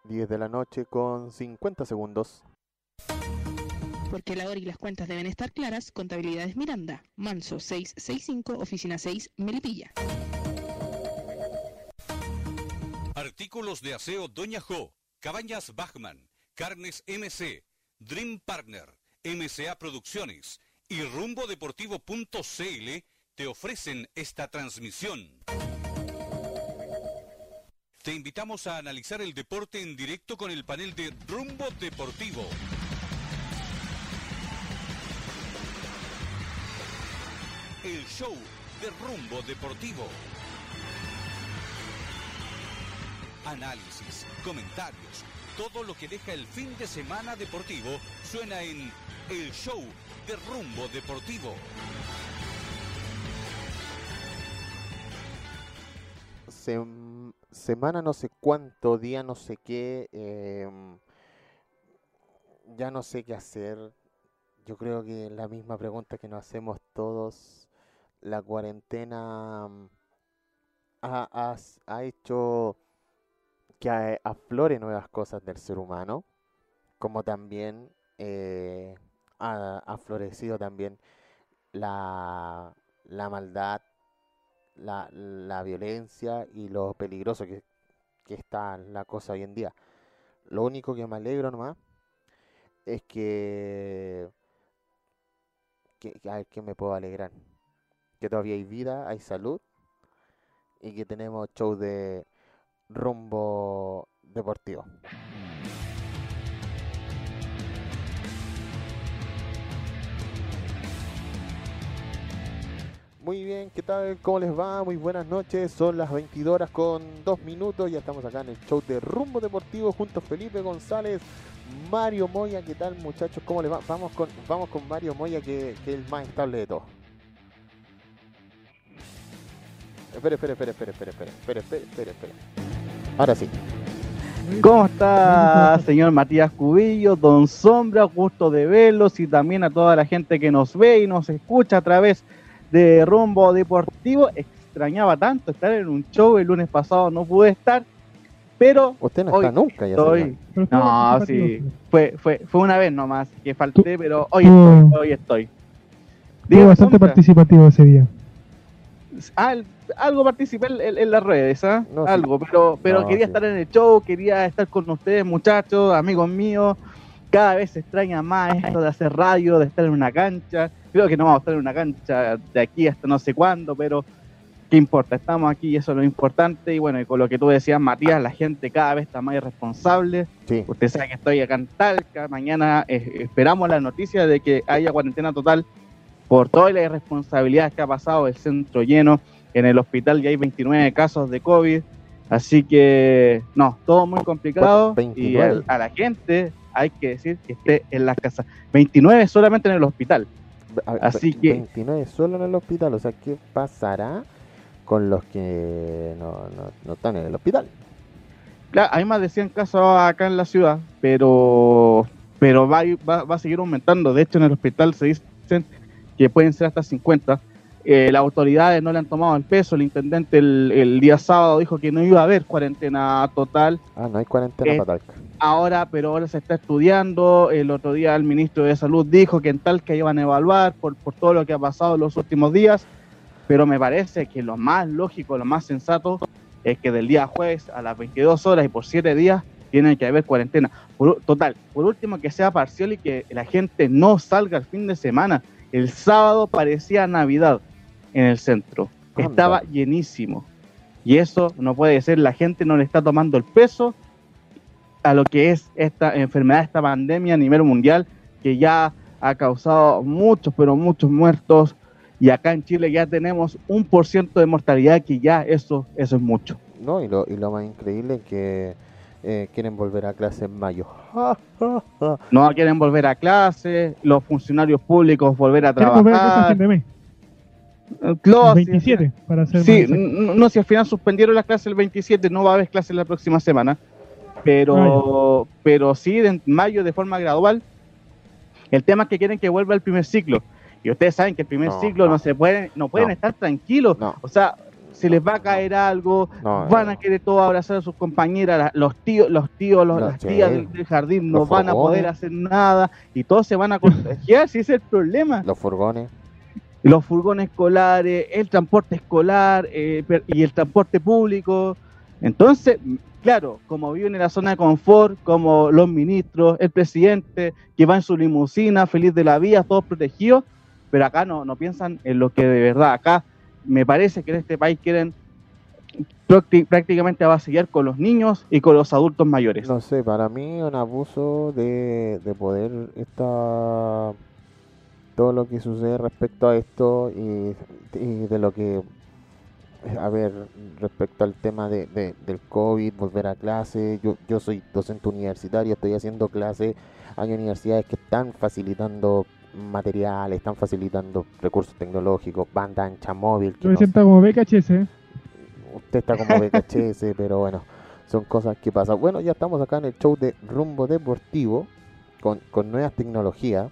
10 de la noche con 50 segundos. Porque la hora y las cuentas deben estar claras, Contabilidades Miranda, Manso 665, Oficina 6, Melipilla. Artículos de aseo Doña Jo, Cabañas Bachman, Carnes MC, Dream Partner, MCA Producciones y RumboDeportivo.cl te ofrecen esta transmisión. Te invitamos a analizar el deporte en directo con el panel de Rumbo Deportivo. El show de Rumbo Deportivo. Análisis, comentarios, todo lo que deja el fin de semana deportivo suena en el show de Rumbo Deportivo. Semana no sé cuánto, día no sé qué, ya no sé qué hacer. Yo creo que la misma pregunta que nos hacemos todos, la cuarentena ha hecho que aflore nuevas cosas del ser humano, como también ha florecido también la maldad, la violencia y lo peligroso que está la cosa hoy en día. Lo único que me alegro nomás es a ver, ¿qué me puedo alegrar? Que todavía hay vida, hay salud y que tenemos show de Rumbo Deportivo. Muy bien, ¿qué tal? ¿Cómo les va? Muy buenas noches, son las 22 horas con 2 minutos, ya estamos acá en el show de Rumbo Deportivo junto a Felipe González, Mario Moya. ¿Qué tal, muchachos? ¿Cómo les va? Vamos con Mario Moya, que es el más estable de todos. Espere. Ahora sí. ¿Cómo está, señor Matías Cubillo, Don Sombra? Gusto de verlos, y también a toda la gente que nos ve y nos escucha a través de Rumbo Deportivo. Extrañaba tanto estar en un show, el lunes pasado no pude estar, pero usted no está nunca, ya estoy. No, sí, fue una vez nomás que falté, pero hoy estoy. Fue bastante participativo ese día. Algo participé en las redes, no, algo, sí. pero No, quería sí. estar en el show, quería estar con ustedes, muchachos, amigos míos. Cada vez se extraña más esto de hacer radio, de estar en una cancha. Creo que no vamos a estar en una cancha de aquí hasta no sé cuándo, pero ¿qué importa? Estamos aquí y eso es lo importante. Y bueno, y con lo que tú decías, Matías, la gente cada vez está más irresponsable. Sí. Usted sabe que estoy acá en Talca. Mañana esperamos la noticia de que haya cuarentena total por todas las irresponsabilidades que ha pasado, el centro lleno. En el hospital ya hay 29 casos de COVID. Así que, no, todo muy complicado. 29. Y a la gente hay que decir que esté en las casas. 29 solamente en el hospital. Así que 29 solo en el hospital. O sea, ¿qué pasará con los que no están en el hospital? Claro, hay más de 100 casos acá en la ciudad, pero va a seguir aumentando. De hecho, en el hospital se dicen que pueden ser hasta 50. Las autoridades no le han tomado el peso. El intendente el día sábado dijo que no iba a haber cuarentena total. No hay cuarentena para Talca. Ahora se está estudiando. El otro día el ministro de Salud dijo que en Talca iban a evaluar por todo lo que ha pasado en los últimos días. Pero me parece que lo más lógico, lo más sensato es que del día jueves a las 22 horas y por 7 días tiene que haber cuarentena. Por último, que sea parcial y que la gente no salga el fin de semana. El sábado parecía Navidad en el centro. Estaba llenísimo. Y eso no puede ser. La gente no le está tomando el peso a lo que es esta enfermedad, esta pandemia a nivel mundial, que ya ha causado muchos, pero muchos muertos. Y acá en Chile ya tenemos 1% de mortalidad, que ya eso es mucho. No, y lo más increíble es que quieren volver a clase en mayo. No quieren volver a clase, los funcionarios públicos volver a Quieren volver a clase a trabajar. fin de mes. El Claro, 27, para ser sí, más exacto. no, si al final suspendieron las clases el 27, no va a haber clases la próxima semana. Pero sí, en mayo de forma gradual. El tema es que quieren que vuelva el primer ciclo. Y ustedes saben que el primer ciclo no pueden estar tranquilos. No. O sea, se les va a caer algo, No, van a querer todos abrazar a sus compañeras, las tías, las sí. tías del jardín no Los van a poder furgones. hacer nada y todos se van a contagiar, si ese es el problema. Los furgones. Los furgones escolares, el transporte escolar y el transporte público. Entonces, claro, como viven en la zona de confort, como los ministros, el presidente, que va en su limusina, feliz de la vida, todos protegidos, pero acá no piensan en lo que de verdad. Acá me parece que en este país quieren prácticamente avasallar con los niños y con los adultos mayores. No sé, para mí un abuso de poder todo lo que sucede respecto a esto y de lo que, a ver, respecto al tema del COVID, volver a clase. Yo soy docente universitario, estoy haciendo clase. Hay universidades que están facilitando materiales, están facilitando recursos tecnológicos, banda ancha móvil. Que Yo me no- siento como BKHS, ¿eh? Usted está como BKHS, pero bueno, son cosas que pasan. Bueno, ya estamos acá en el show de Rumbo Deportivo con nuevas tecnologías.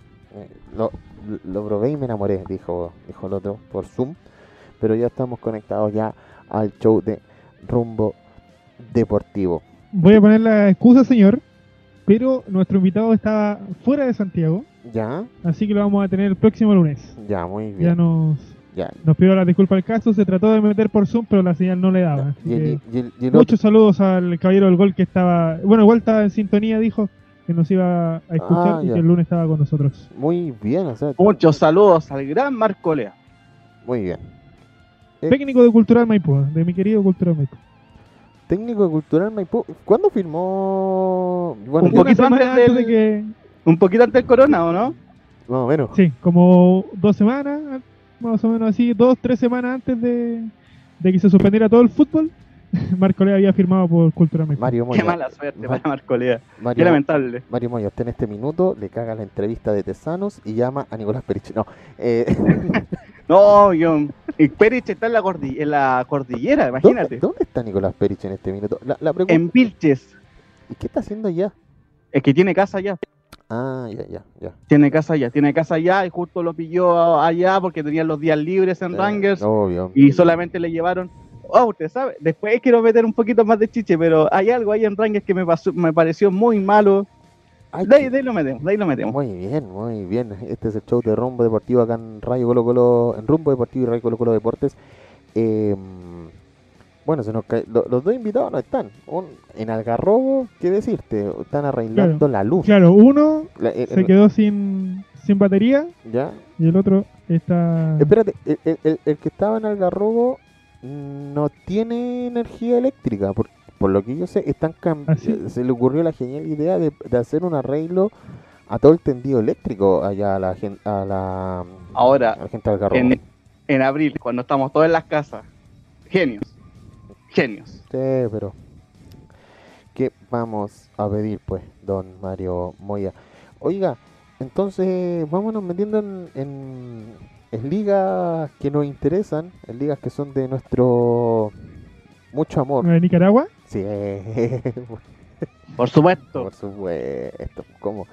Lo probé y me enamoré, dijo el otro por Zoom. Pero ya estamos conectados ya al show de Rumbo Deportivo. Voy a poner la excusa, señor, pero nuestro invitado estaba fuera de Santiago, Ya, así que lo vamos a tener el próximo lunes. ya, muy Ya bien. nos Ya. pidió la disculpa al caso, se trató de meter por Zoom, pero la señal no le daba. Así que Y el muchos saludos al caballero del gol que estaba, bueno, igual estaba en sintonía, dijo que nos iba a escuchar y ya. que el lunes estaba con nosotros. muy bien, o sea, Muchos saludos al gran Marco Lea. muy bien. Técnico de Cultural Maipú, de mi querido Cultural Maipú. Técnico de Cultural Maipú. ¿Cuándo firmó? Bueno, Un ya- poquito Una semana antes antes del- de que... Un poquito antes del corona, ¿o no? más o menos. Sí, como 2 semanas, más o menos así, 2-3 semanas antes de que se suspendiera todo el fútbol, Marco Lea había firmado por Cultural Maipú. Mario Qué Moya. mala suerte para Marco Lea. Qué Mario, lamentable. Mario Moya, usted en este minuto le caga la entrevista de Tesanos y llama a Nicolás Perich. No, No, y Perich está en la cordillera, imagínate. ¿Dónde está Nicolás Perich en este minuto? La pregunta, En Vilches. ¿y qué está haciendo allá? Es que tiene casa allá. Ah, ya. Tiene casa allá y justo lo pilló allá porque tenían los días libres en Rangers Obvio. y solamente le llevaron. Oh, usted sabe, después quiero meter un poquito más de chiche, pero hay algo ahí en Rangers que me pareció muy malo. Ay, De ahí lo metemos. muy bien. Este es el show de Rumbo Deportivo acá en Radio Colo Colo, en Rumbo Deportivo y Radio Colo Colo Deportes. Bueno, los dos invitados no están. En Algarrobo, ¿qué decirte? Están arreglando Claro. la luz. Claro, uno La- se quedó sin batería ¿Ya? y el otro está... Espérate, el que estaba en Algarrobo no tiene energía eléctrica. Por lo que yo sé, ¿Ah, sí? se le ocurrió la genial idea de hacer un arreglo a todo el tendido eléctrico allá a la gente, Ahora, a la gente de Algarrobo. en abril, cuando estamos todos en las casas, genios. Sí, pero ¿qué vamos a pedir, pues, don Mario Moya? Oiga, entonces vámonos metiendo en ligas que nos interesan, en ligas que son de nuestro mucho amor. ¿De Nicaragua? Sí, Por supuesto. por supuesto.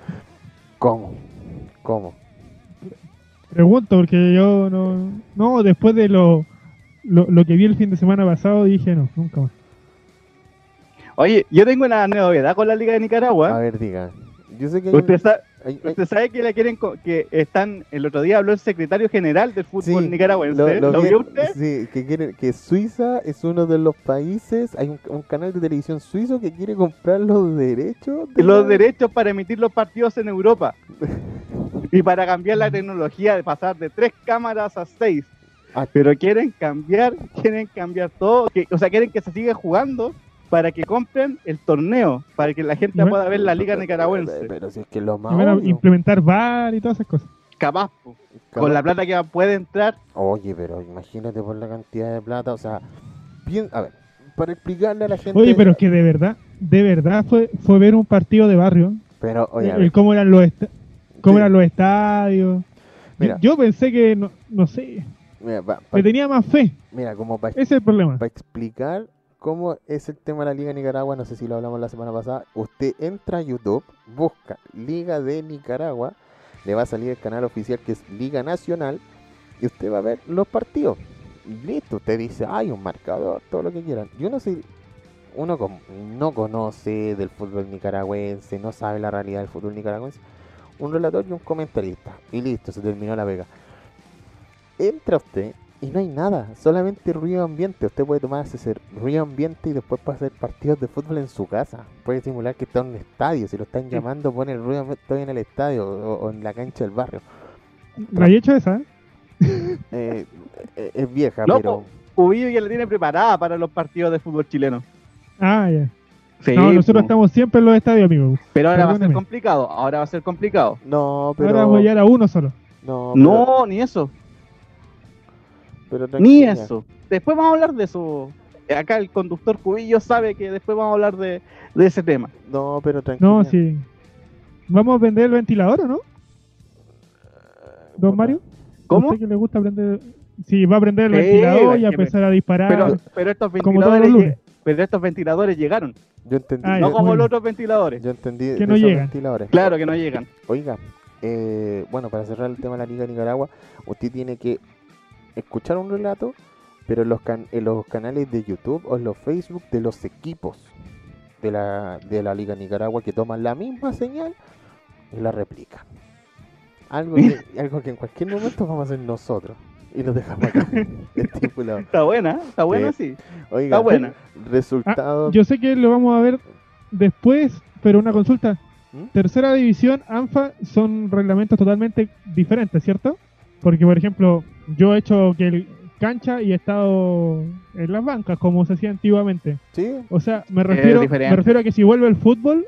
¿Cómo? Pregunto, porque yo no, después de lo que vi el fin de semana pasado, dije no, nunca más. Oye, yo tengo una novedad con la Liga de A Nicaragua. ver, diga. Yo sé que hay Usted sabe que la quieren que están. El otro día habló el secretario general del fútbol Sí, nicaragüense. lo ¿Lo vi- vio usted? Sí, que Suiza es uno de los países, hay un canal de televisión suizo que quiere comprar los derechos de Los la- derechos para emitir los partidos en Europa. Y para cambiar la tecnología de pasar de 3 cámaras a 6. Ah. Pero quieren cambiar todo. O sea, quieren que se siga jugando para que compren el torneo, para que la gente Y van- pueda ver la liga nicaragüense. Pero si es que lo más Y van a obvio. implementar VAR y todas esas cosas. Capaz, po, con la plata que puede entrar. Oye, pero imagínate por la cantidad de plata, o sea, a ver, para explicarle a la gente. Oye, pero es que de verdad fue ver un partido de barrio. Pero, oye, a ver, Cómo eran Sí. los estadios. Mira. Yo pensé que, no sé, mira, me tenía más fe. mira, como para Ese es el problema. explicar cómo es el tema de la Liga de Nicaragua, no sé si lo hablamos la semana pasada, usted entra a YouTube, busca Liga de Nicaragua, le va a salir el canal oficial que es Liga Nacional y usted va a ver los partidos. Y listo, usted dice, hay un marcador, todo lo que quieran. Y no conoce del fútbol nicaragüense, no sabe la realidad del fútbol nicaragüense. Un relator y un comentarista. Y listo, se terminó la pega. Entra usted y no hay nada, solamente ruido ambiente. Usted puede tomarse ese ruido ambiente y después puede hacer partidos de fútbol en su casa. Puede simular que está en un estadio. Si lo están llamando, pone el ruido ambiente en el estadio o en la cancha del barrio. ¿La he hecho esa? Es vieja, No, pero... Cubillo ya la tiene preparada para los partidos de fútbol chileno. Ah, ya. Sí, No, nosotros estamos siempre en los estadios, amigo. pero ahora va a ser Perdóneme. complicado. Ahora va a ser complicado. No, pero... Ahora vamos a llegar a uno solo. No, No, ni eso. pero Ni tranquila. eso. Después vamos a hablar de eso. Acá el conductor Cubillo sabe que después vamos a hablar de ese tema. No, pero tranquila. No, sí. ¿Vamos a prender el ventilador o no, don Mario? ¿Cómo? ¿A usted que le gusta prender? Sí, va a prender el Sí, ventilador y a es que empezar a disparar. Pero estos Como todos los lunes. pero estos ventiladores llegaron. Yo entendí. Ah, No ya, como muy los bien. otros ventiladores. Yo entendí Que de no esos llegan. ventiladores. Claro que no llegan. Oiga, bueno, para cerrar el tema de la Liga de Nicaragua, usted tiene que escuchar un relato, pero en los canales de YouTube o en los Facebook de los equipos de la Liga de Nicaragua que toman la misma señal y la replican. Algo que en cualquier momento vamos a hacer nosotros. Y nos dejamos acá estipulado. Está buena, sí. Oiga, Está buena. resultados. Yo sé que lo vamos a ver después, pero una consulta. ¿Mm? Tercera división, ANFA, son reglamentos totalmente diferentes, ¿cierto? Porque, por ejemplo, yo he hecho que el cancha y he estado en las bancas, como se hacía antiguamente. Sí, O sea, me refiero diferente. a que si vuelve el fútbol,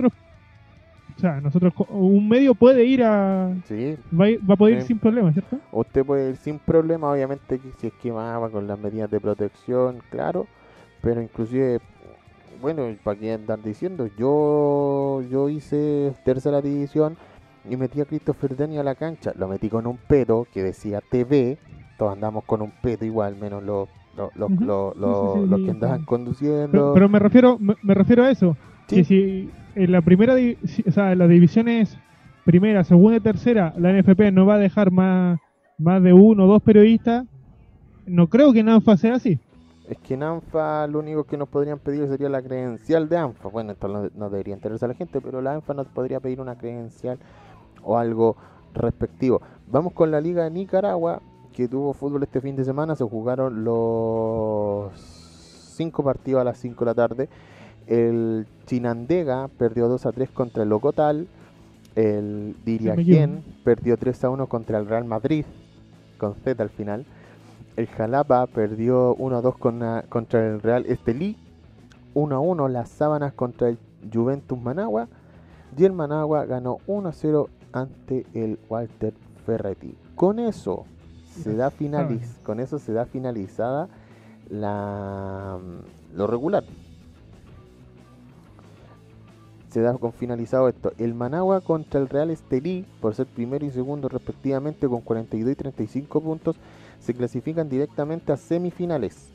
un medio puede ir sí. va a poder ir Sí. sin problema, ¿cierto? Usted puede ir sin problema, obviamente, que si es que va con las medidas de protección, claro, pero inclusive, bueno, para qué andar diciendo, yo hice tercera división y metí a Christopher Denny a la cancha, lo metí con un peto que decía TV, todos andamos con un peto igual, menos los Ujú. los Sí, que andaban sí. conduciendo. Pero me refiero a eso. Sí. Que si en la primera, o sea, en las divisiones primera, segunda y tercera, la NFP no va a dejar más de uno o dos periodistas, no creo que en ANFA sea así. Es que en ANFA lo único que nos podrían pedir sería la credencial de ANFA. Bueno, esto no debería enterarse a la gente, pero la ANFA nos podría pedir una credencial o algo respectivo. Vamos con la Liga de Nicaragua, que tuvo fútbol este fin de semana. Se jugaron los 5 partidos a las 5 de la tarde. El Chinandega perdió 2-3 contra el Locotal. El Diriagén perdió 3-1 contra el Real Madrid, con Z al final. El Jalapa perdió 1-2 contra el Real Estelí. 1-1 las Sábanas contra el Juventus Managua. Y el Managua ganó 1-0 ante el Walter Ferretti. Con eso se da finalizada lo regular. Se da con finalizado esto. El Managua contra el Real Estelí, por ser primero y segundo respectivamente con 42 y 35 puntos, se clasifican directamente a semifinales.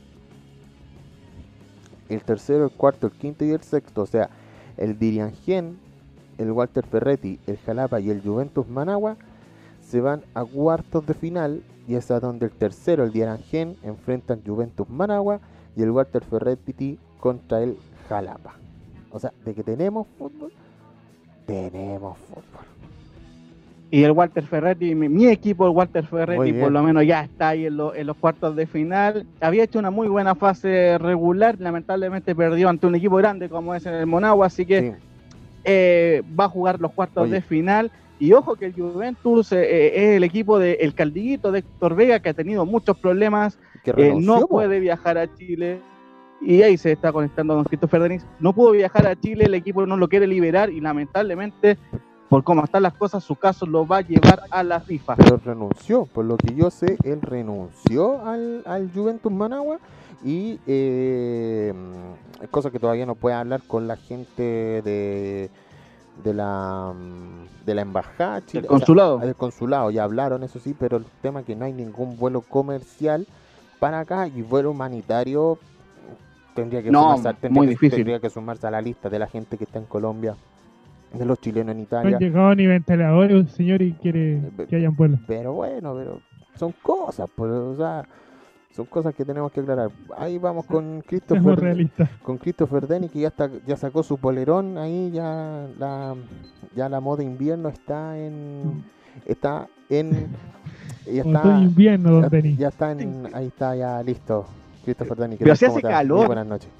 El tercero, el cuarto, el quinto y el sexto, o sea, el Diriangén, el Walter Ferretti, el Jalapa y el Juventus Managua se van a cuartos de final, y es a donde el tercero, el Diriangén, enfrentan Juventus Managua y el Walter Ferretti contra el Jalapa. O sea, de que tenemos fútbol, tenemos fútbol. Y el Walter Ferretti, mi equipo, el Walter Muy Ferretti, bien. por lo menos ya está ahí en los cuartos de final. Había hecho una muy buena fase regular, lamentablemente perdió ante un equipo grande como es el Monagua, así que Sí. va a jugar los cuartos Oye. de final. Y ojo que el Juventus es el equipo del Caldiguito de Héctor Vega, que ha tenido muchos problemas, Que renunció, no po. puede viajar a Chile. Y ahí se está conectando don Christopher Denis. No pudo viajar a Chile, el equipo no lo quiere liberar y lamentablemente, por cómo están las cosas, su caso lo va a llevar a la FIFA. Pero renunció, por lo que yo sé, él renunció al Juventus Managua y cosa que todavía no puede hablar con la gente de la embajada chilena, consulado. del consulado, ya hablaron, eso sí, pero el tema es que no hay ningún vuelo comercial para acá y vuelo humanitario tendría que tendría que sumarse a la lista de la gente que está en Colombia, de los chilenos en No Italia. han llegado ni ventiladores, señor, y quiere que hayan vuelos. Pero bueno, pero son cosas, pues, o sea, Son cosas que tenemos que aclarar. Ahí vamos con Seamos realistas. Christopher Denny, que ya sacó su polerón. Ahí ya la moda invierno está en Otoño invierno, don Denis. ya está ahí está ya listo. Christopher Denny, Pero si ¿cómo hace te va? Muy calor. buenas noches.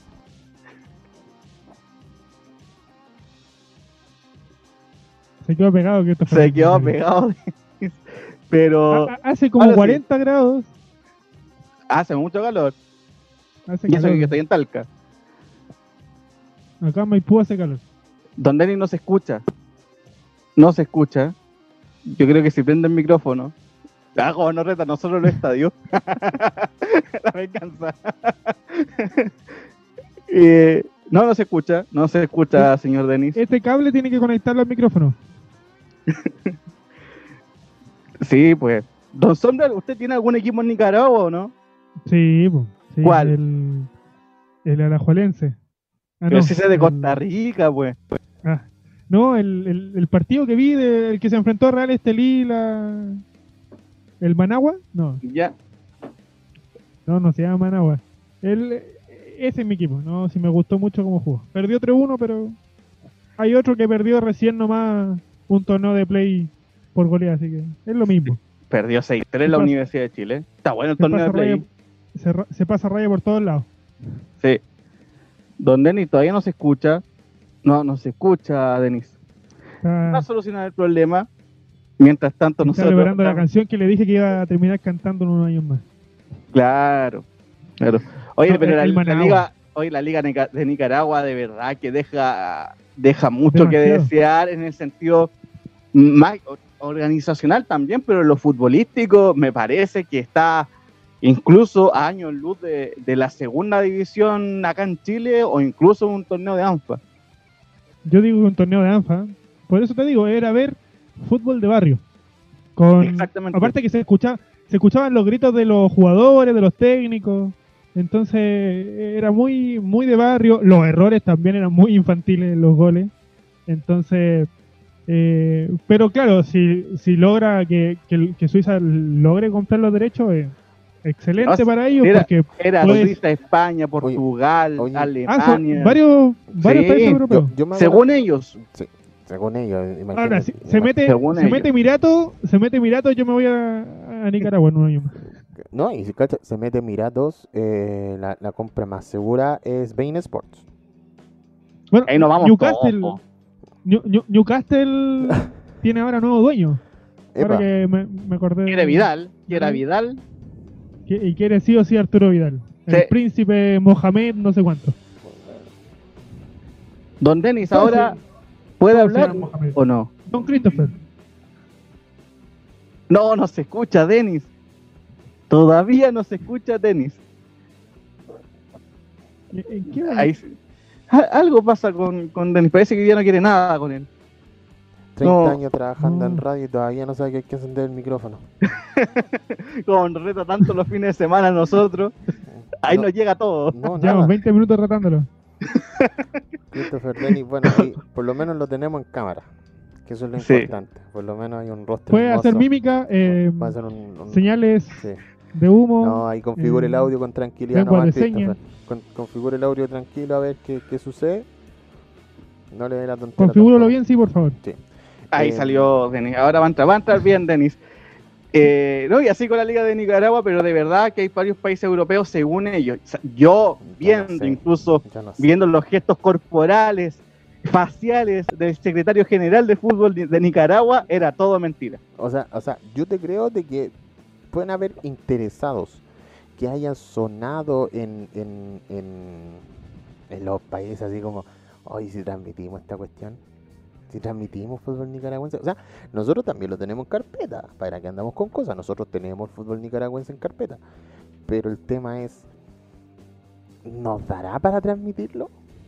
Se quedó pegado. Se quedó pegado. Pero Hace como ahora sí. 40 grados. Hace mucho calor. Hace Y eso calor. que estoy en Talca. Acá en Maipú hace calor. Don Denis no se escucha. No se escucha. Yo creo que si prende el micrófono. Como no reta nosotros los estadios. La venganza. No se escucha. No se escucha, señor Denis. Este cable tiene que conectarlo al micrófono. Sí, pues. Don Sombra, ¿usted tiene algún equipo en Nicaragua o no? Sí, po. Sí, ¿Cuál? El alajuelense. Pero si ese es de Costa Rica, pues. No, el partido que vi, el que se enfrentó a Real Estelí, ¿el Managua? No, Ya. no se llama Managua. Ese es mi equipo, no, sí me gustó mucho cómo jugó. Perdió 3-1, pero hay otro que perdió recién nomás un torneo de play por goleada, así que es lo mismo. Perdió 6-3 la Universidad de Chile. Está bueno el torneo de play. Se pasa raya por todos lados. Sí. Don Denis todavía no se escucha. No se escucha, Denis. Va a solucionar el problema. Mientras tanto, Está nosotros. celebrando la canción que le dije que iba a terminar cantando en unos años más. Claro. Oye, No, pero el la Managua. liga de Nicaragua de verdad que deja mucho que Demasiado. desear en el sentido más organizacional también, pero en lo futbolístico me parece que está incluso a años luz de la segunda división acá en Chile o incluso un torneo de ANFA. Yo digo un torneo de ANFA. Por eso te digo, era ver fútbol de barrio. Exactamente. Aparte que se escuchaban los gritos de los jugadores, de los técnicos. Entonces era muy, muy de barrio. Los errores también eran muy infantiles en los goles. Entonces, pero claro, si logra que Suiza logre comprar los derechos, excelente para ellos. Porque Era puedes- Suiza, España, Portugal, Oye. Alemania. varios Sí, países europeos. Yo me Según ellos. Sí, según ellos. imagínate, Ahora, si se mete Emiratos, yo me voy a Nicaragua en un año más. No, y si cacha, se mete Emiratos, la compra más segura es Bein Sports. Bueno, Ahí nos vamos Newcastle, todos. Newcastle tiene ahora nuevo dueño. Epa, Ahora que me acordé. Quiere Vidal. Y quiere sí o sí Arturo Vidal. El Sí. príncipe Mohamed, no sé cuánto. Don Denis, ¿Cómo ahora se- puede cómo se hablar llama Mohamed? o no. Don Christopher. No se escucha, Denis. Todavía no se escucha, Denis. ¿En qué Ahí sí. Algo pasa con Denis. Parece que ya no quiere nada con él. 30 no. años trabajando en No. radio y todavía no sabe que hay que encender el micrófono. Como nos reta tanto los fines de semana a nosotros. Ahí No. nos llega todo. No, Llevamos nada. 20 minutos tratándolo. Christopher Denny, bueno, ahí, por lo menos lo tenemos en cámara. Que eso es lo Sí. importante. Por lo menos hay un rostro Puede hermoso. hacer mímica, Va a hacer un- señales sí. de humo. No, ahí configure el audio con tranquilidad lengua nomás, de señas. Christopher. Configure el audio tranquilo a ver qué sucede. No le dé la tontera. Configúralo tampoco. bien, sí, por favor. Sí. Ahí salió Denis. Ahora va a entrar bien, Denis. No, y así con la Liga de Nicaragua, pero de verdad que hay varios países europeos según ellos. O sea, yo viendo, sé. incluso Yo no sé. viendo los gestos corporales, faciales del secretario general de fútbol de Nicaragua, era todo mentira. O sea, yo te creo de que pueden haber interesados que hayan sonado en los países así como, hoy si transmitimos esta cuestión, si transmitimos fútbol nicaragüense. O sea, nosotros también lo tenemos en carpeta, para que andamos con cosas, nosotros tenemos el fútbol nicaragüense en carpeta. Pero el tema es, ¿nos dará para transmitirlo?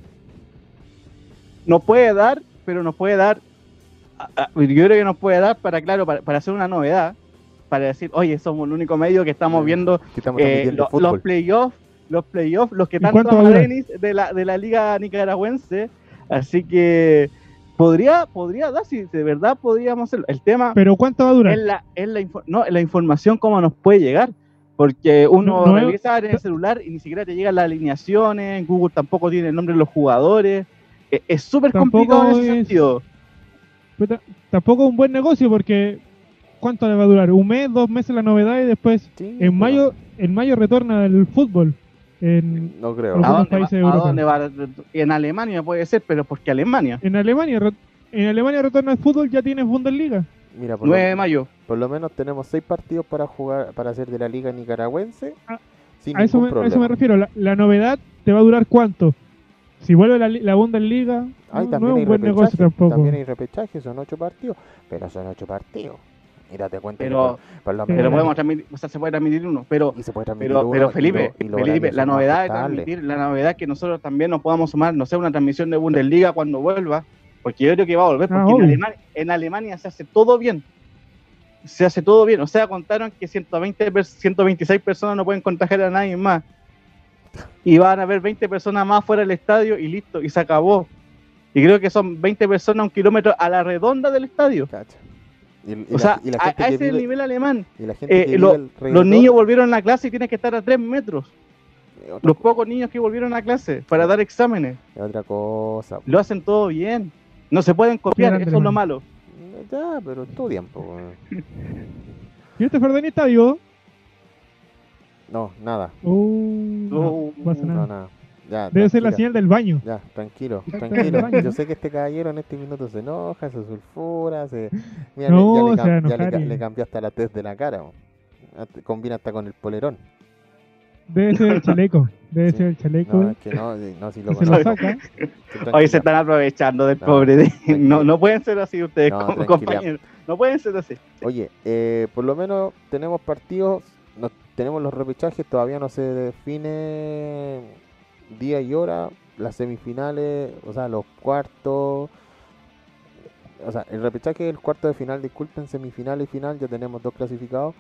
No puede dar, pero nos puede dar, yo creo que nos puede dar para hacer una novedad, para decir, oye, somos el único medio que estamos viendo Que estamos transmitiendo fútbol. los playoffs, los que ¿Y tanto cuánto va a ama durar? Denis de la liga nicaragüense, así que podría dar, si de verdad podríamos hacerlo. El tema Pero ¿cuánto va a durar? es la información cómo nos puede llegar, Porque uno No, revisa en el celular y ni siquiera te llegan las alineaciones, en Google tampoco tiene el nombre de los jugadores. Es súper complicado en ese sentido. Tampoco es un buen negocio porque ¿cuánto le va a durar? ¿Un mes, 2 meses la novedad y después Sí, en mayo retorna el fútbol en no creo. algunos países de ¿A Europa? dónde va? En Alemania puede ser, pero ¿por qué Alemania? En Alemania retorna el fútbol, ya tienes Bundesliga. Mira, 9 de mayo. por lo menos tenemos 6 partidos para jugar, para hacer de la liga nicaragüense. Sin A eso ningún me problema. refiero. La novedad te va a durar ¿cuánto? Si vuelve la Bundesliga, Ay, no también es hay un buen repechaje, negocio tampoco. también hay repechaje, son 8 partidos, pero son 8 partidos. Mira, te cuento Pero- que por lo pero Pero menos- podemos transmitir, o sea, se puede transmitir uno, pero y se puede transmitir Pero, uno, pero Felipe, y los Felipe, horarios la son más novedad de ajustables. transmitir, la novedad es que nosotros también nos podamos sumar, no sé, una transmisión de Bundesliga cuando vuelva, porque yo creo que va a volver, porque obvio. en Alemania se hace todo bien. Se hace todo bien, o sea, contaron que 126 personas no pueden contagiar a nadie más. Y van a haber 20 personas más fuera del estadio y listo, y se acabó. Y creo que son 20 personas a 1 kilómetro a la redonda del estadio. Cacha. Y O sea, y la a gente que ese es el vive- nivel alemán. y la gente que vive Los alrededor, niños volvieron a clase y tienen que estar a 3 metros. es otra, Los pocos niños que volvieron a clase para dar exámenes, es otra cosa. lo hacen todo bien. No se pueden copiar, Grande, eso es lo hermano. malo. Ya, pero estudian, po, weón. ¿Y este Ferdinand está vivo? No, nada. No pasa No, nada. nada. Ya, Debe ser la tranquila. señal del baño. Ya, tranquilo, Está tranquilo. en el baño. Yo sé que este caballero en este minuto se enoja, se sulfura, Mira, No, ya se va a ya enojar y- le cambió hasta la tez de la cara. Weón. Combina hasta con el polerón. Debe ser el chaleco. Debe Sí. ser el chaleco. No, es que no, si lo que se lo conozco. saca. Sí, Hoy tranquila. se están aprovechando del No, pobre. tranquilo. No pueden ser así ustedes, No, como tranquila. compañeros. No pueden ser así. Oye, por lo menos tenemos partidos, tenemos los repechajes, todavía no se define día y hora, las semifinales, o sea, los cuartos, o sea, el repechaje es el cuarto de final, disculpen, semifinal y final, ya tenemos 2 clasificados,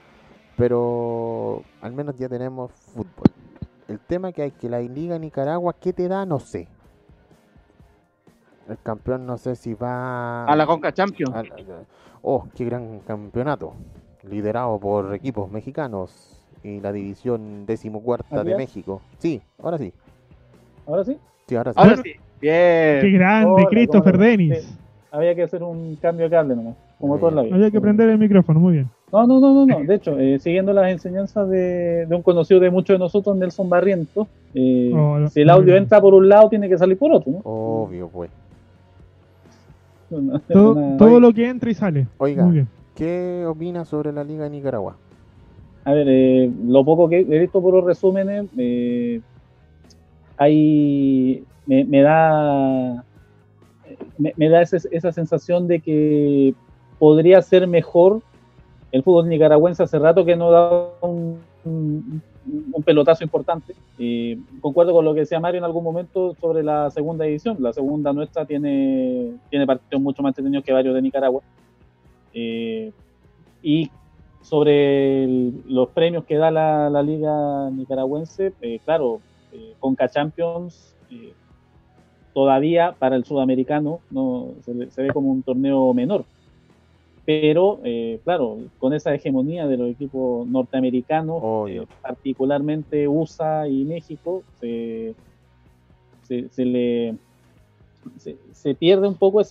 pero al menos ya tenemos fútbol. El tema que hay que la Liga Nicaragua, ¿qué te da? No sé. El campeón no sé si va A la Conca Champions. Oh, qué gran campeonato, liderado por equipos mexicanos y la división 14ª de ¿Así es? México. Sí, ahora sí. ¿Ahora sí? Sí, ahora sí. Ahora sí. Bien. Qué grande, Hola, Christopher ¿cómo estás? Denis. Sí. Había que hacer un cambio de cable nomás, como todo en la vida. Había que prender el micrófono, muy bien. No. De hecho, siguiendo las enseñanzas de un conocido de muchos de nosotros, Nelson Barrientos, si el audio entra por un lado, tiene que salir por otro, ¿no? Obvio, pues. Todo lo que entra y sale. Oiga, Muy bien. ¿qué opina sobre la Liga de Nicaragua? A ver, lo poco que he visto por los resúmenes, me da esa sensación de que podría ser mejor el fútbol nicaragüense. Hace rato que no da un pelotazo importante. Concuerdo con lo que decía Mario en algún momento sobre la segunda división. La segunda nuestra tiene partidos mucho más entretenidos que varios de Nicaragua. Y sobre los premios que da la liga nicaragüense, claro, Conca Champions todavía para el sudamericano no se ve como un torneo menor, pero claro, con esa hegemonía de los equipos norteamericanos, particularmente USA y México, se pierde un poco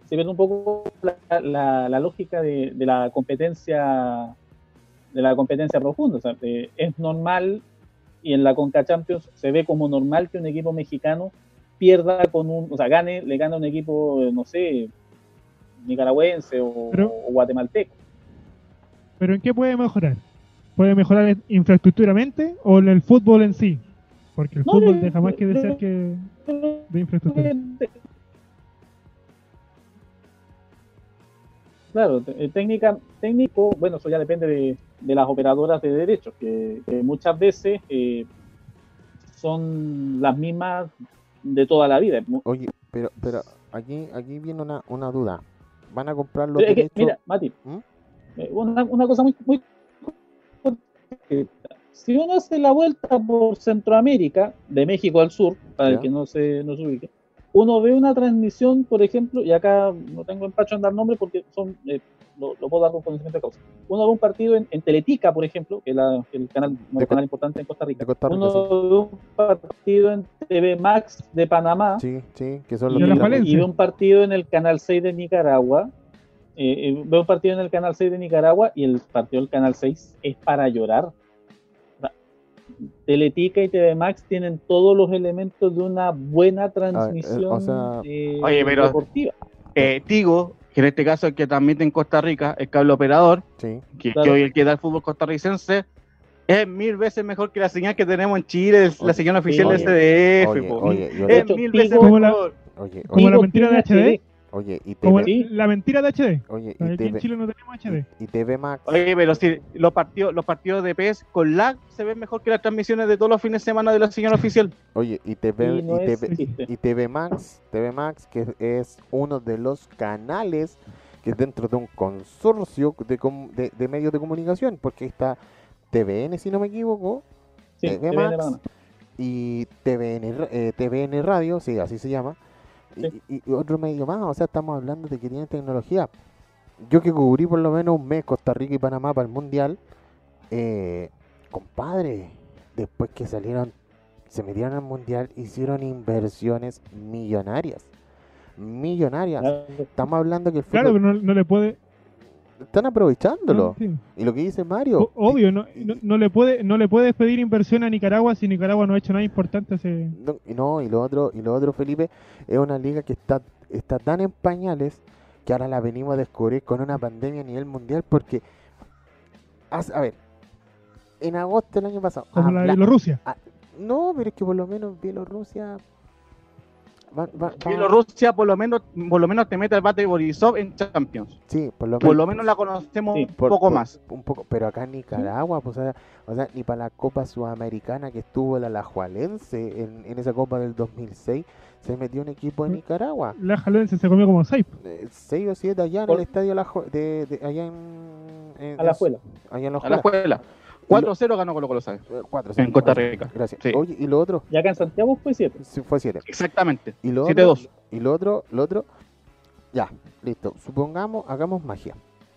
la lógica de la competencia profunda. O sea, es normal, y en la Conca Champions se ve como normal que un equipo mexicano pierda le gana a un equipo, no sé, nicaragüense o guatemalteco. ¿Pero en qué puede mejorar? ¿Puede mejorar infraestructuramente o en el fútbol en sí? Porque el fútbol deja más que desear que de infraestructura. Claro, técnico, bueno, eso ya depende de las operadoras de derechos, que muchas veces son las mismas de toda la vida. Oye, pero aquí viene una duda. ¿Van a comprar los Pero es que, derechos? mira, Mati, una cosa muy si uno hace la vuelta por Centroamérica, de México al sur, para el que no se ubique, uno ve una transmisión, por ejemplo, y acá no tengo empacho en dar nombre porque son lo puedo dar con conocimiento de causa. Uno ve un partido en Teletica, por ejemplo, que es el canal importante en Costa Rica. Uno ve un partido en TV Max de Panamá. Sí, que son los y ve un partido en el Canal 6 de Nicaragua. Veo un partido en el Canal 6 de Nicaragua y el partido del Canal 6 es para llorar. Teletica y TV Max tienen todos los elementos de una buena transmisión deportiva. Tigo, que en este caso es el que transmite en Costa Rica, el cable operador, que hoy el que da el fútbol costarricense, es 1000 veces mejor que la señal que tenemos en Chile, la señal oficial de SDF. Es 1000 veces mejor. Como la mentira de HD. Oye, y como la mentira de HD. Oye, y aquí en Chile no tenemos HD. Y TV Max. Oye, pero si los partidos de PES con lag se ven mejor que las transmisiones de todos los fines de semana de la señal oficial. Oye, y TV Max, que es uno de los canales que es dentro de un consorcio de medios de comunicación, porque está TVN, si no me equivoco, TV Max y TVN Radio, sí, así se llama. Y otro medio más, o sea, estamos hablando de que tienen tecnología. Yo que cubrí por lo menos un mes Costa Rica y Panamá para el Mundial, compadre, después que se metieron al Mundial, hicieron inversiones millonarias. Estamos hablando que el fútbol... Claro, pero no le puede... Están aprovechándolo. Sí. Y lo que dice Mario... Obvio, no le puedes pedir inversión a Nicaragua si Nicaragua no ha hecho nada importante. Y lo otro, Felipe, es una liga que está tan en pañales que ahora la venimos a descubrir con una pandemia a nivel mundial, porque... A ver, en agosto del año pasado... Como la de Bielorrusia. No, pero es que por lo menos Bielorrusia... Bielorrusia por lo menos te mete al bate Borisov en Champions. Sí, por lo menos la conocemos un poco más. Un poco, pero acá en Nicaragua, pues, o sea, ni para la Copa Sudamericana que estuvo la Alajuelense en esa Copa del 2006, se metió un equipo de Nicaragua. La Alajuelense se comió como 6. 6 o 7 allá en el estadio allá en Alajuela. Allá en Alajuela. 4-0 ganó Colo-Colo, ¿sabes? 4-0. En Costa Rica. Gracias. Sí. Oye, ¿y lo otro? Y acá en Santiago fue 7. Sí, fue 7. Exactamente. ¿Y lo 7-2. Y lo otro, ya, listo. Supongamos, hagamos magia.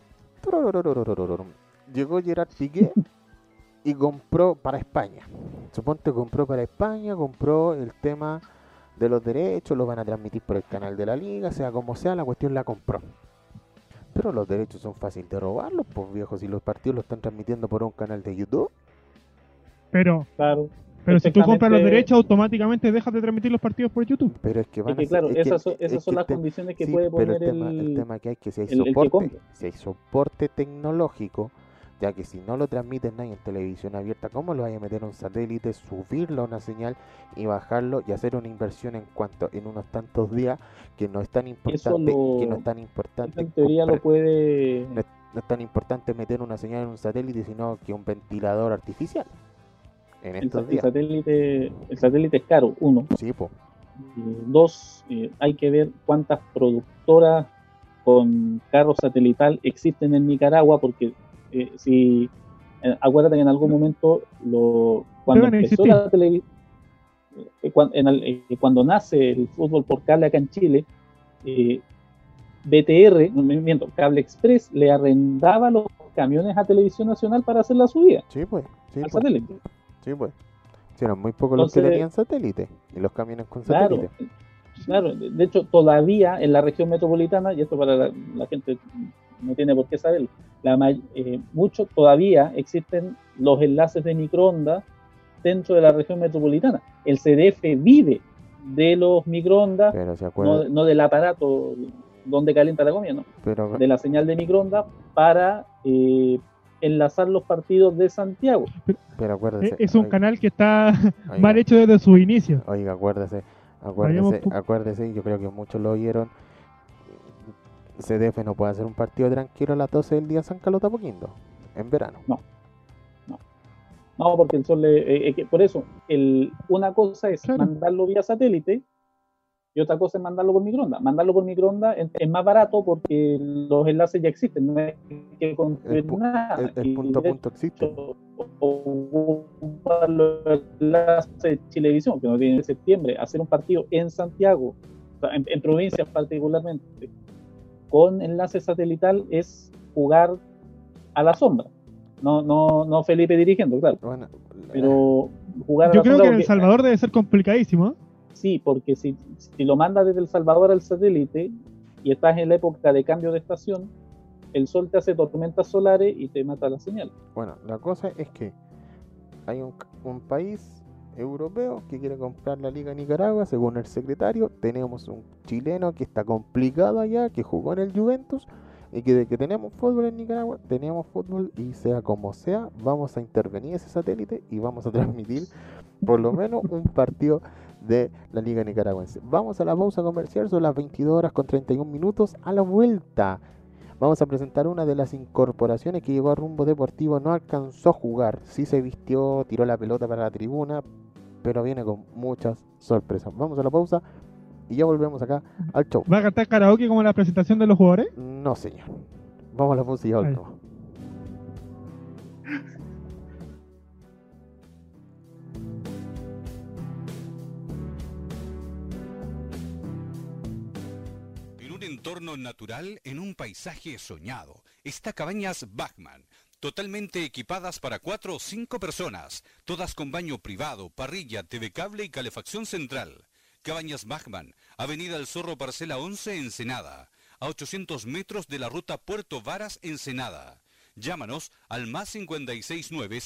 Llegó Gerard Piqué y compró para España. Suponte compró para España, compró el tema de los derechos, los van a transmitir por el canal de la liga, sea como sea, la cuestión la compró. Pero los derechos son fáciles de robarlos, pues viejos, si los partidos los están transmitiendo por un canal de YouTube. Pero si tú compras los derechos, automáticamente dejas de transmitir los partidos por YouTube. Pero es que van esas son las condiciones que puede poner el tema que hay que si hay soporte tecnológico, ya que si no lo transmiten nadie en televisión abierta, ¿cómo lo vaya a meter a un satélite, subirlo a una señal y bajarlo y hacer una inversión en unos tantos días que no es tan importante, en teoría lo puede... No es tan importante meter una señal en un satélite, sino que un ventilador artificial. El satélite es caro, uno. Sí, po. Dos, hay que ver cuántas productoras con carro satelital existen en Nicaragua, porque acuérdate que en algún momento cuando empezó la televisión, cuando nace el fútbol por cable acá en Chile, Cable Express le arrendaba los camiones a Televisión Nacional para hacer la subida al satélite. Sí, pues. Eran muy pocos los que tenían satélite y los camiones con satélite. Claro, de hecho, todavía en la región metropolitana, y esto para la gente no tiene por qué saberlo, todavía existen los enlaces de microondas dentro de la región metropolitana. El CDF vive de los microondas, no del aparato donde calienta la comida, ¿no? De la señal de microondas para enlazar los partidos de Santiago. Pero acuérdese, es un canal que está mal hecho desde su inicio. Oiga, acuérdese, yo creo que muchos lo oyeron. CDF no puede hacer un partido tranquilo a las 12 del día en San Carlos de Apoquindo, en verano. No, porque el sol por eso, una cosa es mandarlo vía satélite y otra cosa es mandarlo por microondas. Mandarlo por microondas es más barato porque los enlaces ya existen, no hay que construir nada. El punto a punto existe. Los enlaces de Chilevisión, que no tiene en septiembre, hacer un partido en Santiago, o sea, en provincias particularmente, con enlace satelital es jugar a la sombra. No Felipe dirigiendo, claro. Bueno, Pero jugar a Yo la creo sombra que en El porque- Salvador debe ser complicadísimo, ¿eh? Sí, porque si lo mandas desde El Salvador al satélite y estás en la época de cambio de estación, el sol te hace tormentas solares y te mata la señal. bueno, la cosa es que hay un país europeo que quiere comprar la Liga de Nicaragua, según el secretario. Tenemos un chileno que está complicado allá, que jugó en el Juventus, y que de que tenemos fútbol en Nicaragua, tenemos fútbol, y sea como sea, vamos a intervenir ese satélite y vamos a transmitir por lo menos un partido de la Liga Nicaragüense. Vamos a la pausa comercial, son las 22 horas con 31 minutos. A la vuelta vamos a presentar una de las incorporaciones que llegó a Rumbo Deportivo. No alcanzó a jugar, sí se vistió, tiró la pelota para la tribuna, pero viene con muchas sorpresas. Vamos a la pausa y ya volvemos acá al show. ¿Va a cantar karaoke como en la presentación de los jugadores? No, señor. Vamos a la pausa y ya volvemos. En un entorno natural, en un paisaje soñado, está Cabañas Bachmann, totalmente equipadas para 4 o 5 personas, todas con baño privado, parrilla, TV cable y calefacción central. Cabañas Bachmann, Avenida El Zorro, parcela 11, Ensenada, a 800 metros de la ruta Puerto Varas, Ensenada. Llámanos al +569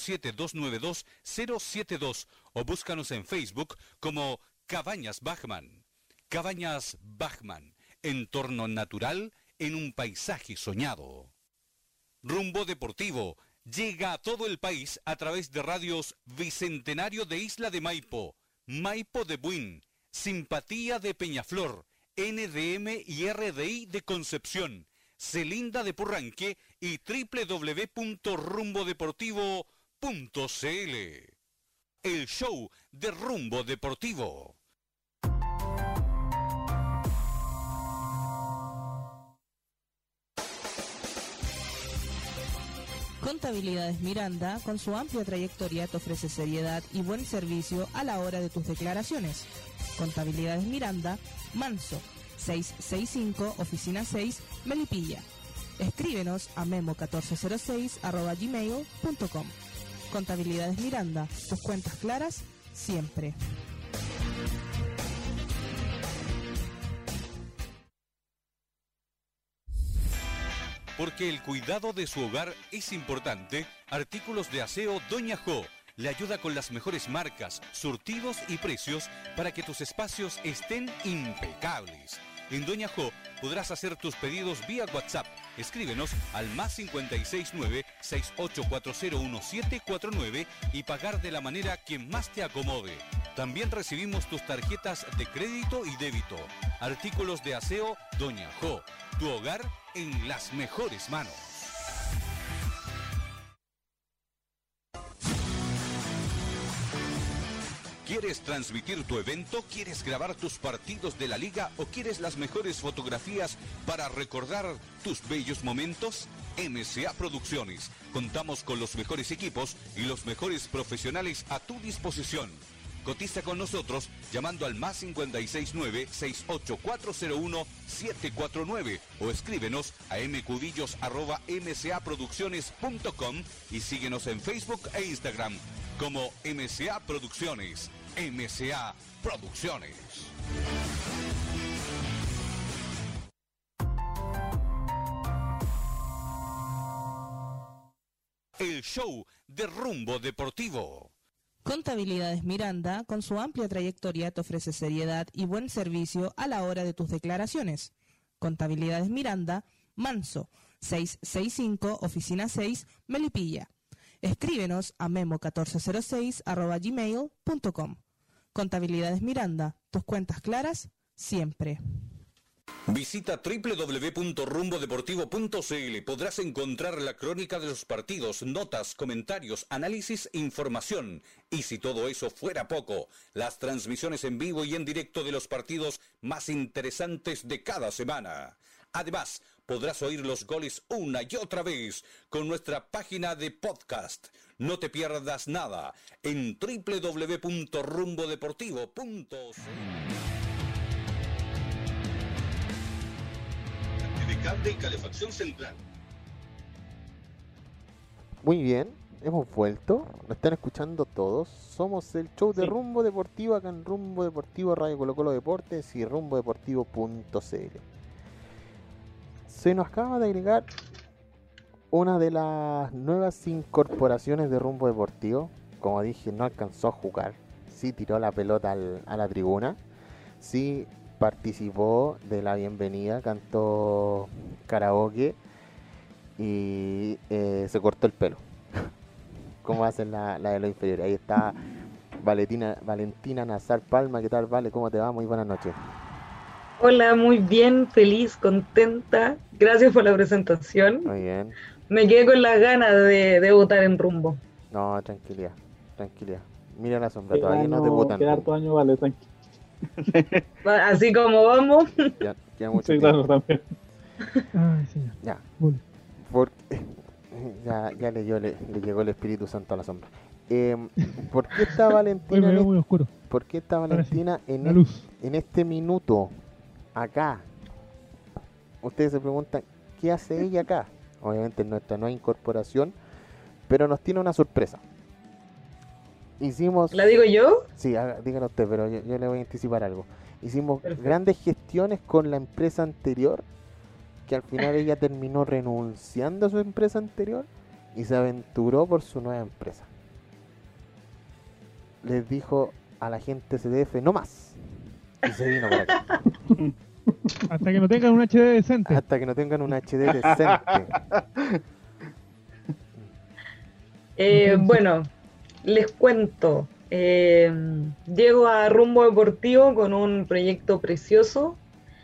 57292 o búscanos en Facebook como Cabañas Bachmann. Cabañas Bachmann, entorno natural en un paisaje soñado. Rumbo Deportivo llega a todo el país a través de radios Bicentenario de Isla de Maipo, Maipo de Buin, Simpatía de Peñaflor, NDM y RDI de Concepción, Celinda de Purranque y www.rumbodeportivo.cl. El show de Rumbo Deportivo. Contabilidades Miranda, con su amplia trayectoria, te ofrece seriedad y buen servicio a la hora de tus declaraciones. Contabilidades Miranda, Manso, 665, Oficina 6, Melipilla. Escríbenos a memo1406@gmail.com. Contabilidades Miranda, tus cuentas claras siempre. Porque el cuidado de su hogar es importante, Artículos de Aseo Doña Jo le ayuda con las mejores marcas, surtidos y precios para que tus espacios estén impecables. En Doña Jo podrás hacer tus pedidos vía WhatsApp. Escríbenos al +569 68401749 y pagar de la manera que más te acomode. También recibimos tus tarjetas de crédito y débito. Artículos de Aseo Doña Jo, tu hogar en las mejores manos. ¿Quieres transmitir tu evento? ¿Quieres grabar tus partidos de la liga? ¿O quieres las mejores fotografías para recordar tus bellos momentos? MCA Producciones. Contamos con los mejores equipos y los mejores profesionales a tu disposición. Cotiza con nosotros llamando al +569 68401-749 o escríbenos a mcudillos@mcaproducciones.com y síguenos en Facebook e Instagram como MCA Producciones. MCA Producciones. El show de Rumbo Deportivo. Contabilidades Miranda, con su amplia trayectoria, te ofrece seriedad y buen servicio a la hora de tus declaraciones. Contabilidades Miranda, Manso, 665, Oficina 6, Melipilla. Escríbenos a memo1406@gmail.com. Contabilidades Miranda, tus cuentas claras siempre. Visita www.rumbodeportivo.cl. Podrás encontrar la crónica de los partidos, notas, comentarios, análisis e información. Y si todo eso fuera poco, las transmisiones en vivo y en directo de los partidos más interesantes de cada semana. Además, podrás oír los goles una y otra vez con nuestra página de podcast. No te pierdas nada en www.rumbodeportivo.cl. De cable y calefacción central. Muy bien, hemos vuelto, nos están escuchando todos. Somos el show de Sí. Rumbo Deportivo acá en Rumbo Deportivo Radio Colo Colo Deportes y rumbodeportivo.cl. Se nos acaba de agregar una de las nuevas incorporaciones de Rumbo Deportivo. Como dije, no alcanzó a jugar, sí tiró la pelota a la tribuna, sí participó de la bienvenida, cantó karaoke y se cortó el pelo. Como hacen la de los inferiores. Ahí está Valentina Nazar Palma. ¿Qué tal, Vale? ¿Cómo te va? Muy buenas noches. Hola, muy bien, feliz, contenta. Gracias por la presentación. Muy bien. Me quedé con las ganas de debutar en Rumbo. No, tranquilidad, tranquilidad. Mira la sombra, Qué todavía no año- debutan. qué harto año, vale, tranquilo. Así como vamos. Ya mucho Sí, tiempo. claro, también. Ay, señor. Ya. Vale. Ya le llegó el Espíritu Santo a la sombra. ¿Por qué está Hoy Valentina, me veo muy oscuro. ¿por qué está Ahora sí, Valentina La luz. en este minuto acá? Ustedes se preguntan, ¿qué hace ella acá? Obviamente es nuestra nueva incorporación, pero nos tiene una sorpresa. Hicimos... ¿La digo yo? Sí, díganlo usted, pero yo le voy a anticipar algo. Hicimos Perfecto. grandes gestiones con la empresa anterior, que al final ella terminó renunciando a su empresa anterior y se aventuró por su nueva empresa. Les dijo a la gente CDF, no más. Y se vino para acá. Hasta que no tengan un HD decente. Hasta que no tengan un HD decente. Bueno, les cuento. Llego a Rumbo Deportivo con un proyecto precioso.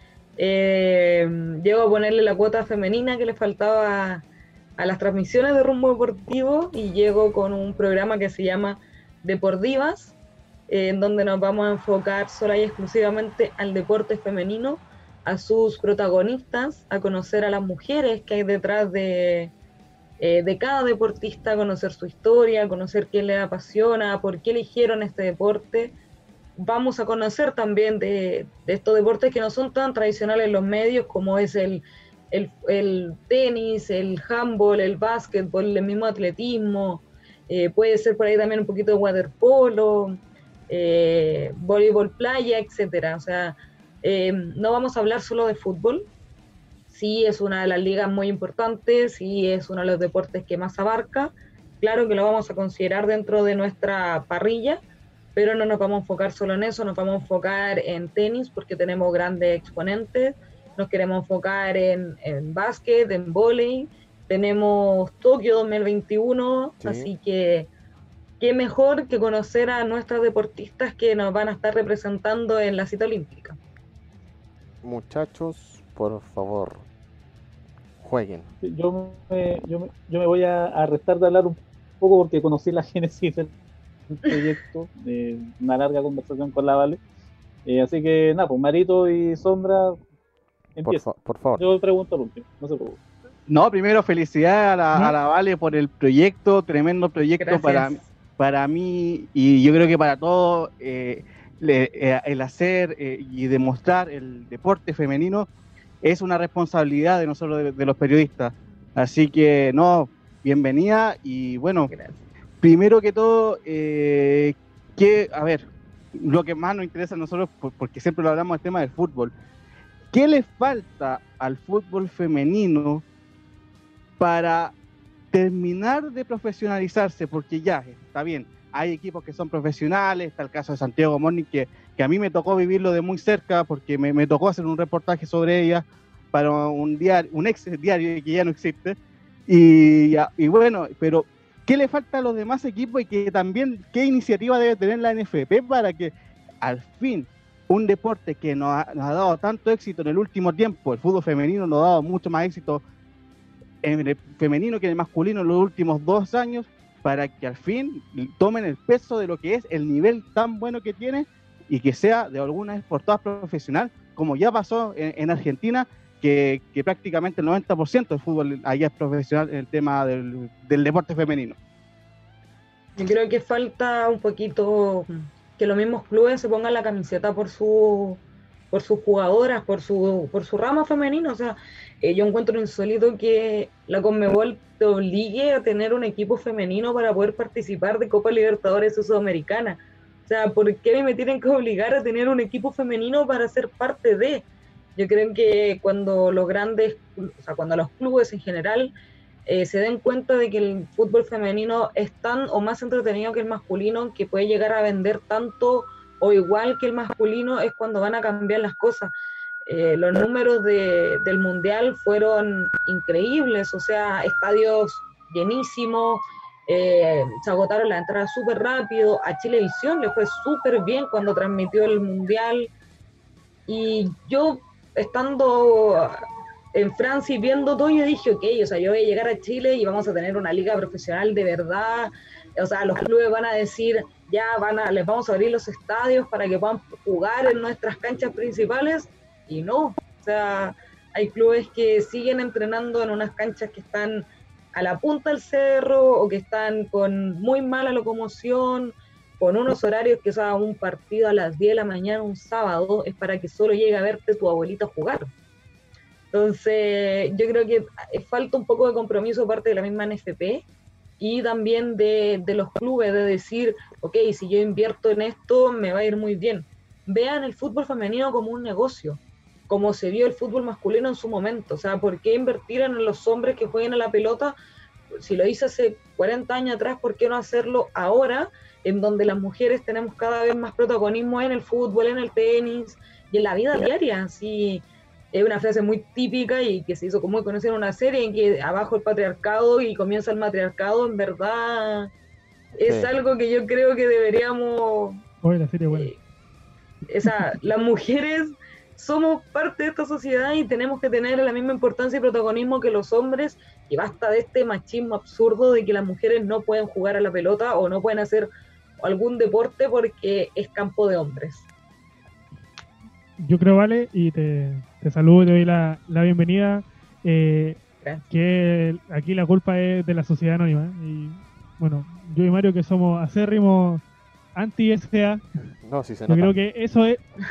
Llego a ponerle la cuota femenina que le faltaba a las transmisiones de Rumbo Deportivo y llego con un programa que se llama Depordivas, en donde nos vamos a enfocar sola y exclusivamente al deporte femenino, a sus protagonistas, a conocer a las mujeres que hay detrás de cada deportista, conocer su historia, conocer qué les apasiona, por qué eligieron este deporte. Vamos a conocer también de estos deportes que no son tan tradicionales en los medios, como es el tenis, el handball, el básquetbol, el mismo atletismo, puede ser por ahí también un poquito de waterpolo, voleibol playa, etcétera. O sea, no vamos a hablar solo de fútbol. Sí es una de las ligas muy importantes, sí es uno de los deportes que más abarca. Claro que lo vamos a considerar dentro de nuestra parrilla, pero no nos vamos a enfocar solo en eso, nos vamos a enfocar en tenis porque tenemos grandes exponentes, nos queremos enfocar en básquet, en vóley, tenemos Tokio 2021, Sí. Así que qué mejor que conocer a nuestras deportistas que nos van a estar representando en la cita olímpica. Muchachos, por favor, jueguen. Yo me voy a restar de hablar un poco porque conocí la génesis del proyecto, una larga conversación con la Vale. Así que nada, pues Marito y Sombra empieza. Por favor. Yo pregunto al último, no se preocupe. No, primero felicidades a la Vale por el proyecto, tremendo proyecto Gracias. para mí y yo creo que para todos. El hacer y demostrar el deporte femenino es una responsabilidad de nosotros, de los periodistas. Así que, no, bienvenida y bueno, Gracias. primero que todo, a ver, lo que más nos interesa a nosotros, porque siempre lo hablamos del tema del fútbol, ¿qué le falta al fútbol femenino para terminar de profesionalizarse? Porque ya, está bien, hay equipos que son profesionales, está el caso de Santiago Morning, que a mí me tocó vivirlo de muy cerca, porque me tocó hacer un reportaje sobre ella para un ex diario que ya no existe, y bueno, pero ¿qué le falta a los demás equipos y que también qué iniciativa debe tener la NFP para que al fin un deporte que nos ha dado tanto éxito en el último tiempo, el fútbol femenino nos ha dado mucho más éxito en el femenino que en el masculino en los últimos 2 años, para que al fin tomen el peso de lo que es el nivel tan bueno que tiene y que sea de alguna vez por todas profesional, como ya pasó en Argentina, que prácticamente el 90% del fútbol allá es profesional en el tema del deporte femenino. Yo creo que falta un poquito que los mismos clubes se pongan la camiseta por sus por sus jugadoras, por su rama femenina. O sea, yo encuentro insólito que la Conmebol te obligue a tener un equipo femenino para poder participar de Copa Libertadores o Sudamericana. O sea, ¿por qué me tienen que obligar a tener un equipo femenino para ser parte de? Yo creo que cuando los grandes, o sea, cuando los clubes en general se den cuenta de que el fútbol femenino es tan o más entretenido que el masculino, que puede llegar a vender tanto o igual que el masculino, es cuando van a cambiar las cosas. Los números del Mundial fueron increíbles, o sea, estadios llenísimos, se agotaron las entradas súper rápido, a Chilevisión le fue súper bien cuando transmitió el Mundial, y yo estando en Francia y viendo todo, yo dije, ok, o sea, yo voy a llegar a Chile y vamos a tener una liga profesional de verdad. O sea, los clubes van a decir, ya les vamos a abrir los estadios para que puedan jugar en nuestras canchas principales, y no. O sea, hay clubes que siguen entrenando en unas canchas que están a la punta del cerro o que están con muy mala locomoción, con unos horarios que, o sea, un partido a las 10 de la mañana un sábado es para que solo llegue a verte tu abuelita jugar. Entonces, yo creo que falta un poco de compromiso parte de la misma NFP y también de los clubes, de decir, ok, si yo invierto en esto, me va a ir muy bien. Vean el fútbol femenino como un negocio, como se vio el fútbol masculino en su momento. O sea, ¿por qué invertir en los hombres que jueguen a la pelota? Si lo hice hace 40 años atrás, ¿por qué no hacerlo ahora, en donde las mujeres tenemos cada vez más protagonismo en el fútbol, en el tenis y en la vida diaria? Sí. Es una frase muy típica y que se hizo muy conocida en una serie en que abajo el patriarcado y comienza el matriarcado. En verdad es algo que yo creo que deberíamos... Oye, la serie buena. Las mujeres somos parte de esta sociedad y tenemos que tener la misma importancia y protagonismo que los hombres, y basta de este machismo absurdo de que las mujeres no pueden jugar a la pelota o no pueden hacer algún deporte porque es campo de hombres. Yo creo, Vale, y te saludo y te doy la bienvenida, que aquí la culpa es de la sociedad anónima, y bueno, yo y Mario, que somos acérrimos anti-SA, no, sí se nota. yo creo que eso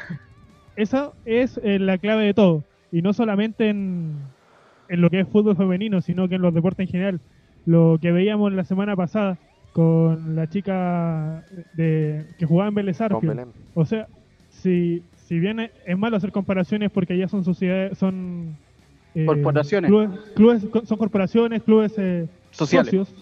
es la clave de todo, y no solamente en lo que es fútbol femenino, sino que en los deportes en general. Lo que veíamos la semana pasada con la chica que jugaba en Vélez Sarsfield, o sea, si bien es malo hacer comparaciones porque ya son sociedades, son corporaciones, clubes, son corporaciones, clubes sociales. Socios,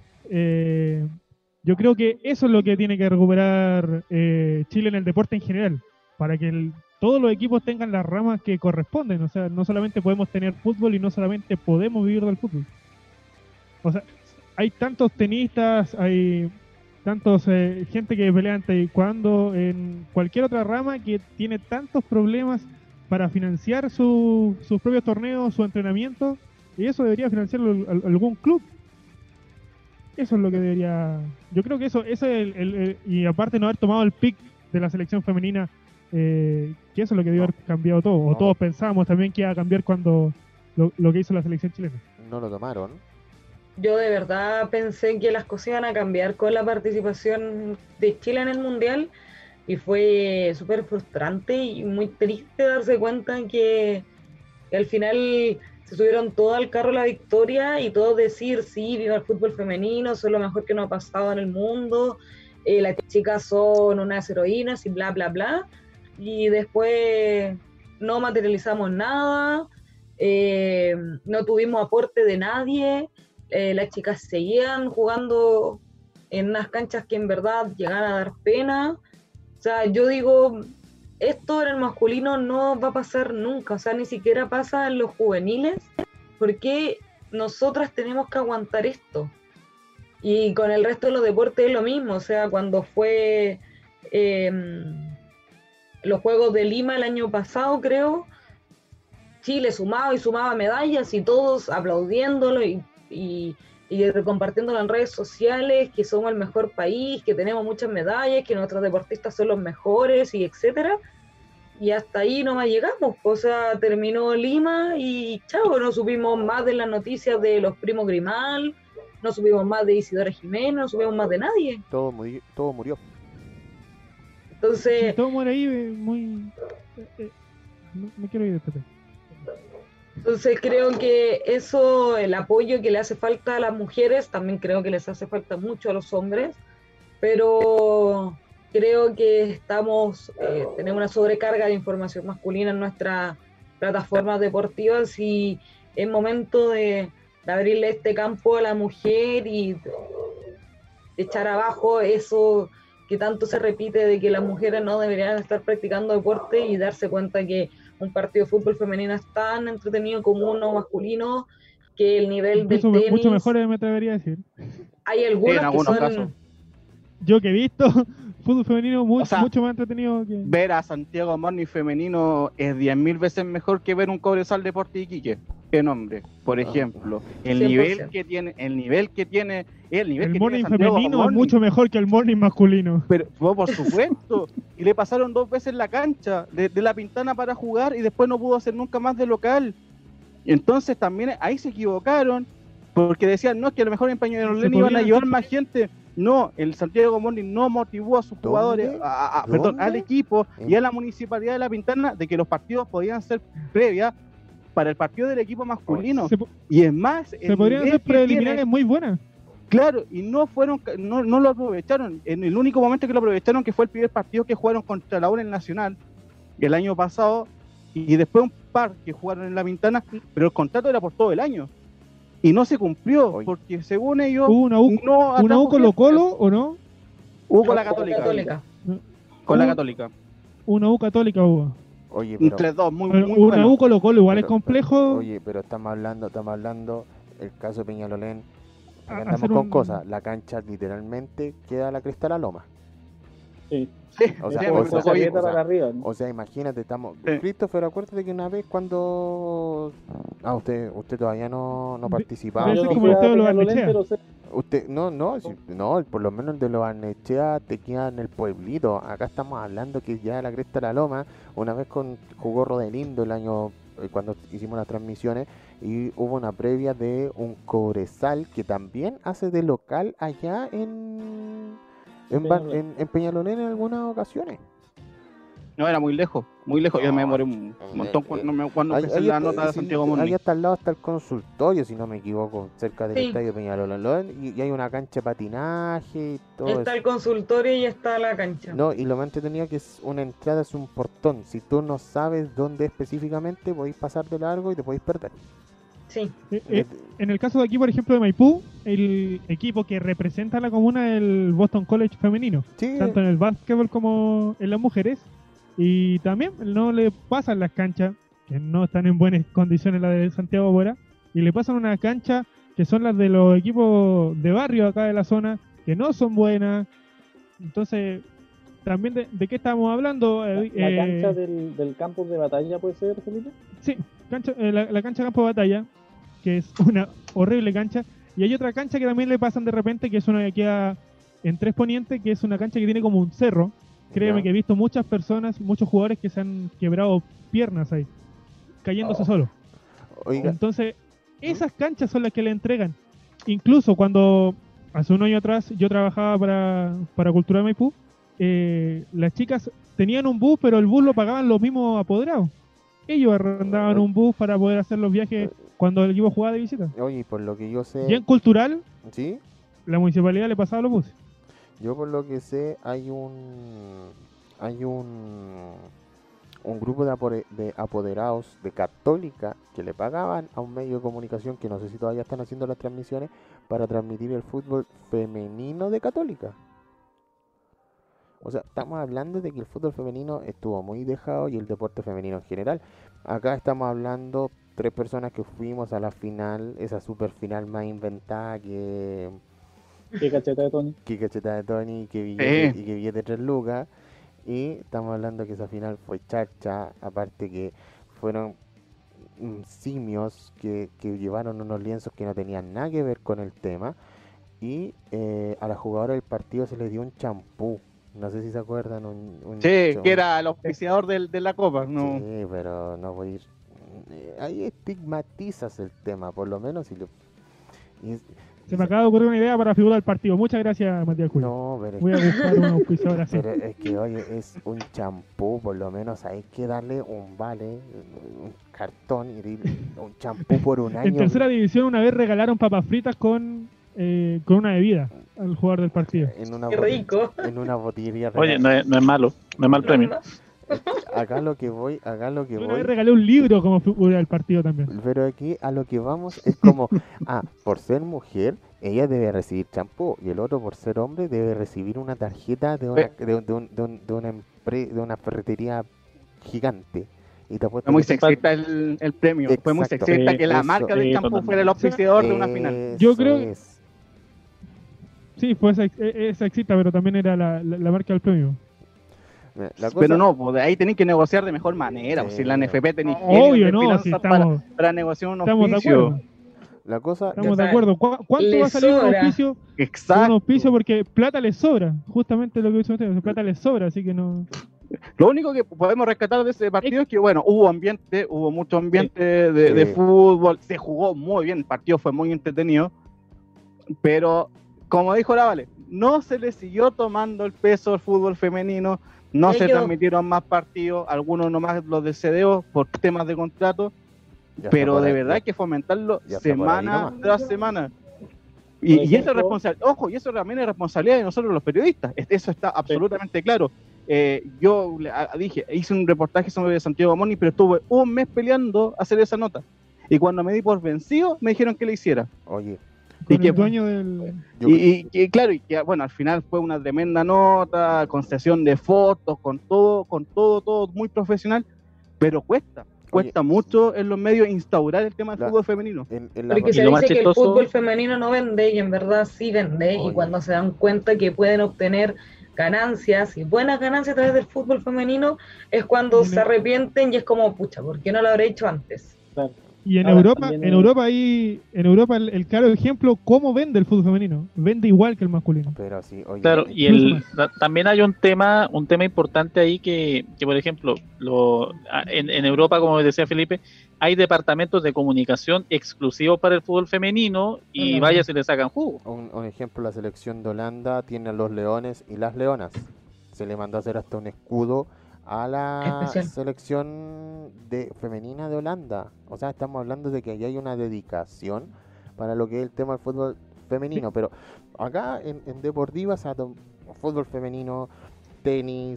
yo creo que eso es lo que tiene que recuperar Chile en el deporte en general, para que todos los equipos tengan las ramas que corresponden. O sea, no solamente podemos tener fútbol y no solamente podemos vivir del fútbol. O sea, hay tantos tenistas, hay tantos gente que pelea en taekwondo, en cualquier otra rama, que tiene tantos problemas para financiar sus propios torneos, su entrenamiento, y eso debería financiarlo algún club. Eso es lo que debería... Yo creo que eso es y aparte no haber tomado el pick de la selección femenina, que eso es lo que debió haber cambiado todo. O todos pensábamos también que iba a cambiar cuando lo que hizo la selección chilena. No lo tomaron. Yo de verdad pensé que las cosas iban a cambiar con la participación de Chile en el Mundial, y fue súper frustrante y muy triste darse cuenta que al final se subieron todos al carro de la victoria y todos decir, sí, viva el fútbol femenino, eso es lo mejor que nos ha pasado en el mundo, las chicas son unas heroínas y bla, bla, bla, y después no materializamos nada, no tuvimos aporte de nadie. Las chicas seguían jugando en unas canchas que en verdad llegan a dar pena. O sea, yo digo, esto en el masculino no va a pasar nunca, o sea, ni siquiera pasa en los juveniles, porque nosotras tenemos que aguantar esto. Y con el resto de los deportes es lo mismo, o sea, cuando fue los Juegos de Lima el año pasado, creo, Chile sumaba y sumaba medallas y todos aplaudiéndolo y compartiéndolo en redes sociales, que somos el mejor país, que tenemos muchas medallas, que nuestros deportistas son los mejores, y etcétera. Y hasta ahí nomás llegamos, o sea, terminó Lima y chao, no supimos más de las noticias de los primos Grimal, no supimos más de Isidora Jiménez, no supimos más de nadie. Todo murió. Entonces... Sí, todo muere ahí muy... me quiero ir de este tema. Entonces creo que eso, el apoyo que le hace falta a las mujeres, también creo que les hace falta mucho a los hombres, pero creo que tenemos una sobrecarga de información masculina en nuestras plataformas deportivas y es momento de abrirle este campo a la mujer y echar abajo eso que tanto se repite de que las mujeres no deberían estar practicando deporte y darse cuenta que un partido de fútbol femenino es tan entretenido como uno masculino, que el nivel Incluso del tenis... mucho mejor me atrevería a decir. Hay algunos en algunos que son... casos. Yo que he visto fútbol femenino O sea, mucho más entretenido que... Ver a Santiago Morning femenino es 10.000 veces mejor que ver un Cobresal Deportes Iquique. ¿Qué nombre? Por ejemplo, el 100%. nivel que tiene, el nivel que tiene El morning Santiago femenino es Morning. mucho mejor que el morning masculino. Pero por supuesto, y le pasaron 2 veces la cancha de La Pintana para jugar y después no pudo hacer nunca más de local. Y entonces también ahí se equivocaron porque decían, no, es que a lo mejor en Peñalolén iban a llevar más gente. No, el Santiago Morning no motivó a sus jugadores, al equipo y a la municipalidad de La Pintana de que los partidos podían ser previas para el partido del equipo masculino. Y es más, Se podrían hacer preliminares muy buenas. Claro, y no lo aprovecharon. En el único momento que lo aprovecharon, que fue el primer partido que jugaron contra la U en el Nacional el año pasado, y después un par que jugaron en La Pintana, pero el contrato era por todo el año. Y no se cumplió, porque según ellos... ¿Hubo una U Colo-Colo o no? Hubo con la Católica. Con la Católica. Una U Católica hubo. Oye, pero... Entre dos, muy una bueno. U Colo-Colo igual Pero, es complejo. Oye, pero estamos hablando el caso de Peñalolén. Acá Hacer andamos con un- cosas. La cancha literalmente queda a la cresta de la loma. Sí. Sí, O sea, sí, o muy sea, poco bien. Servieta para arriba, ¿no? O sea, imagínate, estamos... Sí. Christopher, acuérdate que una vez cuando... usted todavía no De- participaba. debe Yo ser no como fui el a Estadio de los Peñalolén, Barnechea. pero sé- Usted, no, por lo menos el de los Barnechea te queda en el pueblito. Acá estamos hablando que ya la cresta de la loma, una vez jugó Rodelindo el año, cuando hicimos las transmisiones, y hubo una previa de un Cobresal que también hace de local allá en Peñalolén en algunas ocasiones. No, era muy lejos. Yo me demoré un montón cuando empecé la nota de Santiago Morning. Ahí hasta al lado está el consultorio, si no me equivoco, cerca del Sí. estadio Peñalolén, y hay una cancha de patinaje y todo Está eso. el consultorio y está la cancha. No, y lo más entretenido que es una entrada, es un portón. Si tú no sabes dónde específicamente, podéis pasar de largo y te podéis perder. Sí. En el caso de aquí, por ejemplo, de Maipú, el equipo que representa a la comuna es el Boston College femenino, Sí, tanto en el básquetbol como en las mujeres. Y también no le pasan las canchas, que no están en buenas condiciones, la de Santiago Bora, y le pasan una cancha que son las de los equipos de barrio acá de la zona, que no son buenas. Entonces, también de qué estamos hablando. La cancha del campus de batalla puede ser, Felipe. Sí, la cancha Campo de Batalla, que es una horrible cancha. Y hay otra cancha que también le pasan de repente, que es una que queda en Tres Poniente, que es una cancha que tiene como un cerro. Créeme Ya. que he visto muchas personas, muchos jugadores que se han quebrado piernas ahí, cayéndose solo. oiga, Entonces, esas canchas son las que le entregan. Incluso cuando hace un año atrás yo trabajaba para Cultura de Maipú, las chicas tenían un bus, pero el bus lo pagaban los mismos apoderados. Ellos arrendaban un bus para poder hacer los viajes cuando el equipo jugaba de visita. oye, por lo que yo sé, Y en Cultural, ¿sí? la municipalidad le pasaba los buses. Yo por lo que sé, hay un grupo de apoderados de Católica que le pagaban a un medio de comunicación que no sé si todavía están haciendo las transmisiones para transmitir el fútbol femenino de Católica. O sea, estamos hablando de que el fútbol femenino estuvo muy dejado y el deporte femenino en general. Acá estamos hablando 3 personas que fuimos a la final, esa super final más inventada que Qué cacheta de Tony. cacheta de Tony y que billete 3 lucas. Y estamos hablando que esa final fue charcha, aparte que fueron simios que llevaron unos lienzos que no tenían nada que ver con el tema. Y a la jugadora del partido se le dio un champú. No sé si se acuerdan. Sí, que era el auspiciador de la copa. No. Sí, pero no voy a ir. Ahí estigmatizas el tema, por lo menos. Se me acaba de ocurrir una idea para figurar el partido. Muchas gracias, Matías Julio. No, pero Voy a buscar un auspiciador así. pero es que, oye, es un champú, por lo menos hay que darle un vale, un cartón y un champú por un año. En tercera división una vez regalaron papas fritas con una bebida al jugador del partido. Qué rico. En una botillería. Oye, no es malo, no es mal premio. Acá lo que voy, Yo una vez regalé un libro como figura del partido también. pero aquí a lo que vamos es como, por ser mujer, ella debe recibir champú y el otro por ser hombre debe recibir una tarjeta de una ferretería gigante. Y te Fue muy sexista el premio. Fue muy Exacto. sexista que la Eso. marca del Sí, champú totalmente. fuera el auspiciador de una final. Yo creo- es. Sí, fue sexista, pero también era la marca del premio. Mira, la cosa- Pero no, pues de ahí tenéis que negociar de mejor manera. Sí, Si la NFP tenéis Obvio, no, si para negociar un estamos de auspicio. acuerdo. La cosa Estamos O sea, de acuerdo. ¿Cuánto le va a salir un sobra. auspicio? Un Exacto. auspicio porque plata les sobra. Justamente lo que dice usted, plata les sobra, así que no. Lo único que podemos rescatar de ese partido es que, bueno, hubo mucho ambiente de Sí. fútbol, se jugó muy bien, el partido fue muy entretenido, pero, como dijo la Vale, no se le siguió tomando el peso al fútbol femenino, no se Ellos- transmitieron más partidos, algunos nomás los de CDO por temas de contrato, ya está pero por de ahí, verdad ya- hay que fomentarlo ya está por ahí semana nomás. tras semana. Por Y eso es ejemplo- responsabilidad, ojo, y eso también es responsabilidad de nosotros los periodistas, eso está absolutamente claro. Yo dije, hice un reportaje sobre Santiago Moni, pero estuve un mes peleando hacer esa nota. Y cuando me di por vencido, me dijeron que le hiciera. Oye, Con que- el dueño del. yo- Y claro, y que bueno, al final fue una tremenda nota, con sesión de fotos, con todo muy profesional, pero cuesta mucho en los medios instaurar el tema del La- fútbol femenino. en la Porque Y se lo más dice que el chistoso- fútbol femenino no vende y en verdad sí vende. Oye. Y cuando se dan cuenta que pueden obtener ganancias y buenas ganancias a través del fútbol femenino es cuando Mira. se arrepienten y es como, pucha, ¿por qué no lo habré hecho antes? Y en Ahora, Europa, también- en Europa el claro ejemplo, cómo vende el fútbol femenino. Vende igual que el masculino. Pero sí, oye, Claro, y también hay un tema importante ahí que por ejemplo, en Europa, como decía Felipe, hay departamentos de comunicación exclusivos para el fútbol femenino y vaya si le sacan jugo. un ejemplo, la selección de Holanda tiene a los leones y las leonas. Se le mandó a hacer hasta un escudo a la Especial. selección femenina de Holanda. O sea, estamos hablando de que allá hay una dedicación para lo que es el tema del fútbol femenino. Pero acá en Deportivas, fútbol femenino, tenis,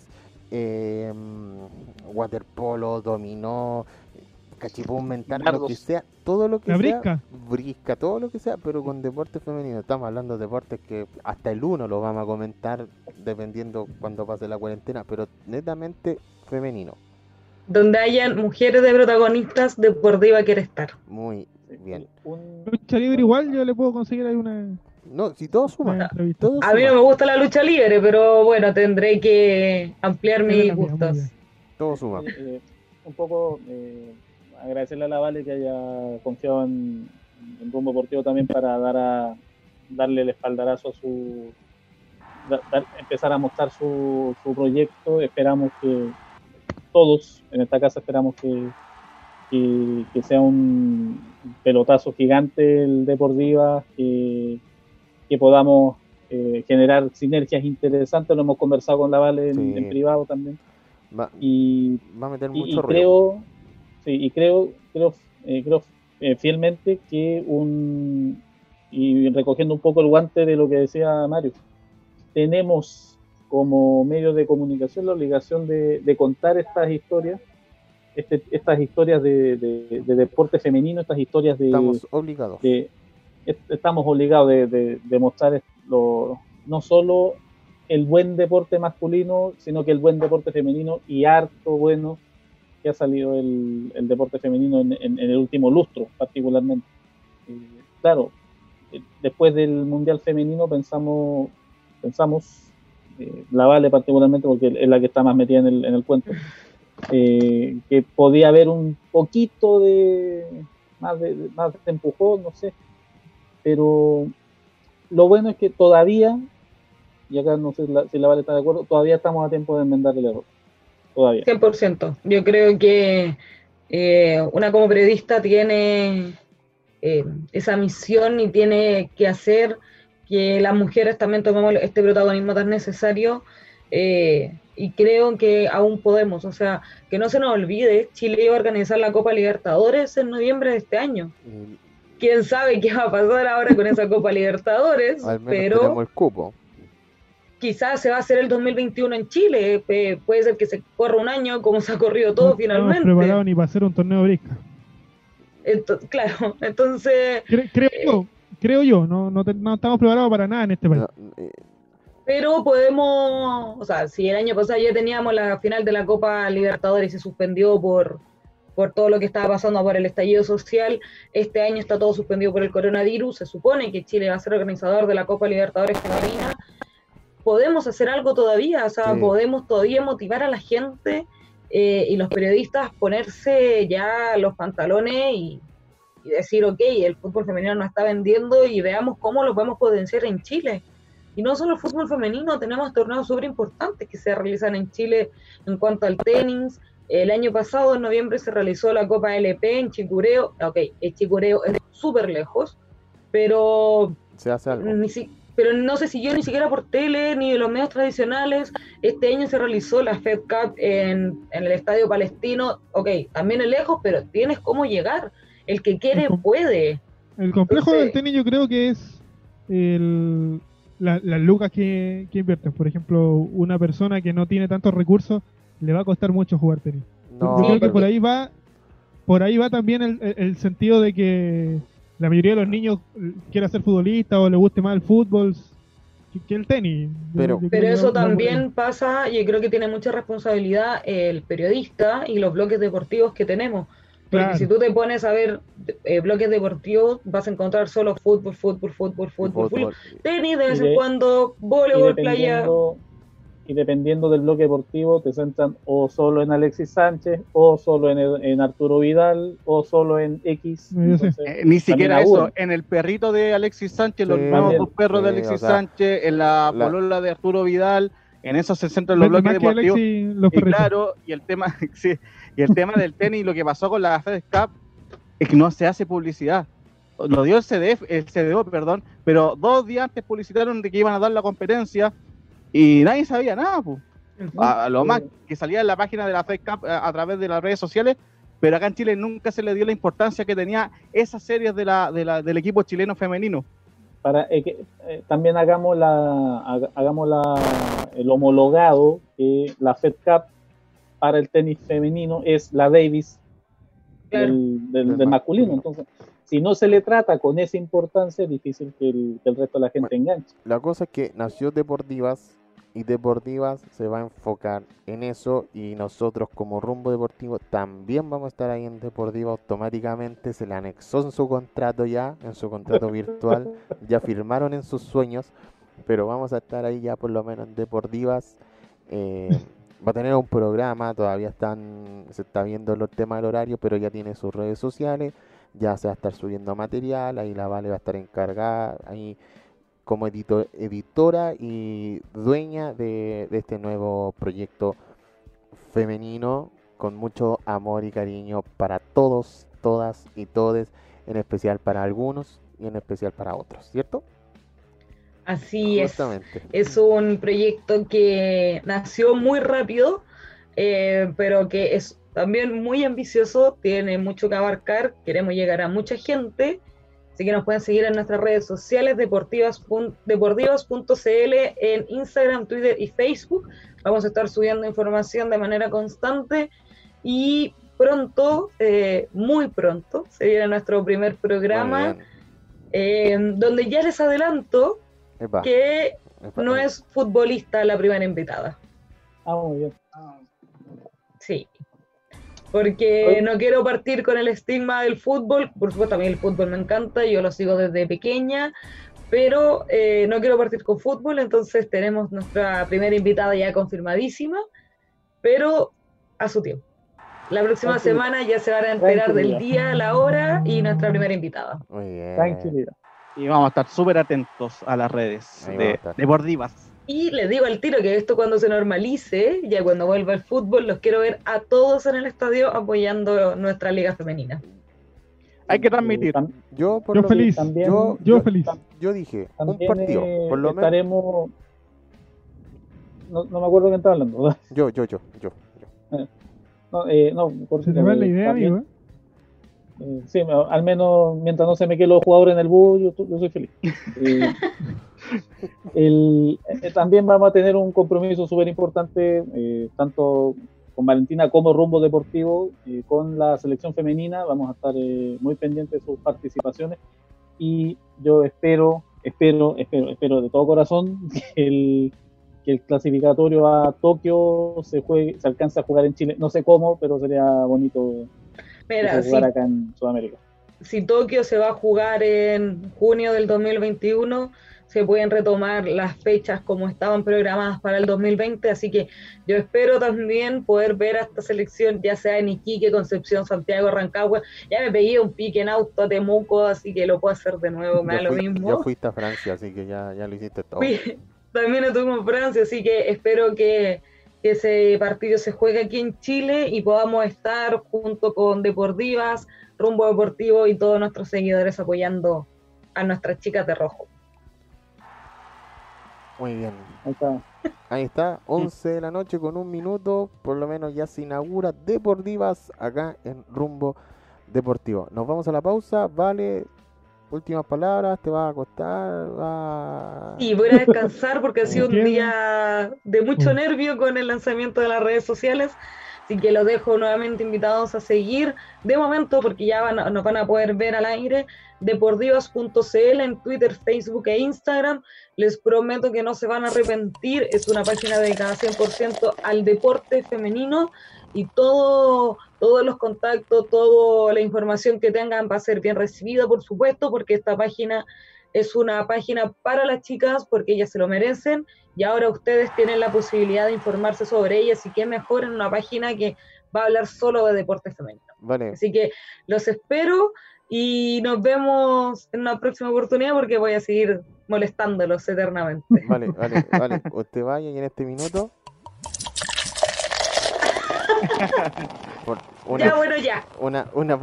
waterpolo, dominó, cachipún mental, lo que Dardos. sea, todo lo que La sea, brisca. brisca, todo lo que sea, pero con deporte femenino. Estamos hablando de deportes que hasta el 1 lo vamos a comentar dependiendo cuando pase la cuarentena, pero netamente femenino. Donde hayan mujeres de protagonistas, Deportiva quiere estar. Muy bien. Lucha libre igual, yo le puedo conseguir ahí una No, si todo suma, entrevista. todo A mí no me suma, gusta la lucha libre, pero bueno, tendré que ampliar Yo mis también, muy gustos. bien. todo suma. Un poco agradecerle a la Vale que haya confiado en Rumbo Deportivo también para darle el espaldarazo a empezar a mostrar su proyecto. Esperamos que todos en esta casa esperamos que sea un pelotazo gigante el Deportiva, que podamos generar sinergias interesantes. Lo hemos conversado con la Vale Sí. en privado también. Va, Y va a meter y mucho ruido. creo fielmente que y recogiendo un poco el guante de lo que decía Mario, tenemos como medios de comunicación la obligación de contar estas historias, estas historias de deporte femenino, estas historias Estamos obligados. estamos obligados de mostrar no solo el buen deporte masculino, sino que el buen deporte femenino y harto bueno que ha salido el deporte femenino en el último lustro, particularmente. Claro, después del Mundial Femenino pensamos la Vale particularmente, porque es la que está más metida en el cuento, que podía haber un poquito más de empujón, no sé, pero lo bueno es que todavía, y acá no sé si la Vale está de acuerdo, todavía estamos a tiempo de enmendar el error. Todavía. 100%. Yo creo que una como periodista tiene esa misión y tiene que hacer que las mujeres también tomemos este protagonismo tan necesario, y creo que aún podemos, o sea, que no se nos olvide, Chile iba a organizar la Copa Libertadores en noviembre de este año. Quién sabe qué va a pasar ahora con esa Copa Libertadores, Al menos pero tenemos el cupo. quizás se va a hacer el 2021 en Chile, puede ser que se corra un año como se ha corrido todo No finalmente. estamos preparados ni para hacer un torneo de brisca. Claro, entonces... Creo yo, no estamos preparados para nada en este país. Pero podemos, o sea, si el año pasado ya teníamos la final de la Copa Libertadores y se suspendió por todo lo que estaba pasando por el estallido social, este año está todo suspendido por el coronavirus, se supone que Chile va a ser organizador de la Copa Libertadores femenina, podemos hacer algo todavía, o sea, Sí. podemos todavía motivar a la gente, y los periodistas ponerse ya los pantalones y decir, ok, el fútbol femenino nos está vendiendo y veamos cómo lo podemos potenciar en Chile. Y no solo el fútbol femenino, tenemos torneos súper importantes que se realizan en Chile en cuanto al tenis. El año pasado, en noviembre, se realizó la Copa LP en Chicureo. Ok, el Chicureo es súper lejos, pero Se hace algo. pero no se siguió ni siquiera por tele ni de los medios tradicionales. Este año se realizó la Fed Cup en el Estadio Palestino. Ok, también es lejos, pero tienes cómo llegar. El que quiere puede. El complejo Entonces- del tenis yo creo que es las lucas que invierten. Por ejemplo, una persona que no tiene tantos recursos le va a costar mucho jugar tenis. No, Yo creo que porque- por ahí va también el sentido de que la mayoría de los niños quiera ser futbolista o le guste más el fútbol que el tenis. Pero- creo Pero que eso va por ahí. también pasa, y creo que tiene mucha responsabilidad el periodista y los bloques deportivos que tenemos. Porque Claro. si tú te pones a ver bloques deportivos, vas a encontrar solo fútbol, fútbol. Tenis de vez en cuando, voleibol, playa. Y dependiendo del bloque deportivo, te centran o solo en Alexis Sánchez, o solo en Arturo Vidal, o solo en X. Yo sé. Entonces, Ni siquiera también eso, aburre. en el perrito de Alexis Sánchez, los Sí, nuevos también. dos perros de Sí, Alexis o sea, Sánchez, en la polola de Arturo Vidal, en eso se centran los Vende bloques más que deportivos. Alexis los Y perritos. claro, y el tema, sí, y el tema del tenis, lo que pasó con la FedEx Cup, es que no se hace publicidad. Lo dio el CDO, perdón, pero 2 días antes publicitaron de que iban a dar la competencia y nadie sabía nada, pues. A lo más que salía en la página de la FedEx Cup a través de las redes sociales, pero acá en Chile nunca se le dio la importancia que tenía esas series del equipo chileno femenino. También hagamos el homologado que la Fed Cup para el tenis femenino es la Davis Claro. del masculino. Entonces, si no se le trata con esa importancia, es difícil que el resto de la gente enganche. La cosa es que nació Deportivas y Deportivas se va a enfocar en eso, y nosotros como Rumbo Deportivo también vamos a estar ahí en Deportiva. Automáticamente se le anexó en su contrato ya, en su contrato virtual, ya firmaron en sus sueños, pero vamos a estar ahí ya por lo menos en Deportivas. Va a tener un programa, todavía se está viendo los temas del horario, pero ya tiene sus redes sociales, ya se va a estar subiendo material, ahí la Vale va a estar encargada ahí como editora y dueña de este nuevo proyecto femenino, con mucho amor y cariño para todos, todas y todes, en especial para algunos y en especial para otros, ¿cierto? Así es. Justamente. Es un proyecto que nació muy rápido, pero que es también muy ambicioso, tiene mucho que abarcar, queremos llegar a mucha gente, así que nos pueden seguir en nuestras redes sociales, deportivas.cl, en Instagram, Twitter y Facebook. Vamos a estar subiendo información de manera constante, y pronto, muy pronto, se viene nuestro primer programa, Muy bien. donde ya les adelanto Epa, que epa, no es futbolista la primera invitada. Muy bien. Sí. Porque no quiero partir con el estigma del fútbol. Por supuesto, a mí el fútbol me encanta, yo lo sigo desde pequeña, pero no quiero partir con fútbol. Entonces tenemos nuestra primera invitada ya confirmadísima, pero a su tiempo. La próxima Tranquilidad. semana ya se van a enterar del Tranquilidad. día, la hora y nuestra primera invitada. Muy bien. Tranquilidad. Y vamos a estar súper atentos a las redes Ahí vamos a de estar. Deportivas. Y les digo al tiro que esto, cuando se normalice, ya cuando vuelva el fútbol, los quiero ver a todos en el estadio apoyando nuestra liga femenina. Hay que transmitir. Yo, por Yo lo feliz. También, Yo feliz. yo dije, un también, partido, por lo menos. estaremos. No me acuerdo quién estaba hablando, ¿verdad? Yo. No, por Se te va la idea, también, amigo. sí, al menos mientras no se me queden los jugadores en el bus, yo soy feliz. También vamos a tener un compromiso súper importante, tanto con Valentina como Rumbo Deportivo, con la selección femenina. Vamos a estar muy pendientes de sus participaciones y yo espero de todo corazón que el clasificatorio a Tokio se alcance a jugar en Chile. No sé cómo, pero sería bonito Mira, jugar acá en Sudamérica. Si Tokio se va a jugar en junio del 2021, se pueden retomar las fechas como estaban programadas para el 2020, así que yo espero también poder ver a esta selección, ya sea en Iquique, Concepción, Santiago, Rancagua. Ya me pegué un pique en auto a Temuco, así que lo puedo hacer de nuevo, me da lo mismo. Ya fuiste a Francia, así que ya lo hiciste todo. También estuvimos en Francia, así que espero que ese partido se juegue aquí en Chile y podamos estar junto con Deportivas, Rumbo Deportivo y todos nuestros seguidores apoyando a nuestras chicas de rojo. Muy bien. Ahí está. Ahí está, 11 de la noche con 1 minuto, por lo menos ya se inaugura Deportivas acá en Rumbo Deportivo. Nos vamos a la pausa, vale. Últimas palabras, ¿te vas a acostar? Y voy a descansar porque ha sido un día de mucho nervio con el lanzamiento de las redes sociales, así que los dejo nuevamente invitados a seguir, de momento, porque ya nos van a poder ver al aire, deportivas.cl en Twitter, Facebook e Instagram. Les prometo que no se van a arrepentir, es una página dedicada 100% al deporte femenino y todos los contactos, toda la información que tengan va a ser bien recibida, por supuesto, porque esta página es una página para las chicas, porque ellas se lo merecen, y ahora ustedes tienen la posibilidad de informarse sobre ellas, y qué mejor en una página que va a hablar solo de deporte femenino. Vale. Así que los espero y nos vemos en una próxima oportunidad, porque voy a seguir molestándolos eternamente. Vale. Usted vaya y en este minuto... Una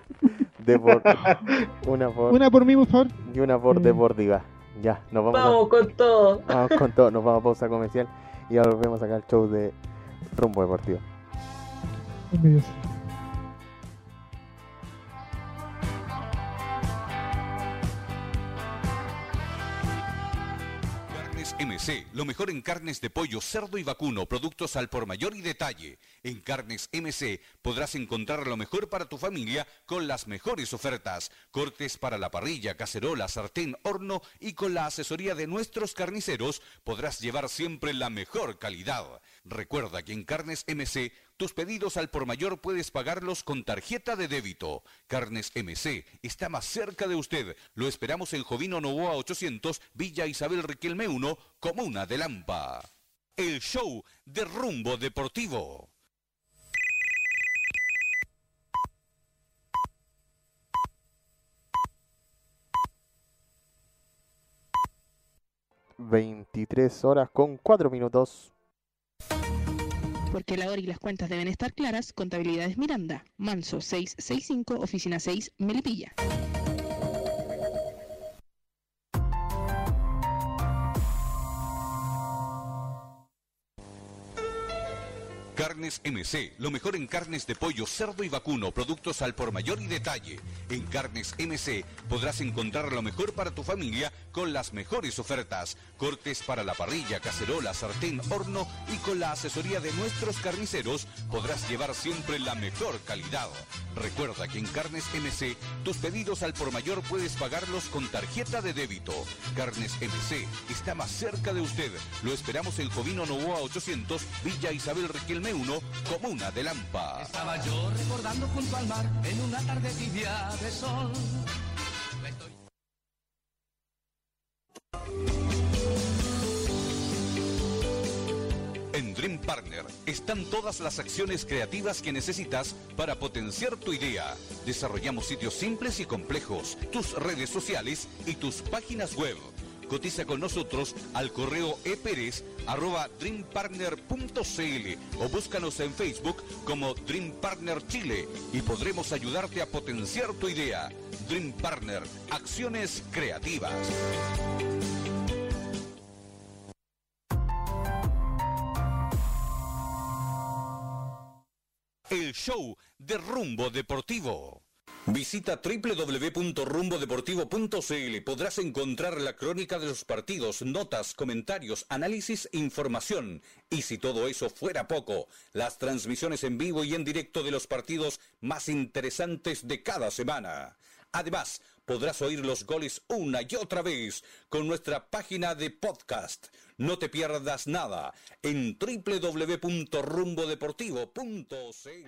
por mí, por favor. Y una por Deportiva. Ya, nos vamos con todo. Vamos con todo, nos vamos a pausa comercial y ahora volvemos acá al show de Rumbo Deportivo. MC, lo mejor en carnes de pollo, cerdo y vacuno, productos al por mayor y detalle. En Carnes MC podrás encontrar lo mejor para tu familia con las mejores ofertas. Cortes para la parrilla, cacerola, sartén, horno y con la asesoría de nuestros carniceros podrás llevar siempre la mejor calidad. Recuerda que en Carnes MC tus pedidos al por mayor puedes pagarlos con tarjeta de débito. Carnes MC está más cerca de usted. Lo esperamos en Jovino Novoa 800, Villa Isabel Riquelme 1, Comuna de Lampa. El show de Rumbo Deportivo. (23:04) Porque la hora y las cuentas deben estar claras, Contabilidades Miranda, Manso 665, Oficina 6, Melipilla. Carnes MC, lo mejor en carnes de pollo, cerdo y vacuno, productos al por mayor y detalle. En Carnes MC podrás encontrar lo mejor para tu familia con las mejores ofertas. Cortes para la parrilla, cacerola, sartén, horno y con la asesoría de nuestros carniceros podrás llevar siempre la mejor calidad. Recuerda que en Carnes MC tus pedidos al por mayor puedes pagarlos con tarjeta de débito. Carnes MC está más cerca de usted. Lo esperamos en Jovino Novoa 800, Villa Isabel Riquelme 1, Comuna de Lampa. Estaba yo recordando junto al mar en una tarde tibia de sol. En Dream Partner están todas las acciones creativas que necesitas para potenciar tu idea. Desarrollamos sitios simples y complejos, tus redes sociales y tus páginas web. Cotiza con nosotros al correo eperez@dreampartner.cl o búscanos en Facebook como Dream Partner Chile y podremos ayudarte a potenciar tu idea. Dream Partner, acciones creativas. El show de Rumbo Deportivo. Visita www.rumbodeportivo.cl. Podrás encontrar la crónica de los partidos, notas, comentarios, análisis e información. Y si todo eso fuera poco, las transmisiones en vivo y en directo de los partidos más interesantes de cada semana. Además, podrás oír los goles una y otra vez con nuestra página de podcast. No te pierdas nada en www.rumbodeportivo.cl.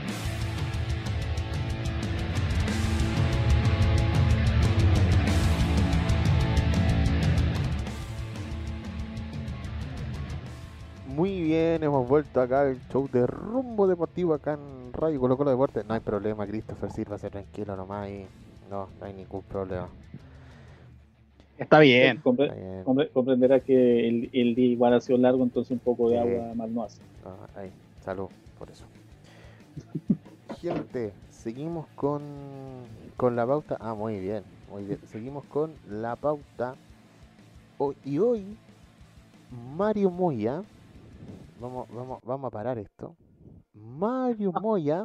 Muy bien, hemos vuelto acá al show de Rumbo Deportivo acá en Radio Colo Colo Deportes. No hay problema, Christopher, sírvase tranquilo nomás y no hay ningún problema. Está bien. Comprenderá que el día igual ha sido largo, entonces un poco de agua mal no hace. Ahí, salud por eso. Gente, seguimos con la pauta. Muy bien. Seguimos con la pauta. Hoy Mario Moya, vamos a parar esto. Mario Moya.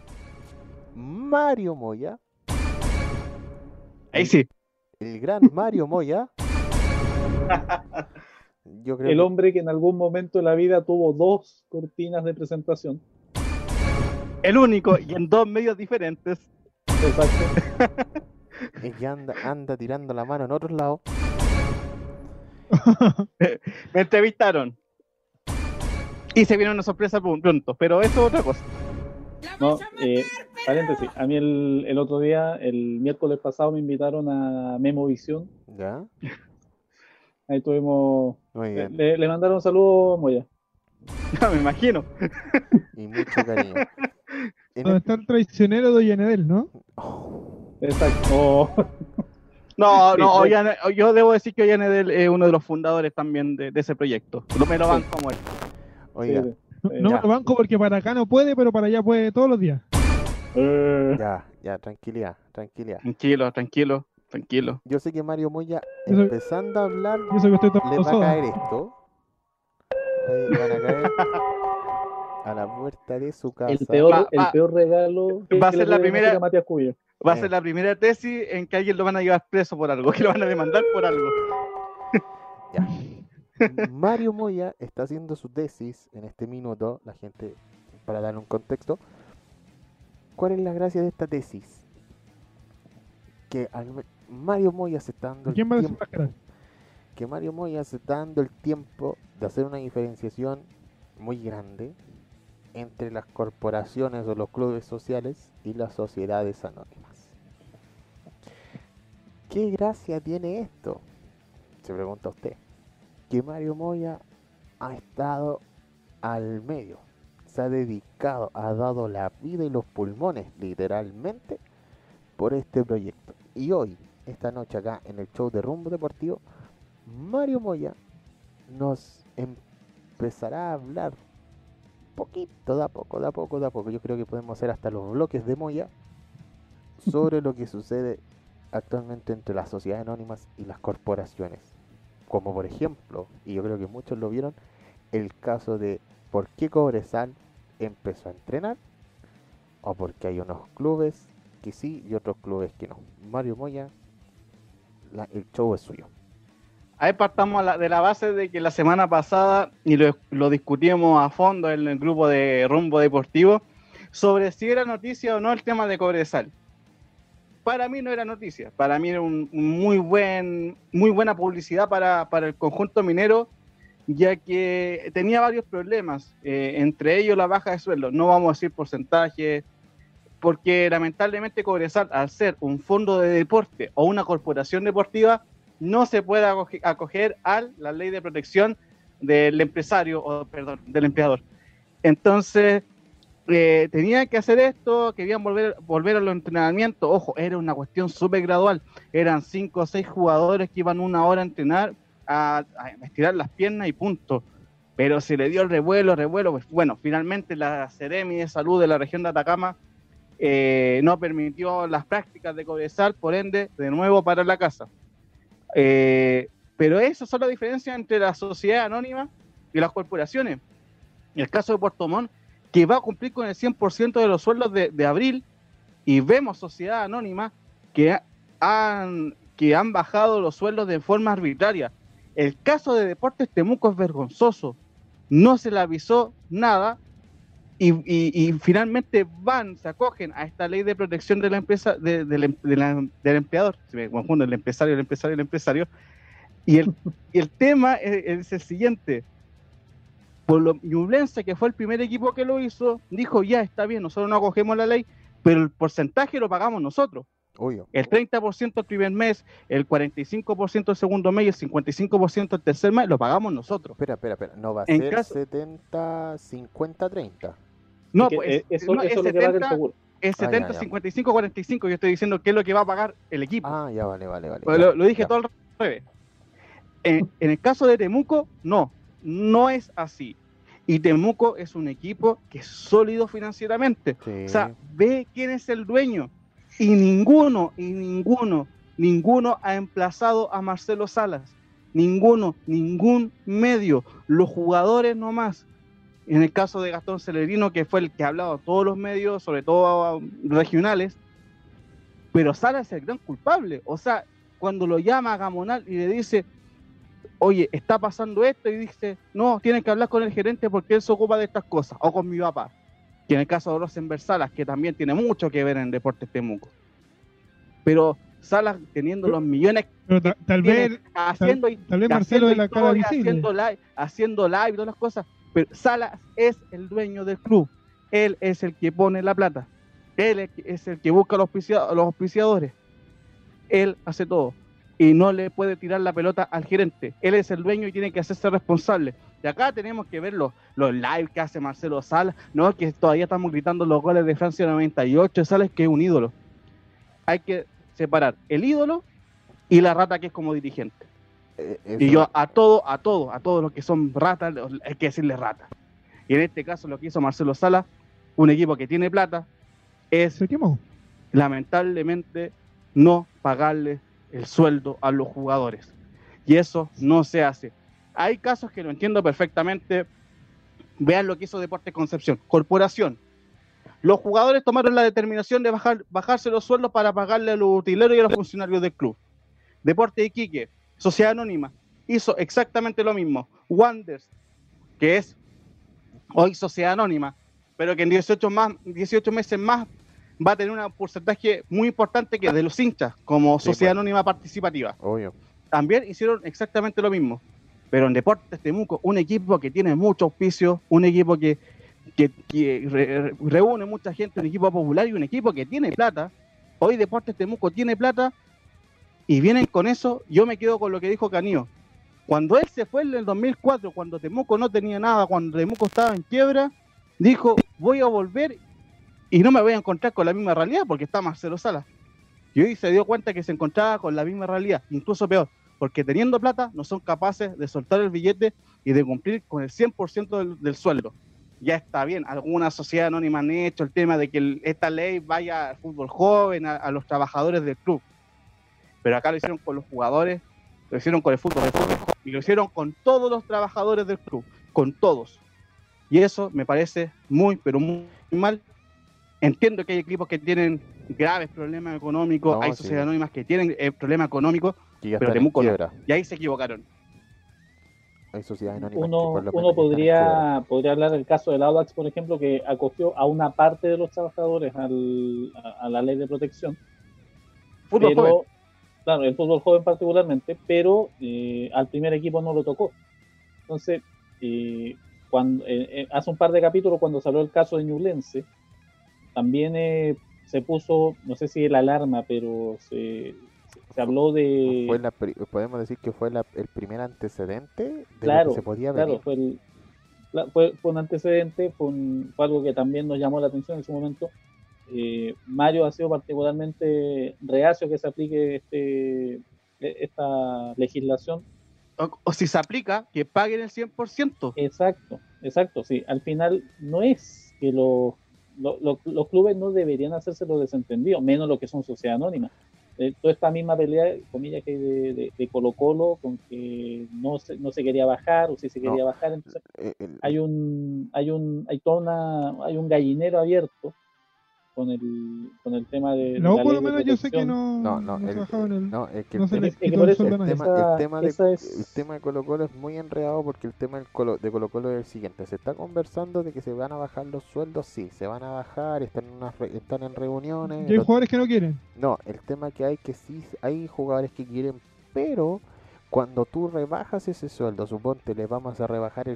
Ahí sí. El gran Mario Moya. Yo creo el hombre que en algún momento de la vida tuvo 2 cortinas de presentación. El único, y en 2 medios diferentes. Exacto. Y anda tirando la mano en otros lados. Me entrevistaron. Y se viene una sorpresa pronto, pero eso es otra cosa. No, paréntesis, a mí el otro día, el miércoles pasado, me invitaron a Memovisión. ¿Ya? Ahí tuvimos... Muy bien. Le mandaron un saludo a Moya. Me imagino. Y mucho cariño. Donde está el traicionero de Yanedel, ¿no? Exacto. No, yo debo decir que Yanedel es uno de los fundadores también de ese proyecto. Me lo banco como él. Oiga. No me lo banco porque para acá no puede, pero para allá puede todos los días. Ya, tranquilidad. Tranquilo. Yo sé que Mario Moya, empezando a hablar, Yo sé que estoy le tomando va a soda. caer esto. Ahí van a caer a la puerta de su casa. El peor regalo que va a ser la primera a Matías Cubillo. Va a ser la primera tesis en que alguien lo van a llevar preso por algo, que lo van a demandar por algo. Ya. Mario Moya está haciendo su tesis en este minuto, la gente, para darle un contexto. ¿Cuál es la gracia de esta tesis? Que Mario Moya se está dando ¿Quién va a desenmascarar? Que Mario Moya se está dando el tiempo de hacer una diferenciación muy grande entre las corporaciones o los clubes sociales y las sociedades anónimas. ¿Qué gracia tiene esto? Se pregunta usted. Que Mario Moya ha estado al medio, se ha dedicado, ha dado la vida y los pulmones, literalmente, por este proyecto. Y hoy, esta noche acá en el show de Rumbo Deportivo, Mario Moya nos empezará a hablar poquito, de a poco. Yo creo que podemos hacer hasta los bloques de Moya sobre lo que sucede actualmente entre las sociedades anónimas y las corporaciones. Como por ejemplo, y yo creo que muchos lo vieron, el caso de por qué Cobresal empezó a entrenar, o porque hay unos clubes que sí y otros clubes que no. Mario Moya, el show es suyo. Ahí partamos de la base de que la semana pasada, y lo discutimos a fondo en el grupo de Rumbo Deportivo, sobre si era noticia o no el tema de Cobresal. Para mí no era noticia, para mí era muy buena publicidad para el conjunto minero, ya que tenía varios problemas, entre ellos la baja de sueldo. No vamos a decir porcentaje, porque lamentablemente Cobresal, al ser un fondo de deporte o una corporación deportiva, no se puede acoger a la ley de protección del empresario, del empleador. Entonces, tenían que hacer esto, querían volver a los entrenamientos. Ojo, era una cuestión súper gradual. Eran 5 o 6 jugadores que iban 1 hora a entrenar, a estirar las piernas y punto. Pero se le dio el revuelo, pues bueno, finalmente la Seremi de Salud de la región de Atacama no permitió las prácticas de Cobresal, por ende, de nuevo para la casa. Pero esas son las diferencias entre la sociedad anónima y las corporaciones. En el caso de Puerto Montt, que va a cumplir con el 100% de los sueldos de abril, y vemos sociedad anónima que han bajado los sueldos de forma arbitraria. El caso de Deportes Temuco es vergonzoso. No se le avisó nada y finalmente se acogen a esta ley de protección de la empresa, del empleador. Se me confundo el empresario. Y el tema es el siguiente. Por lo Ñublense, que fue el primer equipo que lo hizo, dijo, ya está bien, nosotros no acogemos la ley, pero el porcentaje lo pagamos nosotros. Obvio. El 30% el primer mes, el 45% el segundo mes y el 55% el tercer mes lo pagamos nosotros. Espera. No va a En ser caso- 70, 50, 30. No, Que, pues eso no, es lo que vale el seguro. es 70, ya. 55, 45. Yo estoy diciendo qué es lo que va a pagar el equipo. Ah, ya, vale. Pues Ya, lo dije ya. todo al revés. En el caso de Temuco, no es así. Y Temuco es un equipo que es sólido financieramente. Sí. O sea, ve quién es el dueño. Y ninguno ha emplazado a Marcelo Salas. Ningún medio. Los jugadores nomás. En el caso de Gastón Celerino, que fue el que ha hablado a todos los medios, sobre todo regionales, pero Salas es el gran culpable. O sea, cuando lo llama a Gamonal y le dice, oye, está pasando esto, y dice, no, tienen que hablar con el gerente porque él se ocupa de estas cosas, o con mi papá. Y en el caso de Rosenberg Salas, que también tiene mucho que ver en Deportes Temuco. Pero Salas, teniendo los millones, Pero tal vez haciendo Marcelo de la cara visible. haciendo live y todas las cosas, pero Salas es el dueño del club. Él es el que pone la plata. Él es el que busca los auspiciadores. Él hace todo. Y no le puede tirar la pelota al gerente. Él es el dueño y tiene que hacerse responsable. Y acá tenemos que ver los live que hace Marcelo Salas, ¿no? Que todavía estamos gritando los goles de Francia 98, Salas, que es un ídolo. Hay que separar el ídolo y la rata que es como dirigente. Y yo a todos los que son ratas, hay que decirle rata. Y en este caso lo que hizo Marcelo Salas, un equipo que tiene plata, es Se quemó. lamentablemente no pagarle el sueldo a los jugadores. Y eso no se hace. Hay casos que lo entiendo perfectamente. Vean lo que hizo Deportes Concepción. Corporación. Los jugadores tomaron la determinación de bajarse los sueldos para pagarle a los utileros y a los funcionarios del club. Deportes Iquique, Sociedad Anónima, hizo exactamente lo mismo. Wanderers, que es hoy Sociedad Anónima, pero que en 18 meses más va a tener un porcentaje muy importante que de los hinchas, como Sí, Sociedad pues. Anónima Participativa. Obvio. También hicieron exactamente lo mismo. Pero en Deportes Temuco, un equipo que tiene mucho auspicio, un equipo que reúne mucha gente, un equipo popular y un equipo que tiene plata. Hoy Deportes Temuco tiene plata y vienen con eso. Yo me quedo con lo que dijo Canillo. Cuando él se fue en el 2004, cuando Temuco no tenía nada, cuando Temuco estaba en quiebra, dijo, voy a volver y no me voy a encontrar con la misma realidad porque está Marcelo Salas. Y hoy se dio cuenta que se encontraba con la misma realidad, incluso peor, porque teniendo plata no son capaces de soltar el billete y de cumplir con el 100% del sueldo. Ya está bien, algunas sociedades anónimas han hecho el tema de que esta ley vaya al fútbol joven, a los trabajadores del club. Pero acá lo hicieron con los jugadores, lo hicieron con el fútbol y lo hicieron con todos los trabajadores del club, con todos. Y eso me parece muy, pero muy mal. Entiendo que hay equipos que tienen graves problemas económicos, No, hay sí. sociedades anónimas que tienen problemas económicos, Que ya pero están en Temuco no. quiebra. Y ahí se equivocaron. Hay sociedades anónimas que Uno por lo menos podría hablar del caso del Audax, por ejemplo, que acogió a una parte de los trabajadores a la ley de protección. Fútbol Pero, joven. claro, el fútbol joven particularmente, pero al primer equipo no lo tocó. Entonces, cuando hace un par de capítulos, cuando se habló el caso de Ñublense, también se puso, no sé si la alarma, pero se habló de... podemos decir que fue el primer antecedente de lo Claro, que se podía claro, venir. fue un antecedente, fue algo que también nos llamó la atención en su momento. Mario ha sido particularmente reacio que se aplique esta legislación. O si se aplica, que paguen el 100%. Exacto, sí. Al final no es que los clubes no deberían hacerse los desentendidos, menos los que son sociedad anónima. Toda esta misma pelea, comillas, que de Colo-Colo, con que no se quería bajar, o si se quería bajar, entonces hay un gallinero abierto con el tema de No, la por ley lo de menos yo sé que protección. no se bajaban el... No, es que no se les es que quitó por el eso sueldo a nadie. el tema de Colo-Colo es muy enredado, porque el tema de Colo-Colo es el siguiente: se está conversando de que se van a bajar los sueldos, sí, se van a bajar, están en reuniones. Y hay jugadores que no quieren. No, el tema que sí hay jugadores que quieren, pero cuando tú rebajas ese sueldo, suponte le vamos a rebajar el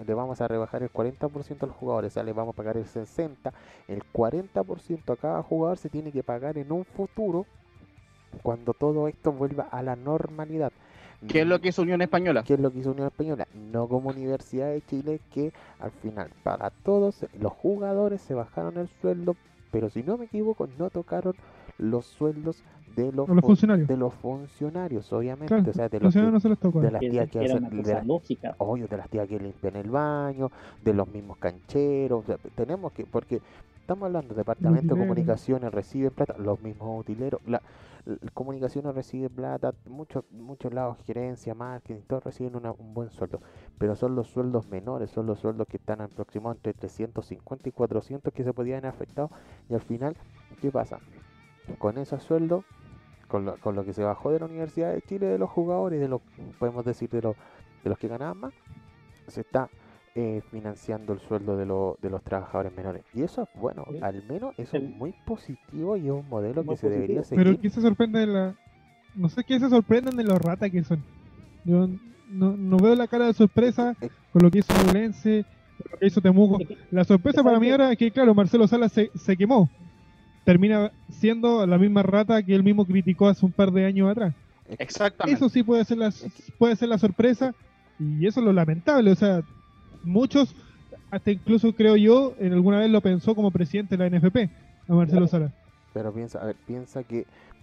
40% a los jugadores, o sea, le vamos a pagar el 60%, el 40% a cada jugador se tiene que pagar en un futuro, cuando todo esto vuelva a la normalidad. ¿Qué es lo que hizo Unión Española? ¿Qué es lo que hizo Unión Española? No como Universidad de Chile, que al final para todos los jugadores se bajaron el sueldo, pero si no me equivoco no tocaron los sueldos de los funcionarios, obviamente. Claro, o sea, de los los no se les tocó. de las tías que era hacen, una cosa lógica. de las tías que limpian el baño, de los mismos cancheros. O sea, tenemos que, porque estamos hablando de departamento de comunicaciones reciben plata, los mismos utileros, comunicaciones reciben plata, muchos lados, gerencia, marketing, todos reciben un buen sueldo, pero son los sueldos menores, son los sueldos que están aproximados entre 350 y 400 que se podían haber afectado. Y al final, ¿qué pasa? Con esos sueldos, con lo que se bajó de la Universidad de Chile de los jugadores, podemos decir de los que ganaban más, se está financiando el sueldo de los trabajadores menores. Y eso es bueno, al menos eso es muy positivo y es un modelo que se debería seguir. Pero ¿qué se sorprende no sé qué se sorprenden de los ratas que son? Yo no veo la cara de sorpresa con lo que hizo Ñublense, con lo que hizo Temuco. La sorpresa para mí ahora es que, claro, Marcelo Salas se quemó. Termina siendo la misma rata que él mismo criticó hace un par de años atrás. Exactamente. Eso sí puede ser la sorpresa, y eso es lo lamentable. O sea, muchos, hasta incluso creo yo, en alguna vez lo pensó como presidente de la NFP, a Marcelo Salas. Pero piensa que,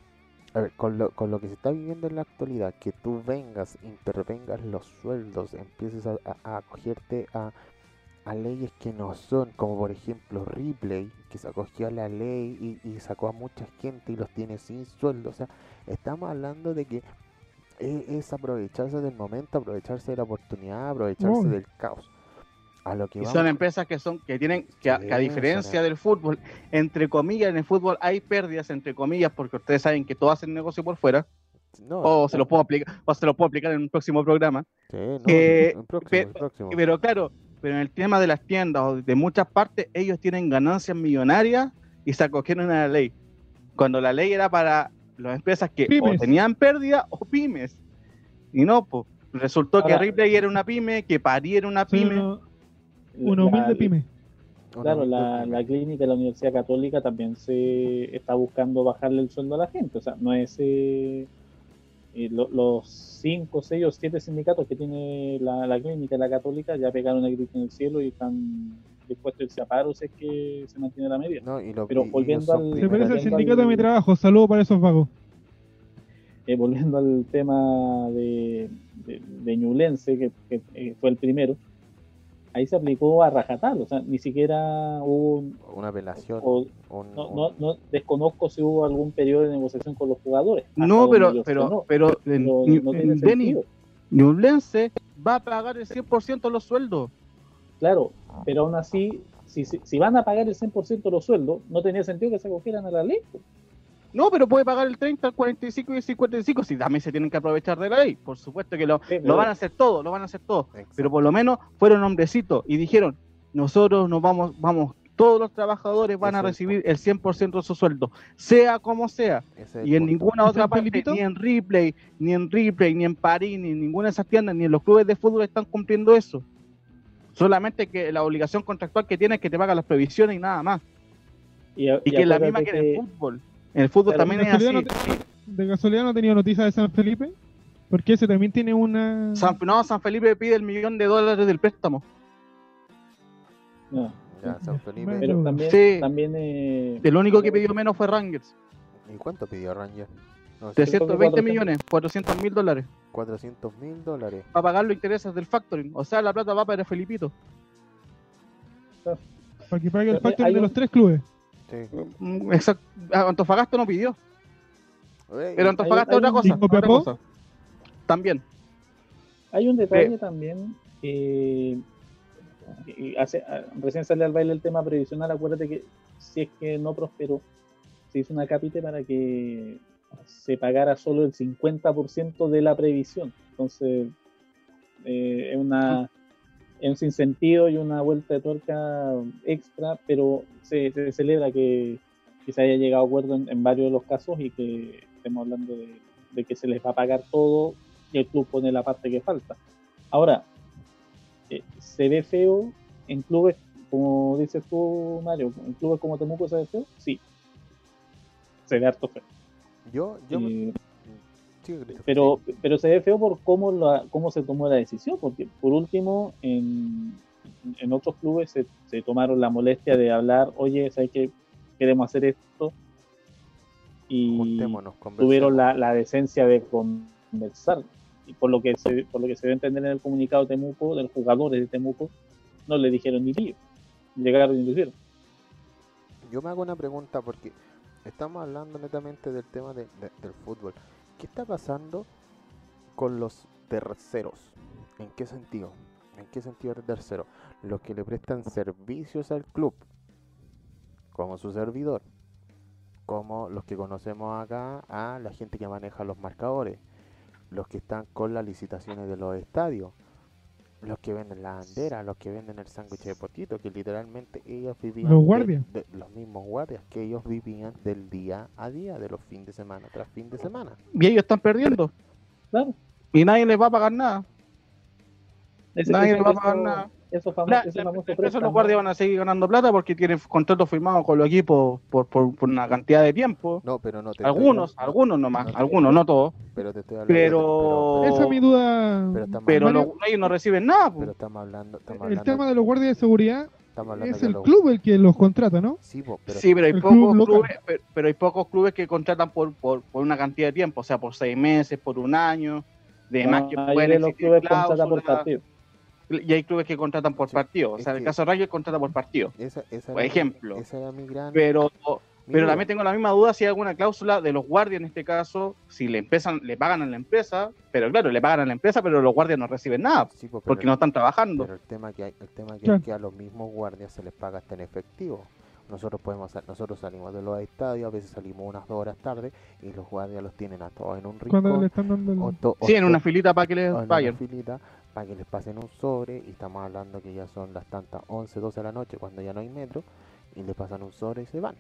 con lo que se está viviendo en la actualidad, que tú intervengas los sueldos, empieces a acogerte a leyes que no son, como por ejemplo Ripley, que se acogió a la ley y sacó a mucha gente y los tiene sin sueldo. O sea, estamos hablando de que es aprovecharse del momento, aprovecharse de la oportunidad, aprovecharse del caos. A lo que son empresas que tienen que a diferencia del fútbol, entre comillas, en el fútbol hay pérdidas, entre comillas, porque ustedes saben que todos hacen negocio por fuera. Se lo puedo aplicar en un próximo programa. Sí, en próximo. Pero claro, pero en el tema de las tiendas o de muchas partes, ellos tienen ganancias millonarias y se acogieron a la ley. Cuando la ley era para las empresas que o tenían pérdida o pymes. Y no, pues resultó que Ripley era una pyme, que París era una pyme. Una humilde pyme. Claro, la clínica de la Universidad Católica también se está buscando bajarle el sueldo a la gente. O sea, no es... los 5, 6 o 7 sindicatos que tiene la clínica de la Católica ya pegaron el grito en el cielo y están dispuestos a irse a paro si es que se mantiene la media. Pero volviendo se parece al sindicato de mi trabajo. Saludos para esos vagos. Volviendo al tema de Ñublense, que fue el primero, ahí se aplicó a rajatabla, o sea, ni siquiera hubo una apelación. No desconozco si hubo algún periodo de negociación con los jugadores. No, pero Denny, Ñublense va a pagar el 100% de los sueldos. Claro, pero aún así, si van a pagar el 100% de los sueldos, no tenía sentido que se acogieran a la ley. No, pero puede pagar el 30, el 45 y el 55, si también se tienen que aprovechar de la ley. Por supuesto que lo van a hacer todo, Exacto. Pero por lo menos fueron hombrecitos y dijeron, nosotros nos vamos, todos los trabajadores van a recibir el 100% de su sueldo, sea como sea. Y en ninguna otra parte, ni en Ripley, ni en París, ni en ninguna de esas tiendas, ni en los clubes de fútbol están cumpliendo eso. Solamente que la obligación contractual que tienes es que te pagan las previsiones y nada más. Y que es la misma que en el fútbol. En el fútbol también es así. ¿De casualidad no ha tenido noticias de San Felipe? Porque ese también tiene una... San Felipe pide $1 millón del préstamo. No. Ya, San Felipe. Pero también, Sí. también El único que pidió menos fue Rangers. ¿Y cuánto pidió Ranger? No sé, 320 millones, $400.000 $400.000. para pagar los intereses del factoring. O sea, la plata va para Felipito. Para que pague el Hay factor de un- los 3 clubes. Sí. Exacto. Antofagasta no pidió. Pero Antofagasta hay otra un- cosa. ¿Y Otra Copiapó? cosa. También. Hay un detalle también que recién sale al baile el tema previsional. Acuérdate que si es que no prosperó, se hizo una cápite para que se pagara solo el 50% de la previsión. Entonces, es un sinsentido y una vuelta de tuerca extra, pero se celebra que se haya llegado a acuerdo en varios de los casos y que estemos hablando de que se les va a pagar todo y el club pone la parte que falta. Ahora, ¿se ve feo en clubes, como dices tú, Mario, en clubes como Temuco se ve feo? Sí, se ve harto feo. Yo Eh, sí, Christopher, pero se ve feo por cómo se tomó la decisión, porque por último en otros clubes se tomaron la molestia de hablar, oye, ¿sabes qué? Queremos hacer esto, y juntémonos, tuvieron conversemos. la decencia de conversar, y por lo que se dio a entender en el comunicado de Temuco, de los jugadores de Temuco, no le dijeron ni lío, llegaron y lo hicieron. Yo me hago una pregunta porque estamos hablando netamente del tema del fútbol. ¿Qué está pasando con los terceros? ¿En qué sentido? ¿En qué sentido de tercero? Los que le prestan servicios al club, como su servidor, como los que conocemos acá, a la gente que maneja los marcadores, los que están con las licitaciones de los estadios, los que venden la bandera, los que venden el sándwich de potito, que literalmente ellos vivían Los guardias. de los mismos guardias, que ellos vivían del día a día, de los fines de semana tras fin de semana. Y ellos están perdiendo. Claro. Y nadie les va a pagar nada. Nadie les va a pagar nada. Ese famoso Los préstamo. guardias van a seguir ganando plata porque tienen contratos firmados con los equipos por una cantidad de tiempo. No, pero no te Algunos nomás, algunos, no todos. pero te estoy hablando Pero- Esa es mi duda. pero estamos Pero hablando- ellos no reciben nada. po. pero estamos hablando El tema de los guardias de seguridad estamos hablando es que el los- club el que los contrata, ¿no? sí, pero Sí, pero hay El pocos club local. clubes, pero hay pocos clubes que contratan por una cantidad de tiempo, o sea, por 6 meses, por un año, de más que pueden de los existir clubes contratan por cláusulas. partido. Y hay clubes que contratan por Sí, partido, o es sea, en el que- caso de Rangers contrata por partido. esa por ejemplo. esa era mi gran Pero mi Pero duda. también tengo la misma duda si hay alguna cláusula de los guardias en este caso, si le pagan a la empresa, pero claro, le pagan a la empresa, pero los guardias no reciben nada, Sí, pues, porque no están trabajando. pero el tema que Claro. es que a los mismos guardias se les paga hasta en efectivo. Nosotros salimos de los estadios, a veces salimos unas 2 horas tarde y los guardias los tienen a todos en un Cuando le rincón están dando el... Sí, en una filita para que les o en una paguen. filita para que les pasen un sobre, y estamos hablando que ya son las tantas 11, 12 de la noche cuando ya no hay metro, y les pasan un sobre y se van.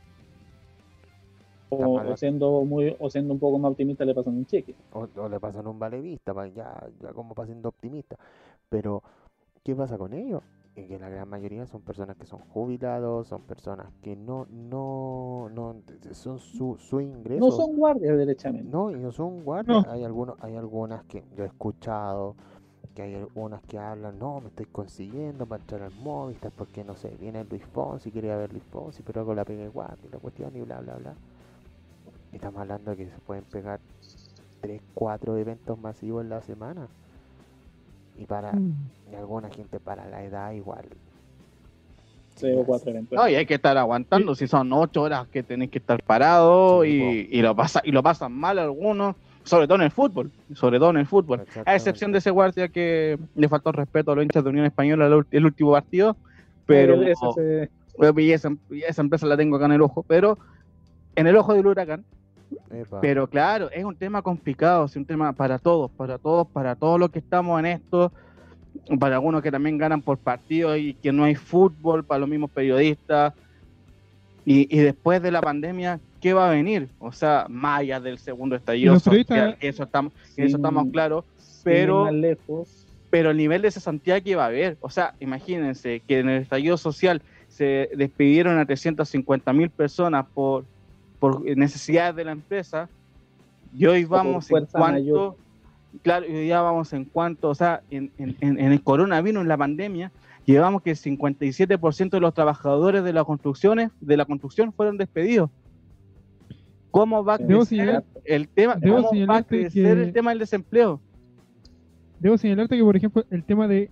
O siendo un poco más optimista, le pasan un cheque. O le pasan un vale vista, ya como para siendo optimista. Pero, ¿qué pasa con ellos? Es que la gran mayoría son personas que son jubilados, son personas que no son su ingreso. No son guardias, derechamente. No, y no son guardias. No. Hay algunas que yo he escuchado, que hay algunas que hablan, no, me estoy consiguiendo para entrar al Movistar, porque no sé, viene Luis Fonsi, quería ver Luis Fonsi, pero hago la pega igual, y la cuestión, y bla, bla, bla. Y estamos hablando de que se pueden pegar 3, 4 eventos masivos en la semana. Y para y alguna gente para la edad igual. 3 o 4 eventos. No, y hay que estar aguantando, si son 8 horas que tenés que estar parado Sí, y lo pasan mal algunos, sobre todo en el fútbol, a Exactamente. excepción de ese guardia que le faltó el respeto a los hinchas de Unión Española el último partido, pero y esa empresa la tengo acá en el ojo, pero en el ojo del huracán. Epa. Pero claro, es un tema complicado, es un tema para todos los que estamos en esto, para algunos que también ganan por partido y que no hay fútbol, para los mismos periodistas. Y después de la pandemia, ¿qué va a venir? O sea, más allá del segundo estallido Los social, periodistas- eso estamos claros, Sin ir pero más lejos, pero el nivel de cesantía que va a haber, o sea, imagínense que en el estallido social se despidieron a 350.000 personas por necesidades de la empresa, y hoy vamos en fuerza cuanto, mayor. claro, y hoy ya vamos en cuanto, o sea, en el coronavirus, en la pandemia, llevamos que el 57% de los trabajadores de la construcción fueron despedidos. ¿Cómo va a crecer el tema? ¿Cómo va a crecer el tema del desempleo? Debo señalarte que, por ejemplo, el tema de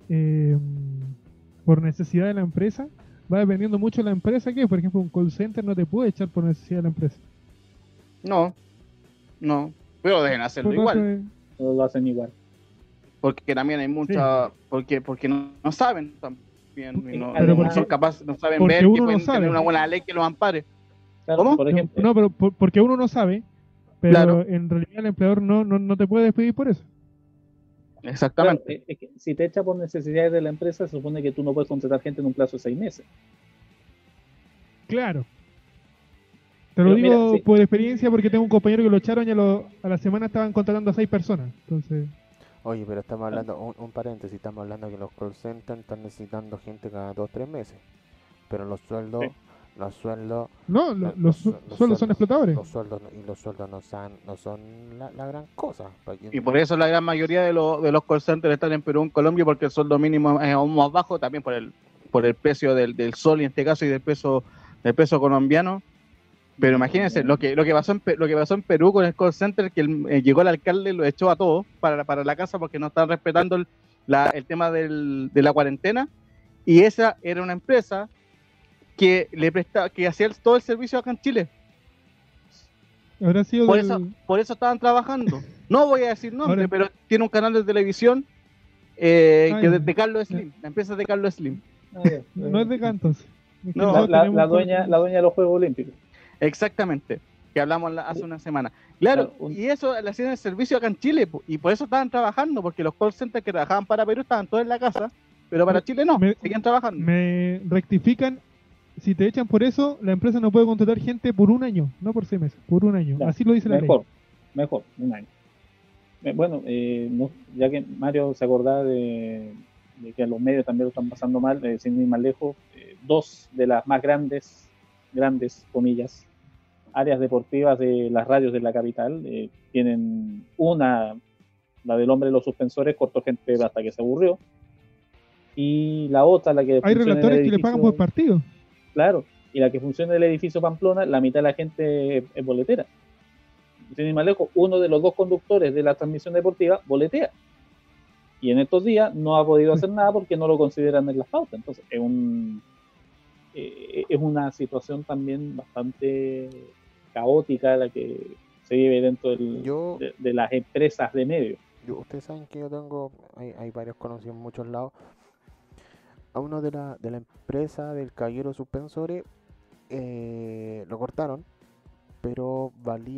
por necesidad de la empresa va dependiendo mucho de la empresa, que por ejemplo un call center no te puede echar por necesidad de la empresa. No, pero deben hacerlo igual. No lo hacen igual. Porque también hay mucha, porque no saben también, no son capaces, no saben ver que pueden tener una buena ley que los ampare. Claro, ¿Cómo? por ejemplo. No, pero porque uno no sabe, pero claro, en realidad el empleador no te puede despedir por eso. Exactamente. Claro, es que si te echa por necesidades de la empresa, se supone que tú no puedes contratar gente en un plazo de 6 meses. Claro. Te lo digo por experiencia, porque tengo un compañero que lo echaron y a la semana estaban contratando a 6 personas. Entonces... Oye, pero estamos hablando, un paréntesis, estamos hablando que los call centers están necesitando gente cada 2 o 3 meses. Pero los sueldos... Sí. Los sueldos... No, los sueldos son explotadores. Los sueldos no son la gran cosa. Y por eso la gran mayoría de los call centers están en Perú, en Colombia, porque el sueldo mínimo es aún más bajo, también por el precio del sol, y en este caso, y del peso colombiano. Pero imagínense, lo que pasó en Perú con el call center, que llegó el alcalde, lo echó a todos para la casa porque no estaban respetando el tema de la cuarentena, y esa era una empresa que hacía todo el servicio acá en Chile. Habrá sido por eso estaban trabajando. No voy a decir nombre, pero tiene un canal de televisión que es de Carlos Slim, la empresa de Carlos Slim. No es de Cantos. No, la dueña de los Juegos Olímpicos. Exactamente, que hablamos hace una semana. Claro, y eso le hacían el servicio acá en Chile, y por eso estaban trabajando, porque los call centers que trabajaban para Perú estaban todos en la casa, pero para Chile no, seguían trabajando. Me rectifican, si te echan por eso, la empresa no puede contratar gente por 1 año, no por 6 meses, por 1 año. Así lo dice la ley. Mejor, 1 año. Bueno, ya que Mario se acordaba de que los medios también lo están pasando mal, sin ir más lejos, 2 de las más grandes comillas, áreas deportivas de las radios de la capital, tienen una, la del Hombre de los Suspensores, cortó gente hasta que se aburrió, y la otra, la que hay relatores que le pagan por partido. Claro, y la que funciona en el edificio Pamplona, la mitad de la gente es boletera. Sin ir más lejos, uno de los 2 conductores de la transmisión deportiva boletea, y en estos días no ha podido hacer nada porque no lo consideran en las pautas. Entonces es una situación también bastante caótica la que se vive dentro de las empresas de medios. Ustedes saben que yo tengo, hay varios conocidos en muchos lados. A uno de la empresa del Caballero Suspensores lo cortaron, pero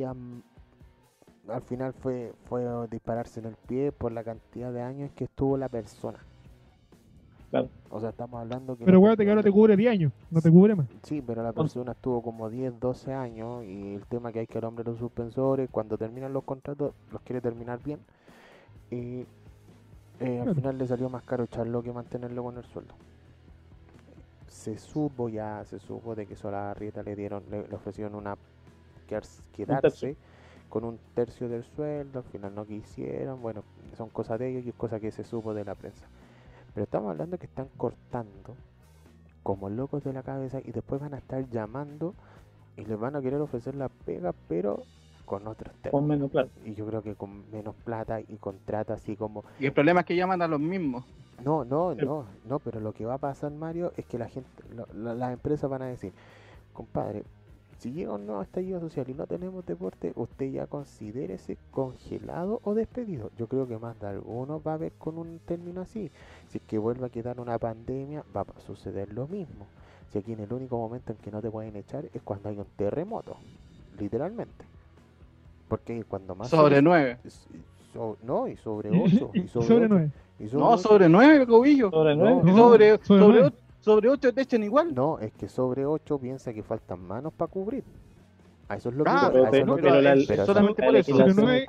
al final fue dispararse en el pie por la cantidad de años que estuvo la persona. Claro. O sea, estamos hablando que... Pero acuérdate que ahora te cubre 10 años, no te cubre más. Sí, pero la persona estuvo como 10, 12 años, y el tema que hay que el hombre de los suspensores, cuando terminan los contratos, los quiere terminar bien, y al final le salió más caro echarlo que mantenerlo con el sueldo. Se supo de que Solabarrieta le ofrecieron quedarse con 1/3 del sueldo, al final no quisieron. Bueno, son cosas de ellos y es cosa que se supo de la prensa. Pero estamos hablando que están cortando como locos de la cabeza, y después van a estar llamando y les van a querer ofrecer la pega, pero con otros términos. Con menos plata. Y yo creo que con menos plata y contrata así como... Y el problema es que llaman a los mismos. No, pero lo que va a pasar, Mario, es que la gente, las empresas van a decir, compadre, si llega un nuevo estallido social y no tenemos deporte, usted ya considérese congelado o despedido. Yo creo que más de algunos va a haber con un término así. Si es que vuelve a quedar una pandemia, va a suceder lo mismo. Si aquí en el único momento en que no te pueden echar es cuando hay un terremoto, literalmente. Porque cuando más... Sobre 9. No, y sobre 8. Y sobre 9. No, sobre 9, Cobillo. Sobre 9. No, sobre 8 te echan igual. No, es que sobre 8 piensa que faltan manos para cubrir. A eso es lo que... Pero solamente por eso. Sobre 9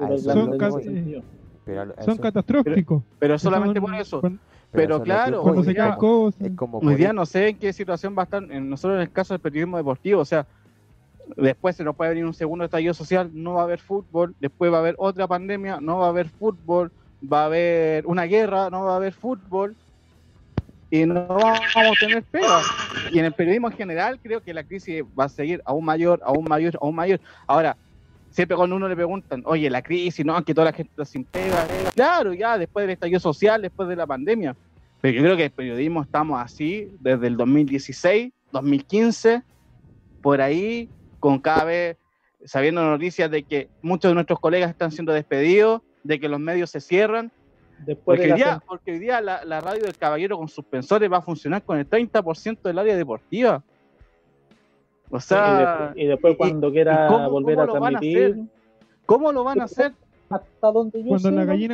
son catastróficos. Pero solamente por eso. Pero claro, cuando se caen cosas. Hoy día no sé en qué situación va a estar, nosotros en el caso del periodismo deportivo, o sea, después se nos puede venir un segundo estallido social, no va a haber fútbol, después va a haber otra pandemia, no va a haber fútbol, va a haber una guerra, no va a haber fútbol. y no vamos a tener pega. Y en el periodismo en general creo que la crisis va a seguir aún mayor. Ahora, siempre cuando uno le preguntan, oye, la crisis, no, que toda la gente está sin pega. Claro, ya después del estallido social, después de la pandemia. Pero yo creo que el periodismo estamos así desde el 2016, 2015, por ahí, con cada vez sabiendo noticias de que muchos de nuestros colegas están siendo despedidos, de que los medios se cierran. Porque hoy día la radio del Caballero con suspensores va a funcionar con el 30% del área deportiva. O sea, y después cuando quiera volver a transmitir, ¿cómo lo van a hacer? Hasta donde yo Cuando sé, la gallina...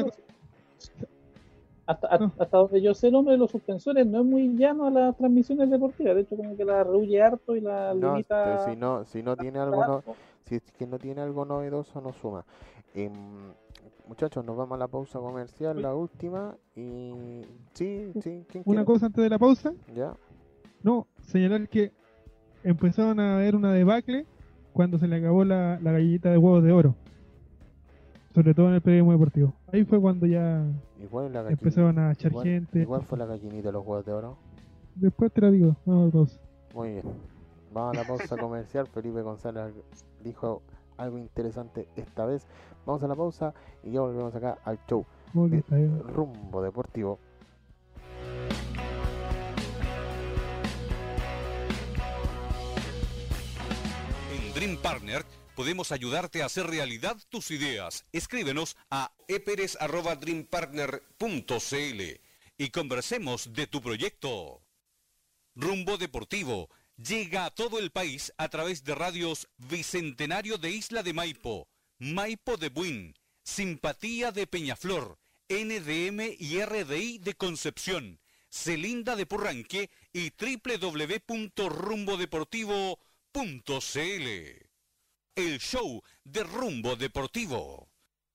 hasta donde yo sé, el nombre de los suspensores no es muy llano a las transmisiones deportivas. De hecho, como que la rehuye harto y la limita. Si no tiene algo si es que no tiene algo novedoso, no suma. Muchachos, nos vamos a la pausa comercial, la última. Y sí, ¿quién Una cosa antes de la pausa. Ya. No, señalar que empezaron a haber una debacle cuando se le acabó la gallinita de huevos de oro. Sobre todo en el periodismo deportivo. Ahí fue cuando ya empezaron a echar gente. Igual fue la gallinita de los huevos de oro. Después te la digo, vamos a la pausa. Muy bien. Vamos a la pausa comercial. Felipe González dijo algo interesante esta vez. Vamos a la pausa y ya volvemos acá al show de Rumbo Deportivo. En Dream Partner podemos ayudarte a hacer realidad tus ideas. Escríbenos a eperes@dreampartner.cl y conversemos de tu proyecto. Rumbo Deportivo llega a todo el país a través de radios Bicentenario de Isla de Maipo, Maipo de Buin, Simpatía de Peñaflor, NDM y RDI de Concepción, Celinda de Purranque y www.rumbodeportivo.cl. El show de Rumbo Deportivo.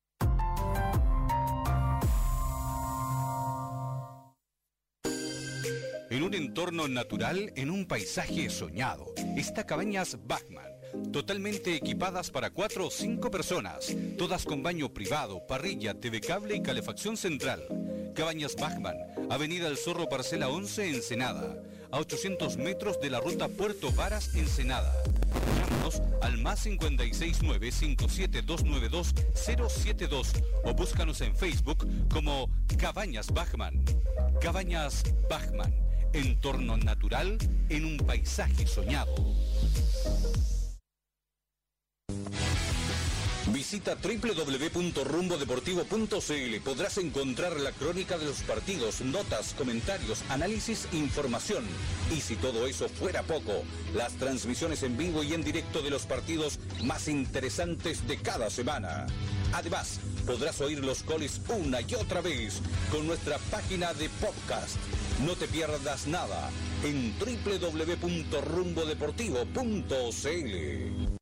En un entorno natural, en un paisaje soñado, está Cabañas Bachmann, totalmente equipadas para 4 o 5 personas, todas con baño privado, parrilla, TV cable y calefacción central. Cabañas Bachmann, Avenida El Zorro, parcela 11, Ensenada, a 800 metros de la ruta Puerto Varas, Ensenada. Llámanos al más 569-57-292-072 o búscanos en Facebook como Cabañas Bachmann. Cabañas Bachmann, entorno natural en un paisaje soñado. Visita www.rumbodeportivo.cl. Podrás encontrar la crónica de los partidos, notas, comentarios, análisis, información. Y si todo eso fuera poco, las transmisiones en vivo y en directo de los partidos más interesantes de cada semana. Además, podrás oír los goles una y otra vez con nuestra página de podcast. No te pierdas nada en www.rumbodeportivo.cl.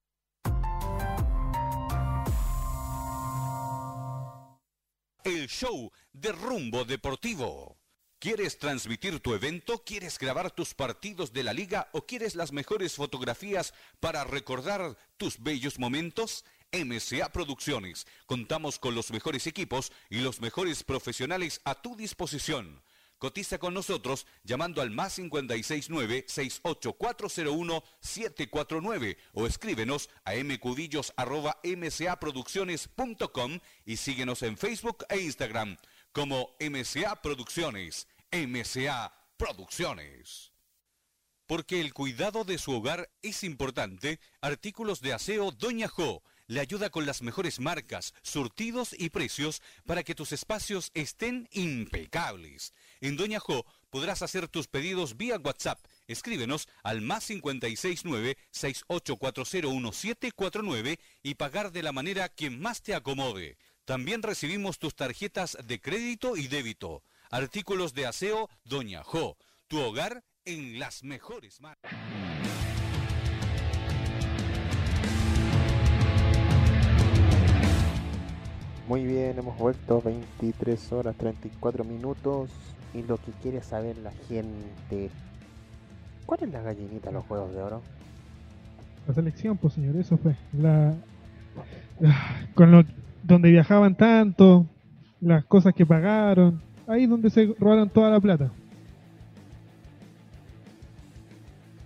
El show de Rumbo Deportivo. ¿Quieres transmitir tu evento? ¿Quieres grabar tus partidos de la liga? ¿O quieres las mejores fotografías para recordar tus bellos momentos? MCA Producciones. Contamos con los mejores equipos y los mejores profesionales a tu disposición. Cotiza con nosotros llamando al más 569-68401-749 o escríbenos a mcudillos@mcaproducciones.com y síguenos en Facebook e Instagram como MCA Producciones. MCA Producciones. Porque el cuidado de su hogar es importante, Artículos de Aseo Doña Jo le ayuda con las mejores marcas, surtidos y precios para que tus espacios estén impecables. En Doña Jo podrás hacer tus pedidos vía WhatsApp. Escríbenos al más 569-68401749 y pagar de la manera que más te acomode. También recibimos tus tarjetas de crédito y débito. Artículos de Aseo Doña Jo. Tu hogar en las mejores marcas. Muy bien, hemos vuelto 23 horas 34 minutos y lo que quiere saber la gente, ¿cuál es la gallinita de los Juegos de Oro? La selección, pues señor, eso fue donde viajaban tanto, las cosas que pagaron, ahí donde se robaron toda la plata.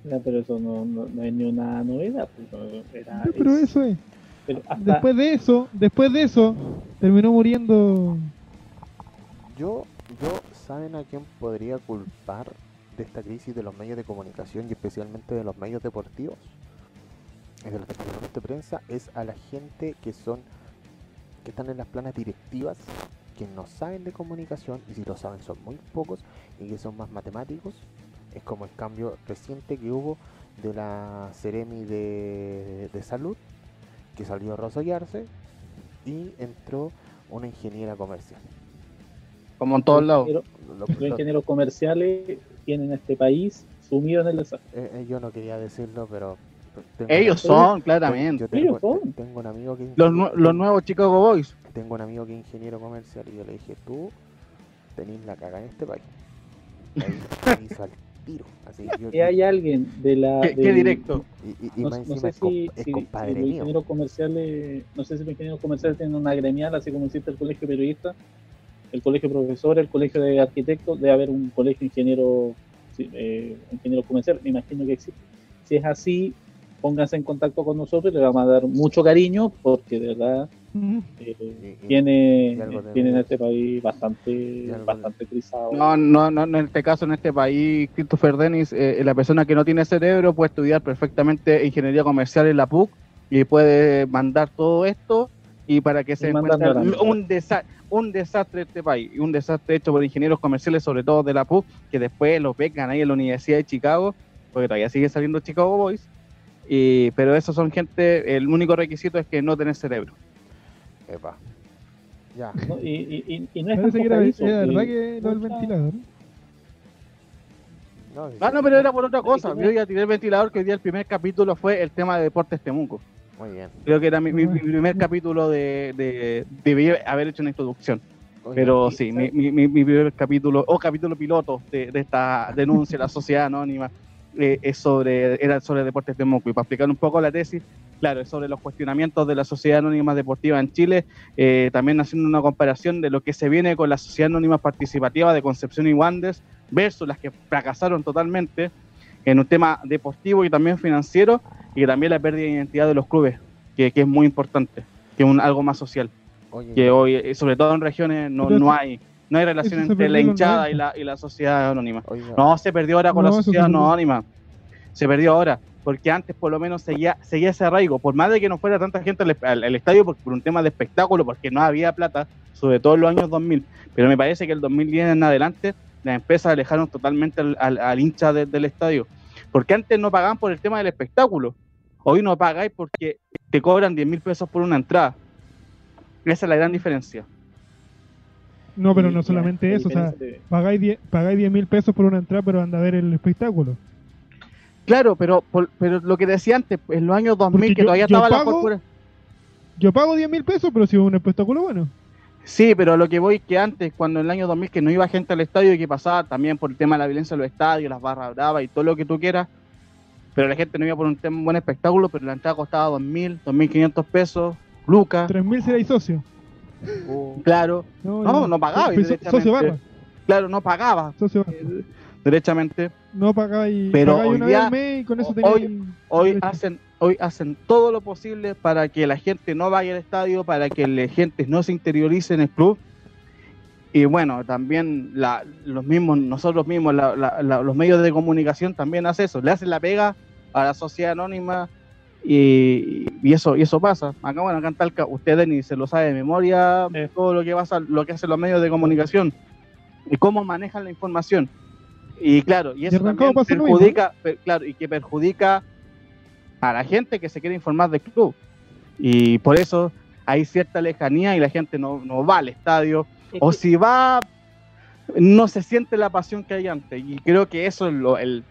Ya, pero eso no es ni una novedad. Pues, Pero eso es. Pero hasta, Después de eso, terminó muriendo. Yo, ¿saben a quién podría culpar de esta crisis de los medios de comunicación y especialmente de los medios deportivos? Es de los departamentos de prensa, es a la gente que están en las planas directivas, que no saben de comunicación, y si lo saben son muy pocos, y que son más matemáticos. Es como el cambio reciente que hubo de la Seremi de salud, que salió a rosollarse, y entró una ingeniera comercial. Como en todos lados. los ingenieros comerciales tienen a este país sumido en el desastre. Yo no quería decirlo, pero ellos son, claramente. Tengo un amigo que los nuevos Chicago Boys. Tengo un amigo que es ingeniero comercial y yo le dije, tú tenés la caga en este país. Ahí hizo al tiro. Así, y hay alguien de la... ¿Qué directo? Y no, más no encima sé es compadre si los mío. ingenieros comerciales, no sé si los ingenieros comerciales tienen una gremial, así como existe el colegio de periodistas, el colegio de profesores, el colegio de arquitectos, debe haber un colegio ingeniero comercial, me imagino que existe. Si es así, pónganse en contacto con nosotros y le vamos a dar mucho cariño, porque de verdad tienen en este país bastante trizado. No, en este caso, en este país, Christopher Dennis, la persona que no tiene cerebro puede estudiar perfectamente ingeniería comercial en la PUC y puede mandar todo esto y para que se encuentre un desastre en este país, y un desastre hecho por ingenieros comerciales, sobre todo de la PUC, que después los becan ahí en la Universidad de Chicago, porque todavía sigue saliendo Chicago Boys, pero esos son gente, el único requisito es que no tenés cerebro. Epa. Ya. ¿No? Y no es Parece que era verdad que que lo del ventilador. No, pero era por otra cosa. Yo ya tiré el ventilador, que hoy día el primer capítulo fue el tema de Deportes Temuco. Muy bien. Creo que era mi primer capítulo debí haber hecho una introducción. Pero sí, mi primer capítulo, o capítulo piloto de esta denuncia de la sociedad anónima, era sobre Deportes Temuco. Y para explicar un poco la tesis, claro, es sobre los cuestionamientos de la Sociedad Anónima Deportiva en Chile, también haciendo una comparación de lo que se viene con la Sociedad Anónima Participativa de Concepción y Wanderers versus las que fracasaron totalmente en un tema deportivo y también financiero, y también la pérdida de identidad de los clubes, que es muy importante, que es algo más social. Oye, que hoy, sobre todo en regiones, no hay relación entre la hinchada y la sociedad anónima. Oiga. No, se perdió ahora con la sociedad anónima. Se perdió ahora, porque antes por lo menos seguía ese arraigo, por más de que no fuera tanta gente al estadio por un tema de espectáculo, porque no había plata, sobre todo en los años 2000, pero me parece que el 2010 en adelante las empresas alejaron totalmente al hincha del estadio, porque antes no pagaban por el tema del espectáculo, hoy no pagáis porque te cobran 10.000 pesos por una entrada. Esa es la gran diferencia. No, pero no solamente eso, o sea, pagáis 10.000 pesos por una entrada, pero anda a ver el espectáculo. Claro, pero lo que decía antes, en los años 2000, porque que todavía estaba la corporación. Yo pago 10.000 pesos, pero si es un espectáculo bueno. Sí, pero lo que voy que antes, cuando en el año 2000 que no iba gente al estadio y que pasaba también por el tema de la violencia en los estadios, las barras bravas y todo lo que tú quieras, pero la gente no iba por un buen espectáculo, pero la entrada costaba 2.000, 2.500 pesos, lucas. 3.000 seréis socio. Claro, no pagaba. Socio barra. Claro, no pagaba. Socio barra. Derechamente. No pagáis, pero pagáis hoy una día, vez al mes y con eso tenéis. Hoy hacen todo lo posible para que la gente no vaya al estadio, para que la gente no se interiorice en el club. Y bueno, también nosotros mismos, los medios de comunicación también hacen eso, le hacen la pega a la sociedad anónima y eso pasa. Acá, bueno, acá en Talca, ustedes ni se lo sabe de memoria, todo lo que pasa, lo que hacen los medios de comunicación y cómo manejan la información. Y claro, y eso también perjudica, y que perjudica a la gente que se quiere informar del club. Y por eso hay cierta lejanía y la gente no va al estadio. O si va, no se siente la pasión que hay antes. Y creo que eso es el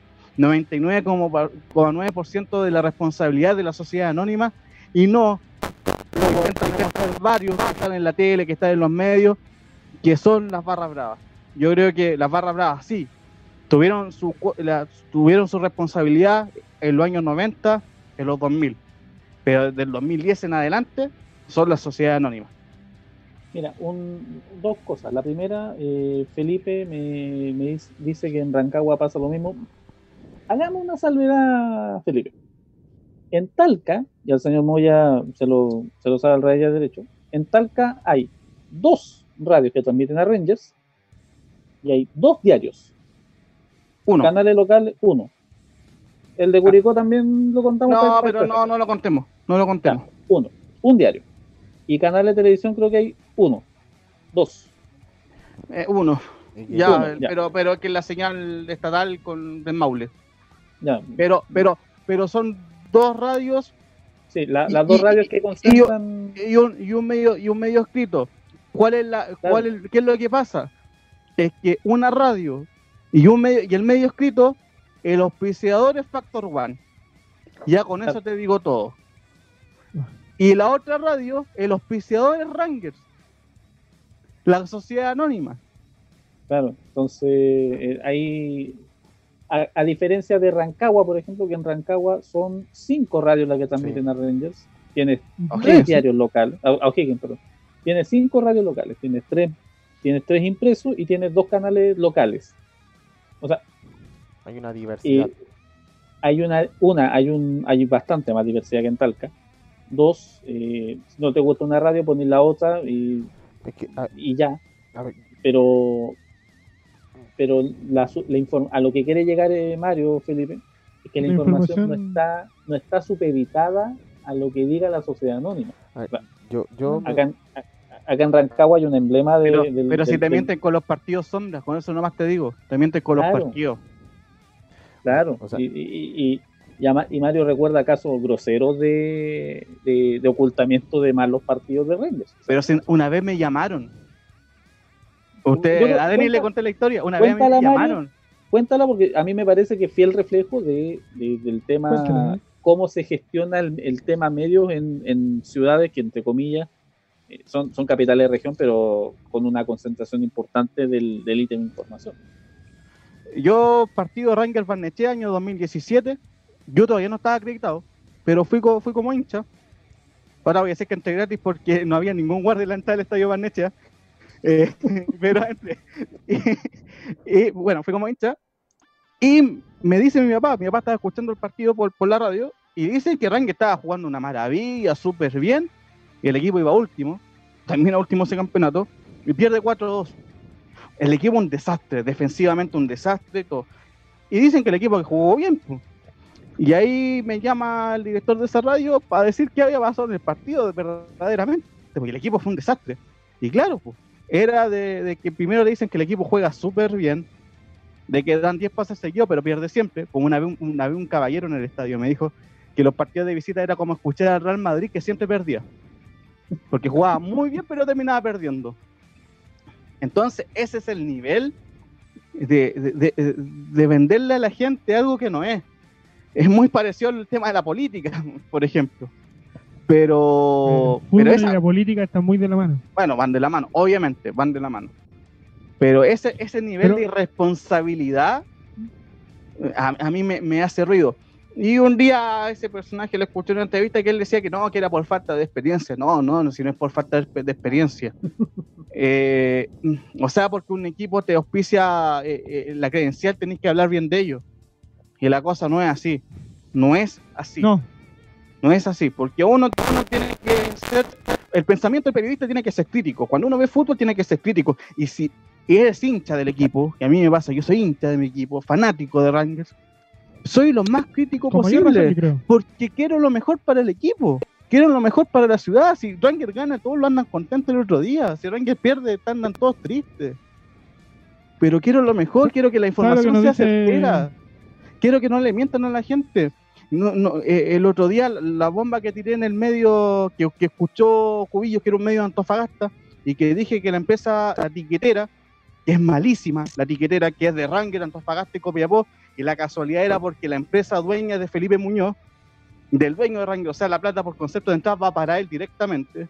99,9% de la responsabilidad de la sociedad anónima. Y no intentan pensar varios que están en la tele, que están en los medios, que son las barras bravas. Yo creo que las barras bravas sí tuvieron su responsabilidad en los años 90, en los 2000. Pero desde el 2010 en adelante son las sociedades anónimas. Mira, dos cosas. La primera, Felipe me dice que en Rancagua pasa lo mismo. hagamos una salvedad, Felipe. En Talca, y al señor Moya se lo sabe al revés y al derecho, en Talca hay 2 radios que transmiten a Rangers y hay 2 diarios. Uno. Canales locales, 1. El de Curicó también lo contamos. No, pero no lo contemos. No lo contemos. 1. Un diario. Y canales de televisión creo que hay 1. 2. 1. Ya, Uno, ya. Pero que la señal estatal del Maule. Ya. Pero son 2 radios. Sí, las 2 radios que concentran. Y un medio escrito. ¿Qué es lo que pasa? Es que una radio y el medio escrito, el auspiciador es Factor One. Ya con eso te digo todo. Y la otra radio, el auspiciador es Rangers, la sociedad anónima. Claro, entonces hay, a diferencia de Rancagua, por ejemplo, que en Rancagua son 5 radios las que transmiten a Rangers. Tienes 3 diarios locales, a O'Higgins, perdón. Tienes 5 radios locales, tienes 3 impresos y tienes 2 canales locales. O sea, hay una diversidad. Hay bastante más diversidad que en Talca. 2, si no te gusta una radio, pones la otra y ya. A ver. Pero a lo que quiere llegar Mario, Felipe, es que la información no está supeditada a lo que diga la sociedad anónima. Acá en Rancagua hay un emblema pero si te mienten con los partidos sombras, con eso nomás te digo, te mienten con los partidos. Claro, o sea, y Mario recuerda casos groseros de ocultamiento de malos partidos de Rangers. Pero una vez me llamaron. A Denis le conté la historia. Una vez me llamaron. Mario, cuéntala porque a mí me parece que es fiel reflejo del tema, cómo se gestiona el tema medios en ciudades que, entre comillas, son capitales de región, pero con una concentración importante del ítem de información. Yo, partido Rangers Barnechea, año 2017, yo todavía no estaba acreditado, pero fui como hincha. Ahora voy a decir que entré gratis porque no había ningún guardia en la entrada del estadio Barnechea. Pero bueno, fui como hincha. Y me dice mi papá estaba escuchando el partido por la radio, y dicen que Rangers estaba jugando una maravilla, súper bien, y el equipo iba último, también a último ese campeonato, y pierde 4-2. El equipo un desastre, defensivamente un desastre, todo. Y dicen que el equipo que jugó bien, pues. Y ahí me llama el director de esa radio para decir qué había pasado en el partido verdaderamente, porque el equipo fue un desastre. Y claro, pues, era de que primero le dicen que el equipo juega súper bien, de que dan 10 pases seguidos, pero pierde siempre. Como una vez un caballero en el estadio me dijo que los partidos de visita era como escuchar al Real Madrid, que siempre perdía, porque jugaba muy bien, pero terminaba perdiendo. Entonces, ese es el nivel de venderle a la gente algo que no es. Es muy parecido al tema de la política, por ejemplo. Pero y la política están muy de la mano. Bueno, van de la mano, obviamente, van de la mano. Pero ese nivel de irresponsabilidad a mí me hace ruido. Y un día a ese personaje lo escuché en una entrevista que él decía que era por falta de experiencia. No, si no es por falta de experiencia. O sea, porque un equipo te auspicia la credencial, tenés que hablar bien de ellos. Y la cosa no es así. No es así. No es así, porque uno tiene que ser... El pensamiento del periodista tiene que ser crítico. Cuando uno ve fútbol tiene que ser crítico. Y si eres hincha del equipo, que a mí me pasa, yo soy hincha de mi equipo, fanático de Rangers, soy lo más crítico posible, porque quiero lo mejor para el equipo, quiero lo mejor para la ciudad. Si Rangers gana, todos lo andan contentos el otro día. Si Rangers pierde, andan todos tristes. Pero quiero lo mejor, quiero que la información sea certera. Quiero que no le mientan a la gente. El otro día la bomba que tiré en el medio que escuchó Cubillos, que era un medio de Antofagasta, y que dije que la empresa, la tiquetera, que es malísima, la tiquetera que es de Rangers, Antofagasta y Copiapó, y la casualidad era porque la empresa dueña de Felipe Muñoz, del dueño de Rangers, o sea, la plata por concepto de entrada va para él directamente.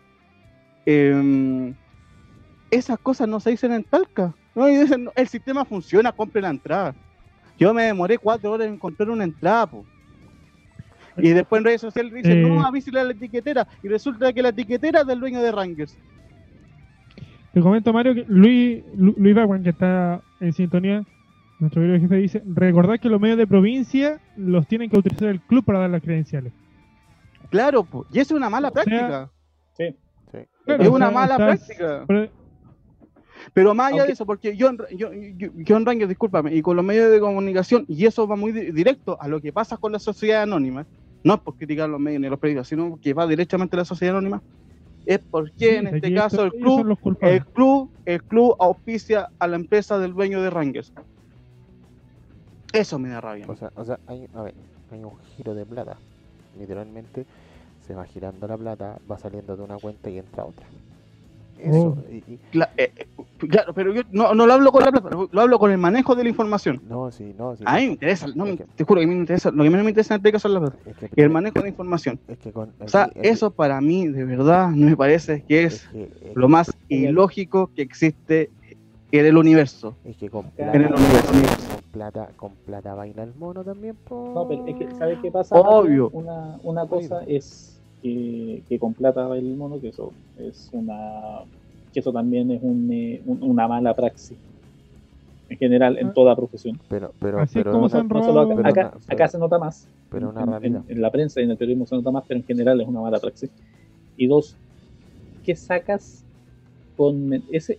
Esas cosas no se dicen en Talca, ¿no? Y dicen, el sistema funciona, compre la entrada. Yo me demoré 4 horas en encontrar una entrada, po. Y después en redes sociales dicen, no, avísale a la etiquetera. Y resulta que la etiquetera es del dueño de Rangers. Te comento, Mario, que Luis Bagwan, que está en sintonía, Nuestro querido jefe dice, recordad que los medios de provincia los tienen que utilizar el club para dar las credenciales. Claro, po, y eso es una mala O sea, práctica. Sí. Claro, Es o una sea, mala estás- práctica. pero- Pero más allá Aunque- de eso, porque yo en Rangers, discúlpame, y con los medios de comunicación, y eso va muy directo a lo que pasa con la sociedad anónima, no es por criticar los medios ni los periodistas, sino que va directamente a la sociedad anónima, es porque sí, en este aquí caso ellos son los culpables. el club auspicia a la empresa del dueño de Rangers. Eso me da rabia. O sea, hay un giro de plata. Literalmente se va girando la plata, va saliendo de una cuenta y entra a otra. Eso. Oh. Claro, pero yo no lo hablo con la plata, lo hablo con el manejo de la información. No, sí. A mí me interesa, Es que- te juro que a mí me interesa, lo que menos me interesa en este caso es la plata. Es que, Y el manejo de información. es que con, O sea, eso para mí, de verdad, me parece que es lo más ilógico que existe en el universo. Es que con En el universo. con plata baila el mono también, po. No, pero es que, ¿sabes qué pasa? Obvio. Una cosa es que con plata va el mono, que eso es que eso también es una mala praxis en general en toda profesión. Pero Así es como se han No solo robado. acá se nota más. pero una en, realidad. en la prensa y en el periodismo se nota más, pero en general es una mala praxis. Y dos, ¿qué sacas con ese?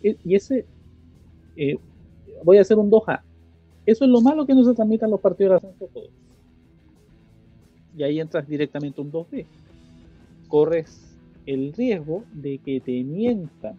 Voy a hacer un 2A. Eso es lo malo, que no se transmitan los partidos de ascenso todos. Y ahí entras directamente un 2B. Corres el riesgo de que te mientan.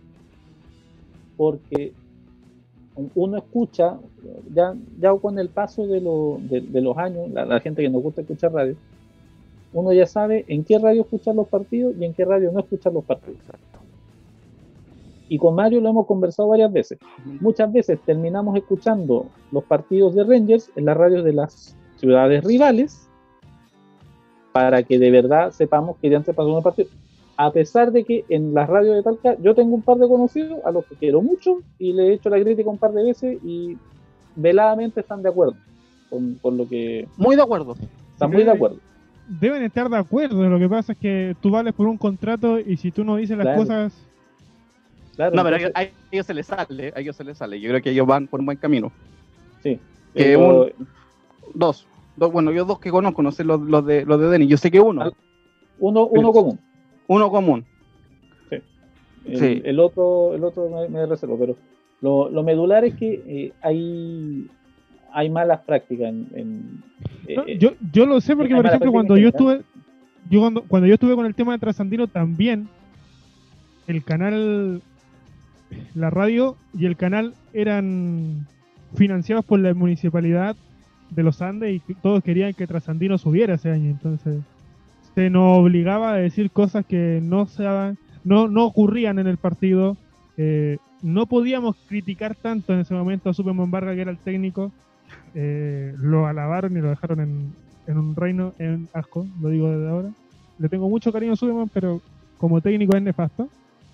Porque uno escucha, ya con el paso de los años, la gente que nos gusta escuchar radio, uno ya sabe en qué radio escuchar los partidos y en qué radio no escuchar los partidos. Exacto. Y con Mario lo hemos conversado varias veces. Muchas veces terminamos escuchando los partidos de Rangers en las radios de las ciudades rivales para que de verdad sepamos que ya antes pasó un partido. A pesar de que en las radios de Talca yo tengo un par de conocidos a los que quiero mucho y le he hecho la crítica un par de veces y veladamente están de acuerdo con lo que... Muy de acuerdo. Están muy de acuerdo. Deben estar de acuerdo, lo que pasa es que tú vales por un contrato y si tú no dices las Claro. cosas... Claro, No, pero entonces, a ellos se les sale. Yo creo que ellos van por un buen camino. sí. Que Yo- Dos, bueno, yo dos que conozco, no sé los de Denis. Yo sé que uno común. uno común. Sí. El otro me reservo, pero lo medular es que hay malas prácticas No, yo lo sé porque, hay por mala ejemplo, práctica cuando en yo general. estuve cuando yo estuve con el tema de Trasandino también, el canal, la radio y el canal eran financiados por la municipalidad de Los Andes y todos querían que Trasandino subiera ese año, entonces se nos obligaba a decir cosas que no ocurrían en el partido. No podíamos criticar tanto en ese momento a Superman Vargas, que era el técnico. Lo alabaron y lo dejaron en un reino en asco, lo digo desde ahora. Le tengo mucho cariño a Superman, pero como técnico es nefasto.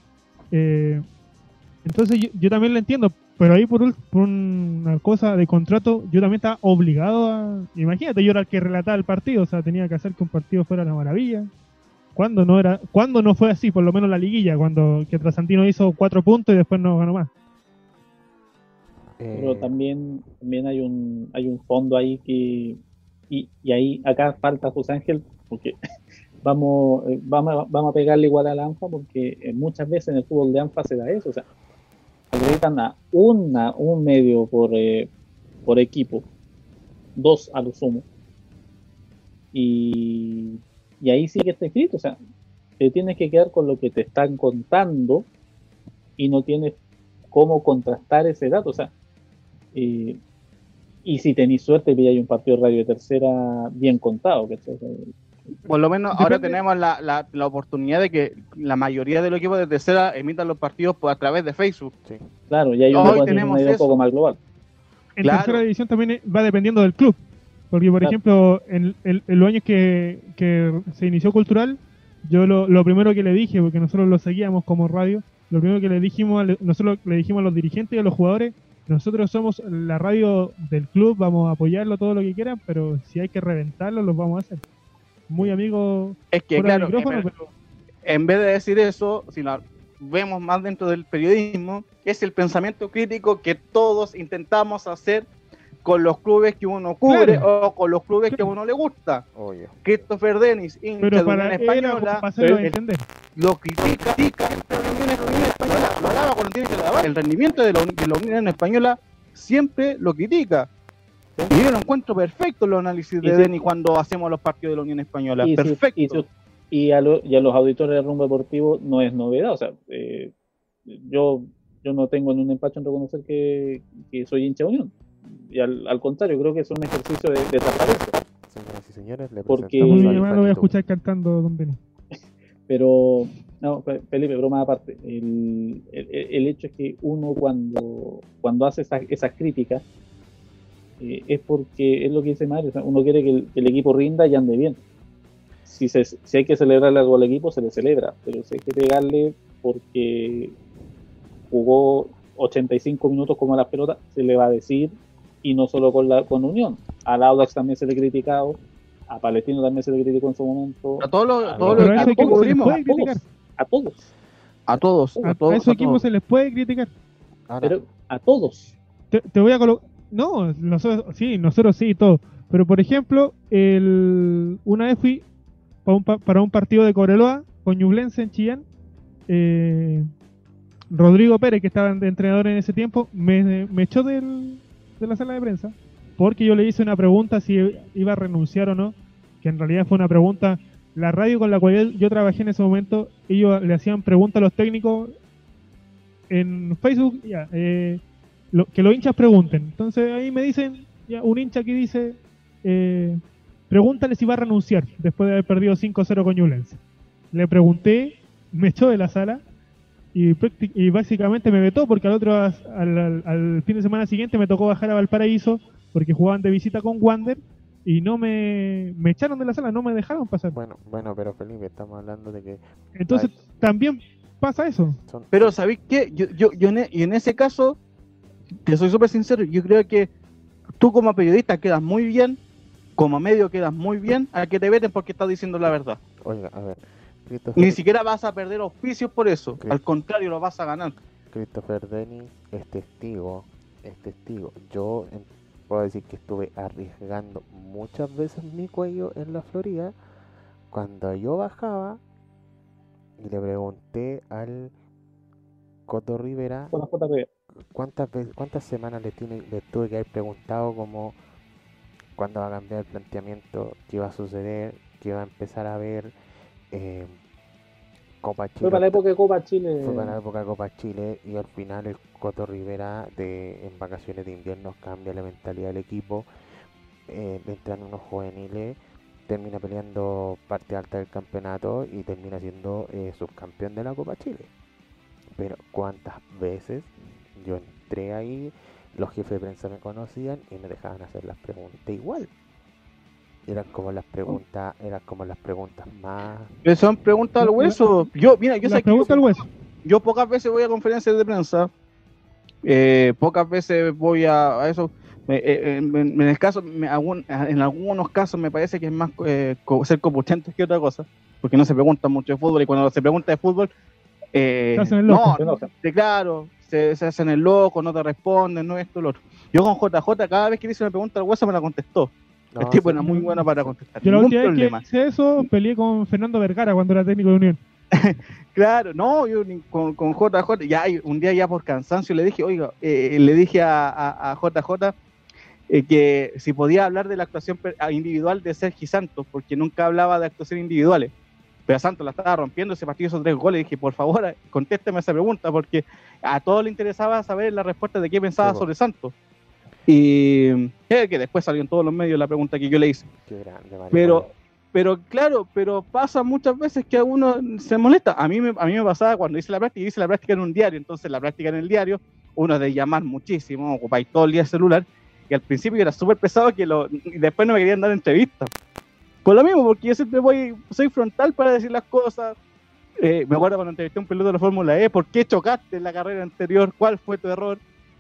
Entonces yo también lo entiendo, pero ahí por una cosa de contrato yo también estaba obligado a... Imagínate, yo era el que relataba el partido, o sea, tenía que hacer que un partido fuera una maravilla. ¿Cuándo no fue así? Por lo menos la liguilla, cuando que Trasandino hizo 4 puntos y después no ganó más. Pero también hay un fondo ahí que y ahí acá falta José Ángel, porque vamos a pegarle igual a la ANFA, porque muchas veces en el fútbol de ANFA se da eso, o sea, acreditan a un medio por equipo, 2 a lo sumo, y ahí sí que está escrito, o sea, te tienes que quedar con lo que te están contando y no tienes cómo contrastar ese dato, o sea, y si tenéis suerte pilláis un partido de radio de tercera bien contado, ¿cachai? Por lo menos Depende. ahora tenemos la oportunidad de que la mayoría de los equipos de tercera emitan los partidos a través de Facebook. Sí. Claro, y hay Hoy una tenemos idea un eso. poco más global. En Claro. tercera división también va dependiendo del club. Porque, por Claro. ejemplo, en los años que se inició Cultural, yo lo primero que le dije, porque nosotros lo seguíamos como radio, lo primero que nosotros le dijimos a los dirigentes y a los jugadores, nosotros somos la radio del club, vamos a apoyarlo todo lo que quieran, pero si hay que reventarlo, los vamos a hacer. Muy amigos Es que, fuera del claro, micrófono, pero en vez de decir eso, si lo vemos más dentro del periodismo, es el pensamiento crítico que todos intentamos hacer con los clubes que uno cubre Claro. o con los clubes que a uno le gusta. Obvio. Christopher Dennis, hincha Pero de para Unión era Española, para hacerlo el- entender. lo critica siempre la Unión Española, lo alaba cuando tiene que alabar. El rendimiento de la Unión Española siempre lo critica. Y yo lo encuentro perfecto los análisis de Y sí. Denny cuando hacemos los partidos de la Unión Española. Y, Perfecto. y a los auditores de Rumbo Deportivo no es novedad. O sea, yo no tengo ningún empacho en reconocer que soy hincha de Unión. Y al contrario, creo que es un ejercicio de transparencia. Señoras y señores, le Porque- Está muy presentamos bien, al lo voy a Panito. escuchar cantando Don Denis. Pero, no, Felipe, broma aparte. El hecho es que uno cuando hace esas críticas es porque es lo que dice Mario. O sea, uno quiere que el equipo rinda y ande bien. Si hay que celebrarle algo al equipo, se le celebra. Pero si hay que pegarle porque jugó 85 minutos como las pelotas, se le va a decir. Y no solo con Unión. Al Audax también se le ha criticado. A Palestino también se le criticó en su momento. A todos los Pero Pero a a esos que equipos se les cubrimos, puede criticar. A todos. a todos, A esos equipos se les puede criticar. Ahora, Pero a todos. Te voy a colocar. No, nosotros sí, todo. Pero por ejemplo, una vez fui para un partido de Cobreloa con Ñublense en Chillán. Rodrigo Pérez, que estaba de entrenador en ese tiempo, me echó de la sala de prensa porque yo le hice una pregunta si iba a renunciar o no, que en realidad fue una pregunta. La radio con la cual yo trabajé en ese momento, ellos le hacían preguntas a los técnicos en Facebook, ya, que los hinchas pregunten. Entonces ahí me dicen, ya, un hincha que dice, pregúntale si va a renunciar después de haber perdido 5-0 con Ñublense. Le pregunté, me echó de la sala y básicamente me vetó porque al fin de semana siguiente me tocó bajar a Valparaíso porque jugaban de visita con Wander y no me echaron de la sala, no me dejaron pasar. bueno, pero Felipe, estamos hablando de que Entonces también pasa eso. son... Pero ¿sabéis qué? Yo en ese caso, te soy súper sincero, yo creo que tú como periodista quedas muy bien, como medio quedas muy bien a que te veten porque estás diciendo la verdad. Oiga, a ver, Christopher, Ni siquiera vas a perder auspicios por eso, Ok. al contrario, lo vas a ganar. Christopher Dennis es testigo. Yo puedo decir que estuve arriesgando muchas veces mi cuello en la Florida cuando yo bajaba y le pregunté al Coto Rivera Con la JP. cuántas semanas le tuve que haber preguntado como cuándo va a cambiar el planteamiento, qué iba a suceder, qué iba a empezar a ver Copa Chile. Fue para la época de Copa Chile. Fue para la época de Copa Chile y al final el Coto Rivera en vacaciones de invierno cambia la mentalidad del equipo, le entran unos juveniles, termina peleando parte alta del campeonato y termina siendo subcampeón de la Copa Chile. Pero cuántas veces yo entré ahí, los jefes de prensa me conocían y me dejaban hacer las preguntas igual. Eran como las preguntas más... Son preguntas al hueso. Yo La sé que pregunta al hueso. yo pocas veces voy a conferencias de prensa, pocas veces voy a eso. En el caso, en algunos casos me parece que es más ser copuchento que otra cosa, porque no se pregunta mucho de fútbol y cuando se pregunta de fútbol, Se hacen el loco. claro, se hacen el loco, no te responden, no esto, lo otro. Yo con JJ, cada vez que le hice una pregunta al hueso me la contestó. No, El tipo sí, era muy bueno para contestar. Yo la Ningún última vez problema. que hice eso, peleé con Fernando Vergara cuando era técnico de Unión. Claro, no, yo con JJ, ya un día ya por cansancio le dije, oiga, le dije a JJ que si podía hablar de la actuación individual de Sergi Santos, porque nunca hablaba de actuaciones individuales. Pero Santos la estaba rompiendo, ese partido hizo 3 goles, y dije, por favor, contésteme esa pregunta, porque a todos les interesaba saber la respuesta de qué pensaba Sí, sobre Santos. Y que después salió en todos los medios la pregunta que yo le hice. Qué grande, Mario Pero, Moya. pero pasa muchas veces que a uno se molesta. A mí me pasaba cuando hice la práctica en un diario, entonces la práctica en el diario, uno de llamar muchísimo, ocupáis todo el día el celular, y al principio era súper pesado y después no me querían dar entrevistas. Por lo mismo, porque yo siempre soy frontal para decir las cosas. Me acuerdo cuando entrevisté a un piloto de la Fórmula E, ¿por qué chocaste en la carrera anterior? ¿Cuál fue tu error?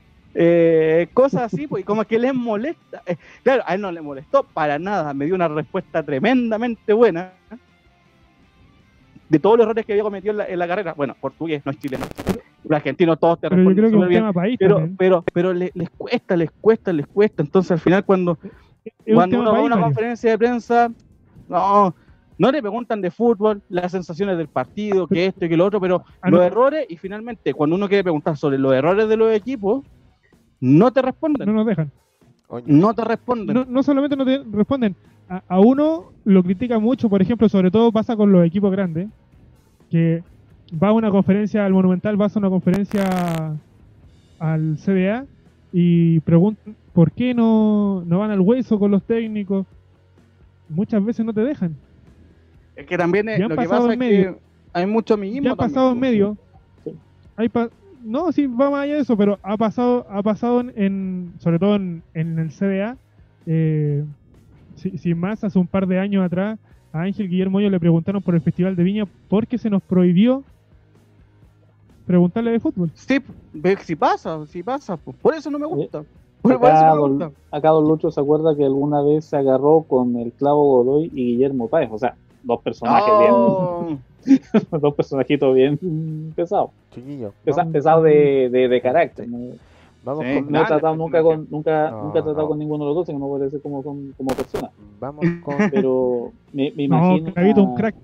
Cosas así, pues, como que les molesta. Claro, a él no le molestó para nada, me dio una respuesta tremendamente buena de todos los errores que había cometido en la carrera. Bueno, portugués, no es chileno. Los argentinos todos te Pero yo creo responden que es un súper bien, tema país también. pero les cuesta. Entonces al final cuando Es un tema uno va a país, una Mario. conferencia de prensa, no le preguntan de fútbol, las sensaciones del partido, que esto y que lo otro, pero los errores, y finalmente cuando uno quiere preguntar sobre los errores de los equipos, no te responden. No nos dejan. No te responden. No solamente no te responden, a uno lo critica mucho, por ejemplo, sobre todo pasa con los equipos grandes, que va a una conferencia al Monumental, vas a una conferencia al CDA y preguntan por qué no van al hueso con los técnicos. Muchas veces no te dejan. Es que también Ya han lo que pasado pasa en es medio. que hay mucho amiguismo. Ya ha pasado en medio. No, sí, va más allá de eso, pero ha pasado sobre todo en el CDA, sin más, hace un par de años atrás, a Ángel Guillermo Hoyo le preguntaron por el Festival de Viña por qué se nos prohibió preguntarle de fútbol. Sí, si pasa, pues, por eso no me gusta. Acá Don Lucho se acuerda que alguna vez se agarró con el Clavo Godoy y Guillermo Páez, o sea, dos personajes dos personajitos bien pesados. Chiquillo. Pesados de carácter. Vamos No he tratado nunca he tratado con ninguno de los dos, que no puede ser como personas. Vamos con. Pero me imagino. Clavito, un crack.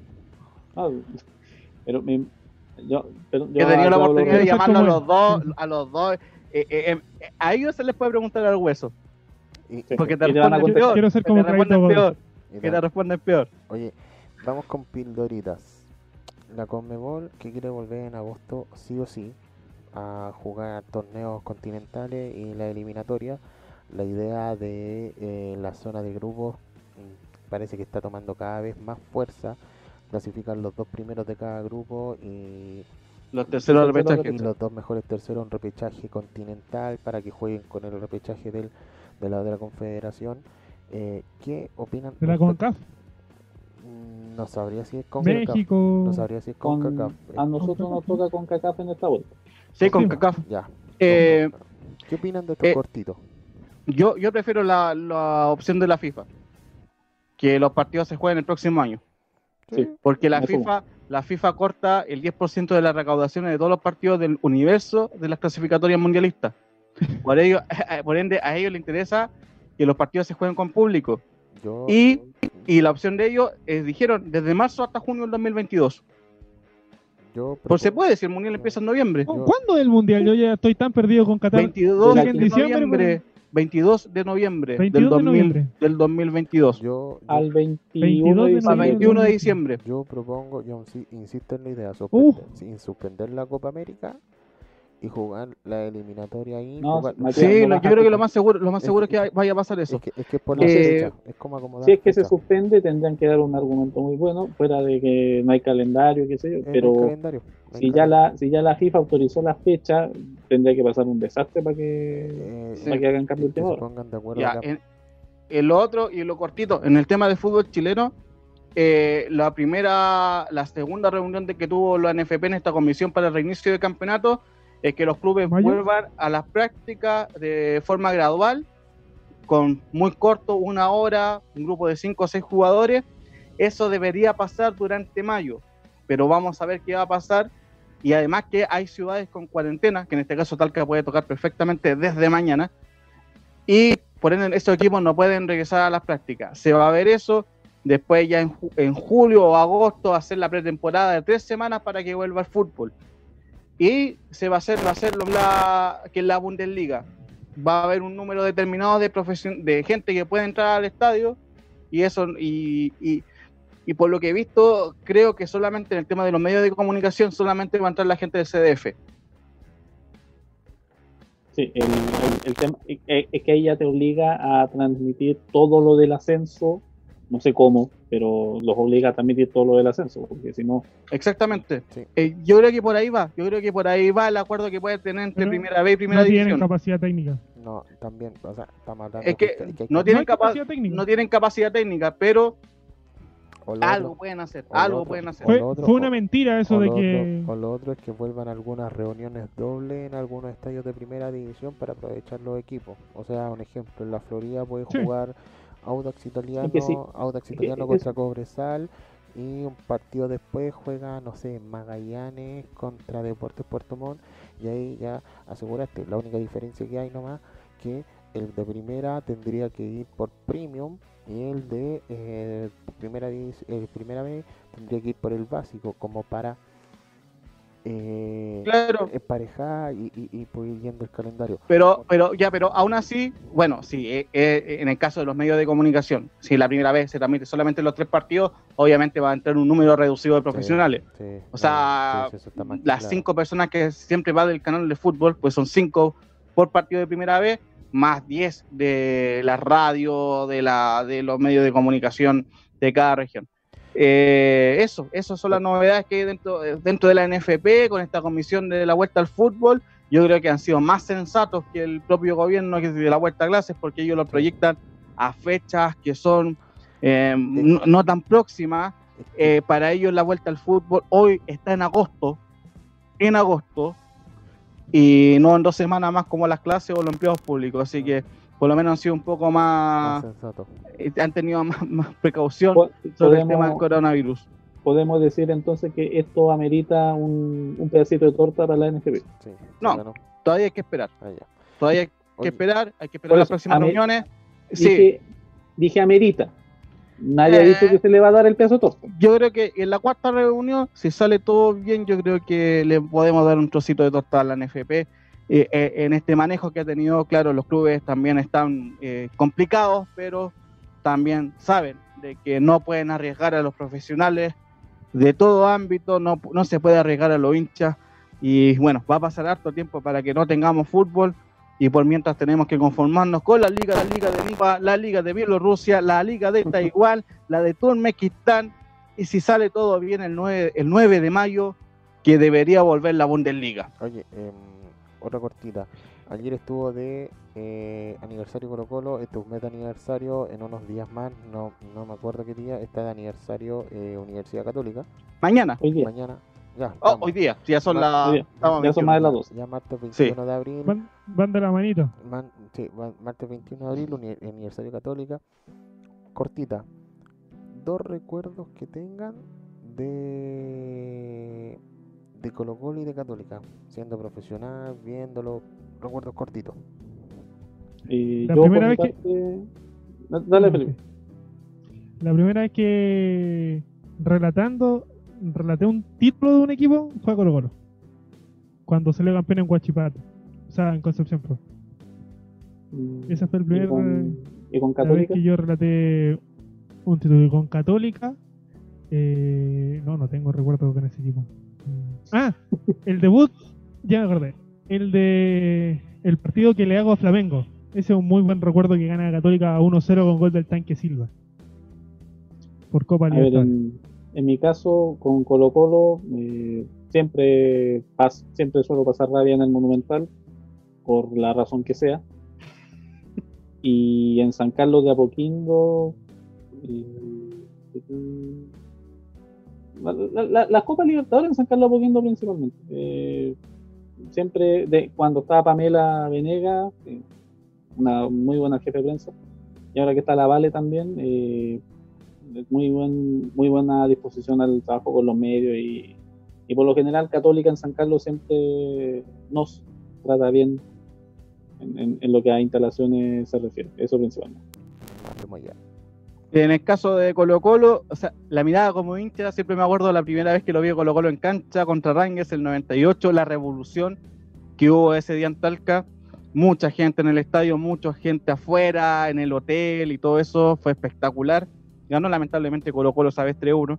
Pero yo he tenido la oportunidad de llamarlo a los dos. A ellos se les puede preguntar al hueso. Porque te responden peor. Quiero ser como Clavito. Que te responden peor. Oye, vamos con pildoritas. La Conmebol, que quiere volver en agosto, sí o sí, a jugar torneos continentales y la eliminatoria. La idea de la zona de grupos parece que está tomando cada vez más fuerza. Clasificar los dos primeros de cada grupo y los terceros al repechaje. Y los dos mejores terceros en repechaje continental para que jueguen con el repechaje de la Confederación. ¿Qué opinan? ¿De la CONCACAF? No sabría si es con México. No sabría si es con CONCACAF. A nosotros nos toca con CONCACAF en esta vuelta. Sí, con CONCACAF. Ya. ¿Qué opinan de estos cortitos? Yo prefiero la opción de la FIFA. Que los partidos se jueguen el próximo año. Sí. Porque la FIFA corta el 10% de las recaudaciones de todos los partidos del universo de las clasificatorias mundialistas. Por ende, a ellos les interesa que los partidos se jueguen con público. Y la opción de ellos dijeron desde marzo hasta junio del 2022. Pues se puede, si el mundial empieza en noviembre. ¿Cuándo es el mundial? Yo ya estoy tan perdido con Qatar. 22 de noviembre. 22 de noviembre del 2022. Al 21 de diciembre. Yo propongo, yo insisto en la idea, sin suspender la Copa América y jugar la eliminatoria ahí. No, sí, yo creo que lo más seguro es que vaya a pasar eso. Es que por la fecha, es como acomodar. Si es que se suspende, tendrían que dar un argumento muy bueno, fuera de que no hay calendario, qué sé yo, pero si ya la FIFA autorizó la fecha, tendría que pasar un desastre para que hagan cambio de última hora. En lo otro y en lo cortito, en el tema de fútbol chileno, la segunda reunión que tuvo la NFP en esta comisión para el reinicio del campeonato es que los clubes vuelvan a las prácticas de forma gradual, con muy corto, 1 hora, un grupo de 5 o 6 jugadores. Eso debería pasar durante mayo, pero vamos a ver qué va a pasar. Y además que hay ciudades con cuarentena, que en este caso Talca puede tocar perfectamente desde mañana, y por ende estos equipos no pueden regresar a las prácticas. Se va a ver eso, después ya en julio o agosto hacer la pretemporada de 3 semanas para que vuelva el fútbol. Y va a hacer que en la Bundesliga va a haber un número determinado de gente que puede entrar al estadio, y eso y por lo que he visto, creo que solamente en el tema de los medios de comunicación solamente va a entrar la gente del CDF. Sí, el tema es que ahí ya te obliga a transmitir todo lo del ascenso, no sé cómo, pero los obliga a transmitir todo lo del ascenso, porque si no... Exactamente. Sí. Yo creo que por ahí va el acuerdo que puede tener entre primera B y primera división. No tienen capacidad técnica. No, también, o sea, estamos hablando es que no tienen capacidad técnica, pero algo pueden hacer. Fue una mentira eso de que... O lo otro es que vuelvan algunas reuniones dobles en algunos estadios de primera división para aprovechar los equipos. O sea, un ejemplo, en la Florida puede jugar Audax Italiano contra Cobresal, y un partido después juega, no sé, Magallanes contra Deportes Puerto Montt, y ahí ya aseguraste. La única diferencia que hay nomás, que el de primera tendría que ir por Premium, y el de primera vez tendría que ir por el básico, como para Claro, emparejar y pues ir yendo el calendario. pero aún así, bueno, sí, en el caso de los medios de comunicación, si la primera vez se transmite solamente los 3 partidos, obviamente va a entrar un número reducido de profesionales. Sí, O sea, sí, eso está más que las claro. 5 personas que siempre va del canal de fútbol, pues son 5 por partido de primera vez, más 10 de la radio, de los medios de comunicación de cada región. Esas son las novedades que hay dentro de la NFP, con esta comisión de la vuelta al fútbol. Yo creo que han sido más sensatos que el propio gobierno que de la vuelta a clases, porque ellos lo proyectan a fechas que son no tan próximas. Para ellos la vuelta al fútbol hoy está en agosto, y no en 2 semanas más como las clases o los empleados públicos, así que por lo menos han sido un poco Más más, sensato. han tenido más precaución Po- sobre el tema del podemos, coronavirus. podemos decir entonces que esto amerita un pedacito de torta para la NFP. Sí, No. ganó. Todavía hay que esperar, Ah, ya. todavía hay que Oye, esperar Por las eso, próximas reuniones. Sí, Dije amerita. Nadie ha dicho que se le va a dar el pedazo de torta. yo creo que en la 4ª reunión, si sale todo bien, yo creo que le podemos dar un trocito de torta a la NFP. En este manejo que ha tenido, claro, los clubes también están complicados, pero también saben de que no pueden arriesgar a los profesionales de todo ámbito, no se puede arriesgar a los hinchas, y bueno, va a pasar harto tiempo para que no tengamos fútbol, y por mientras tenemos que conformarnos con la liga de Lipa, la liga de Bielorrusia, la liga de Taiwán, la de Turkmenistán, y si sale todo bien el 9 de mayo, que debería volver la Bundesliga. Oye, otra cortita. Ayer estuvo de aniversario Colo Colo, este es un meta aniversario, en unos días más, no me acuerdo qué día, está de aniversario Universidad Católica. Mañana, Hoy día. Mañana, ya, hoy día, ya son Hoy día. Ya son más de las 12. ya martes 21 de abril, Van de la manito. martes 21 de abril, aniversario Católica. Cortita, 2 recuerdos que tengan de Colo Colo y de Católica, siendo profesional, viéndolo, recuerdos cortitos. La Yo primera por mi vez parte... Dale, Felipe. La primera vez que relaté un título de un equipo fue a Colo Colo. Cuando salió campeón en Huachipato. O sea, en Concepción Pro. Ese fue el primer ¿Y con la vez Católica? que yo relaté un título. Y con Católica, no tengo recuerdo con ese equipo. El debut, ya me acordé. El partido que le hago a Flamengo. Ese es un muy buen recuerdo, que gana Católica 1-0 con gol del Tanque Silva. Por Copa A ver, Libertadores. en mi caso, con Colo Colo, siempre suelo pasar rabia en el Monumental, por la razón que sea. Y en San Carlos de Apoquindo, las Copas Libertadores en San Carlos de Apoquindo principalmente. Siempre, cuando estaba Pamela Venega, una muy buena jefe de prensa, y ahora que está la Vale también, muy buena disposición al trabajo con los medios, y por lo general Católica en San Carlos siempre nos trata bien en lo que a instalaciones se refiere, eso principalmente. Hacemos ya. En el caso de Colo Colo, o sea, la mirada como hincha, siempre me acuerdo la primera vez que lo vi a Colo Colo en cancha contra Rangers, el 98, la revolución que hubo ese día en Talca, mucha gente en el estadio, mucha gente afuera, en el hotel y todo eso, fue espectacular. Ganó lamentablemente Colo Colo esa vez 3-1.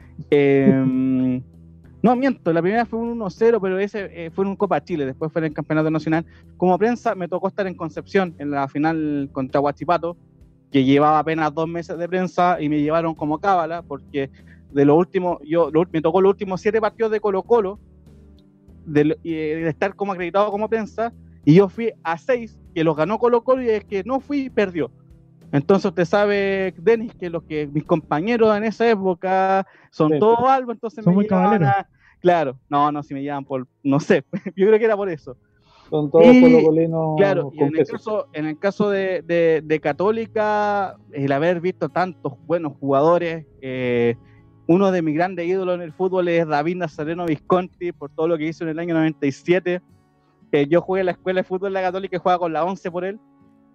No, miento, la primera fue un 1-0, pero ese fue en un Copa Chile, después fue en el Campeonato Nacional. Como prensa me tocó estar en Concepción, en la final contra Huachipato, que llevaba apenas 2 meses de prensa, y me llevaron como cábala, porque de lo último, me tocó los últimos 7 partidos de Colo Colo, de estar como acreditado como prensa, y yo fui a 6, que los ganó Colo Colo, y el que no fui, perdió. Entonces usted sabe, Denis, que mis compañeros en esa época son Sí, todos algo, entonces Son me muy llevaban caballeros. Claro, si me llevan por, no sé, yo creo que era por eso. Son todos Y, colocolinos claro, y con en el peso. caso de Católica, el haber visto tantos buenos jugadores, uno de mis grandes ídolos en el fútbol es David Nazareno Visconti, por todo lo que hizo en el año 97. Yo jugué en la escuela de fútbol de la Católica y jugaba con la 11 por él.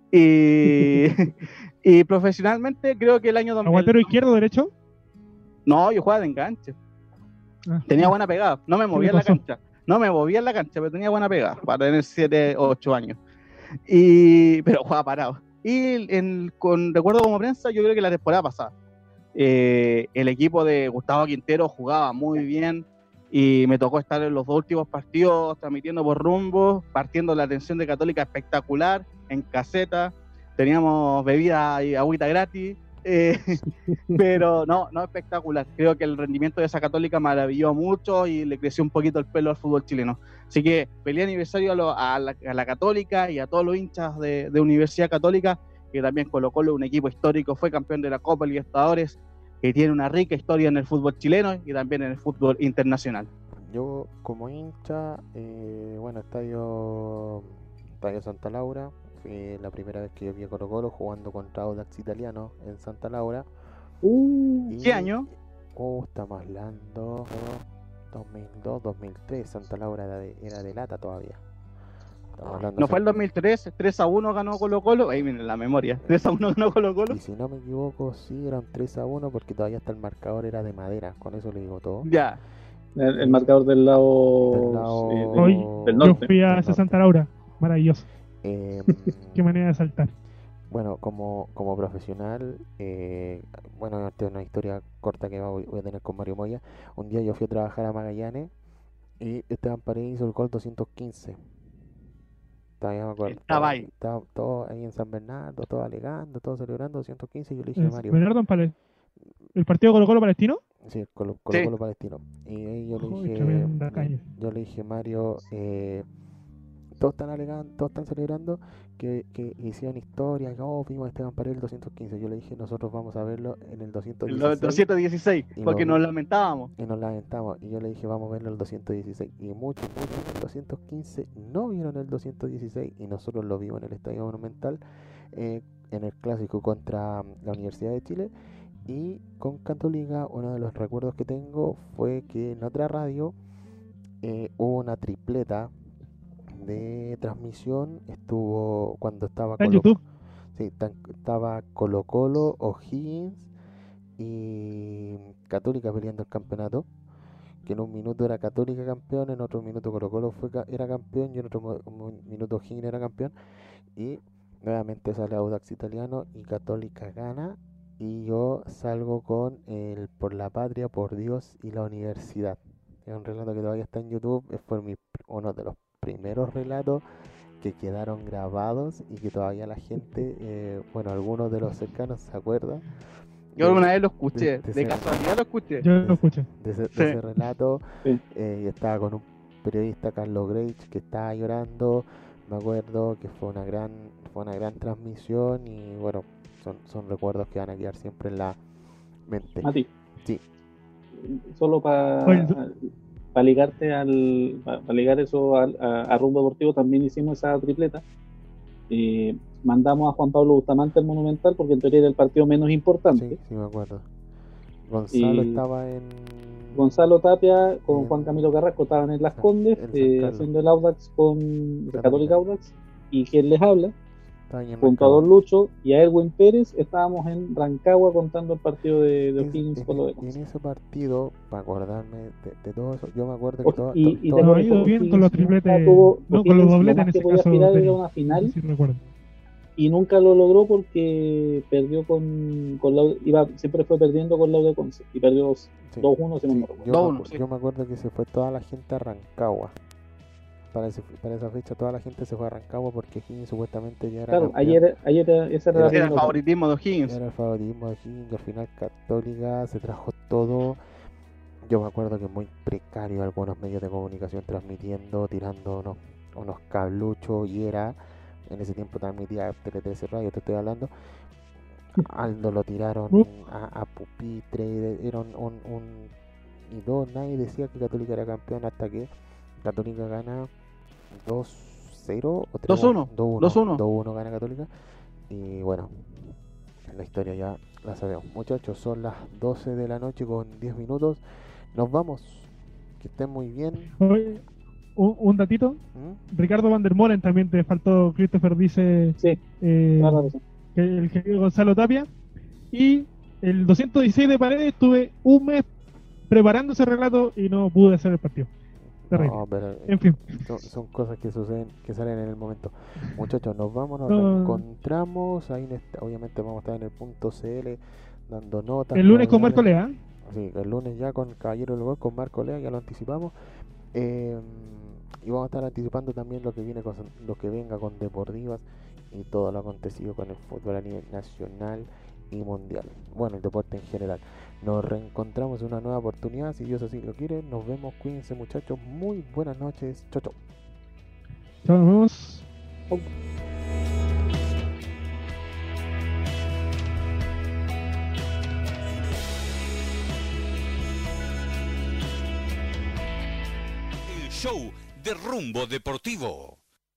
Y, y profesionalmente creo que el año 2000... ¿Aguantero izquierdo o derecho? No, yo jugaba de enganche. Tenía buena pegada, no me movía en la cancha. No me movía en la cancha, pero tenía buena pegada para tener 7 o 8 años. Pero jugaba parado. Y recuerdo como prensa, yo creo que la temporada pasada, el equipo de Gustavo Quintero jugaba muy bien y me tocó estar en los 2 últimos partidos transmitiendo por Rumbo, partiendo la atención de Católica espectacular, en caseta, teníamos bebida y agüita gratis, pero no espectacular. Creo que el rendimiento de esa Católica maravilló mucho y le creció un poquito el pelo al fútbol chileno. Así que feliz aniversario a la Católica y a todos los hinchas de Universidad Católica, que también Colo-Colo, un equipo histórico, fue campeón de la Copa Libertadores, que tiene una rica historia en el fútbol chileno y también en el fútbol internacional. Yo como hincha, estadio Santa Laura, fue la primera vez que yo vi a Colo-Colo jugando contra Audax Italiano en Santa Laura. ¿Qué año? Estamos hablando 2002, 2003, Santa Laura era de lata todavía. ¿No fue el 2003? 3-1 ganó Colo-Colo. Ahí miren la memoria. 3-1 ganó Colo-Colo. Y si no me equivoco, sí, eran 3-1 porque todavía hasta el marcador era de madera. Con eso le digo todo. Ya. El marcador del lado del norte. Yo fui a ese Santa Laura. Maravilloso. Qué manera de saltar. Bueno, como profesional, esta es una historia corta que voy a tener con Mario Moya. Un día yo fui a trabajar a Magallanes y Esteban Paredes hizo el gol 215. Todavía me acuerdo. Estaba ahí. Estaba todo ahí en San Bernardo, todo alegando, todo celebrando 215. Y yo le dije a Mario. ¿Bernardo el partido Colo-Colo Palestino? Sí, Colo-Colo Palestino. Y ahí yo le dije, Mario, todos están alegando, todos están celebrando que hicieron historia, que vimos a Esteban Paredes el 215. Yo le dije, nosotros vamos a verlo en el 216. El 216, porque nos lamentábamos. Y nos lamentamos. Y yo le dije, vamos a verlo el 216. Y muchos en el 215 no vieron el 216 y nosotros lo vimos en el Estadio Monumental, en el clásico contra la Universidad de Chile. Y con Católica, uno de los recuerdos que tengo fue que en otra radio hubo una tripleta de transmisión. Estuvo cuando estaba en YouTube. Sí, estaba Colo-Colo, O'Higgins y Católica peleando el campeonato, que en un minuto era Católica campeón, en otro minuto Colo-Colo era campeón y en otro minuto O'Higgins era campeón, y nuevamente sale Audax Italiano y Católica gana, y yo salgo con el Por la Patria, por Dios y la Universidad. Es un relato que todavía está en YouTube, fue uno de los primeros relatos que quedaron grabados y que todavía la gente, algunos de los cercanos se acuerdan. Yo alguna vez lo escuché, de casualidad lo escuché. Yo lo escuché. De ese relato, y estaba con un periodista, Carlos Greich, que estaba llorando. Me acuerdo que fue una gran transmisión y bueno, son recuerdos que van a quedar siempre en la mente. Mati. Sí. Solo para ligarte para ligar eso a Rumbo Deportivo, también hicimos esa tripleta. Mandamos a Juan Pablo Bustamante al Monumental porque en teoría era el partido menos importante. Sí, me acuerdo. Gonzalo estaba en... Gonzalo Tapia con Juan Camilo Carrasco estaban en Las Condes, haciendo el Audax con el Católica Audax, y quien les habla junto a Don Lucho y a Erwin Pérez estábamos en Rancagua contando el partido de O'Higgins con lo de Conce. En ese partido, para acordarme de todo eso, yo me acuerdo que todo ha ido bien con los tripletes, con los dobletes en ese caso. Era una final, sí, recuerdo. Y nunca lo logró porque perdió siempre fue perdiendo con la de Conce y perdió 2-1, si no me recuerdo. Yo me acuerdo que se fue toda la gente a Rancagua. Para esa fecha toda la gente se fue a Rancagua porque Higgins supuestamente ya era campeón. Ayer ese era el favoritismo de Higgins. Era el favoritismo de Higgins, al final Católica se trajo todo. Yo me acuerdo que muy precario algunos medios de comunicación transmitiendo, tirando unos cabluchos, y en ese tiempo transmitía Tele 13 Radio, te estoy hablando. Aldo lo tiraron a pupitre, era y dos, nadie decía que Católica era campeón hasta que Católica gana 2-0 o 2-1 2-1 gana Católica. Y bueno, La historia ya la sabemos. Muchachos, son las 12 de la noche con 10 minutos. Nos vamos. Que estén muy bien. Oye, un datito. ¿Mm? Ricardo Van der Molen también te faltó. Christopher dice Sí, claro. que el querido Gonzalo Tapia. Y el 216 de Paredes estuve un mes preparando ese relato y no pude hacer el partido. Terrible. No, pero En fin. son cosas que suceden, que salen en el momento. Muchachos, nos vamos, nos No. reencontramos. Ahí obviamente vamos a estar en el punto CL dando notas. El lunes con novedades. Marco Lea. Sí, el lunes ya con Caballero del Gol, con Marco Lea, ya lo anticipamos. Y vamos a estar anticipando también lo que viene con, lo que venga con Deportivas y todo lo acontecido con el fútbol a nivel nacional y mundial. Bueno, el deporte en general. Nos reencontramos en una nueva oportunidad, si Dios así lo quiere. Nos vemos, cuídense muchachos, muy buenas noches. Chau, chau. Chao, nos vemos. El show de Rumbo Deportivo.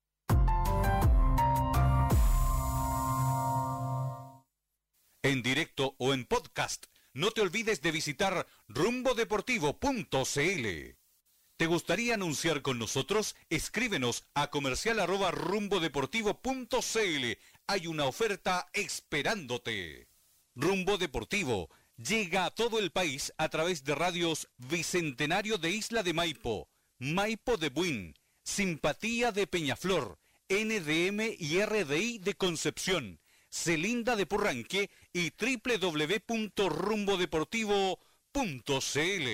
En directo o en podcast, no te olvides de visitar rumbodeportivo.cl. ¿Te gustaría anunciar con nosotros? Escríbenos a comercial@rumbodeportivo.cl. Hay una oferta esperándote. Rumbo Deportivo llega a todo el país a través de radios Bicentenario de Isla de Maipo, Maipo de Buin, Simpatía de Peñaflor, NDM y RDI de Concepción, Celinda de Purranque y www.rumbodeportivo.cl.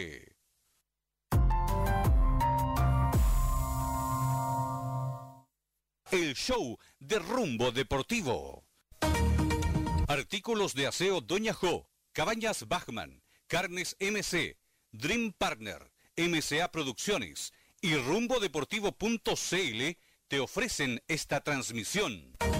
El show de Rumbo Deportivo. Artículos de aseo Doña Jo, Cabañas Bachmann, Carnes MC, Dream Partner, MCA Producciones y rumbodeportivo.cl te ofrecen esta transmisión.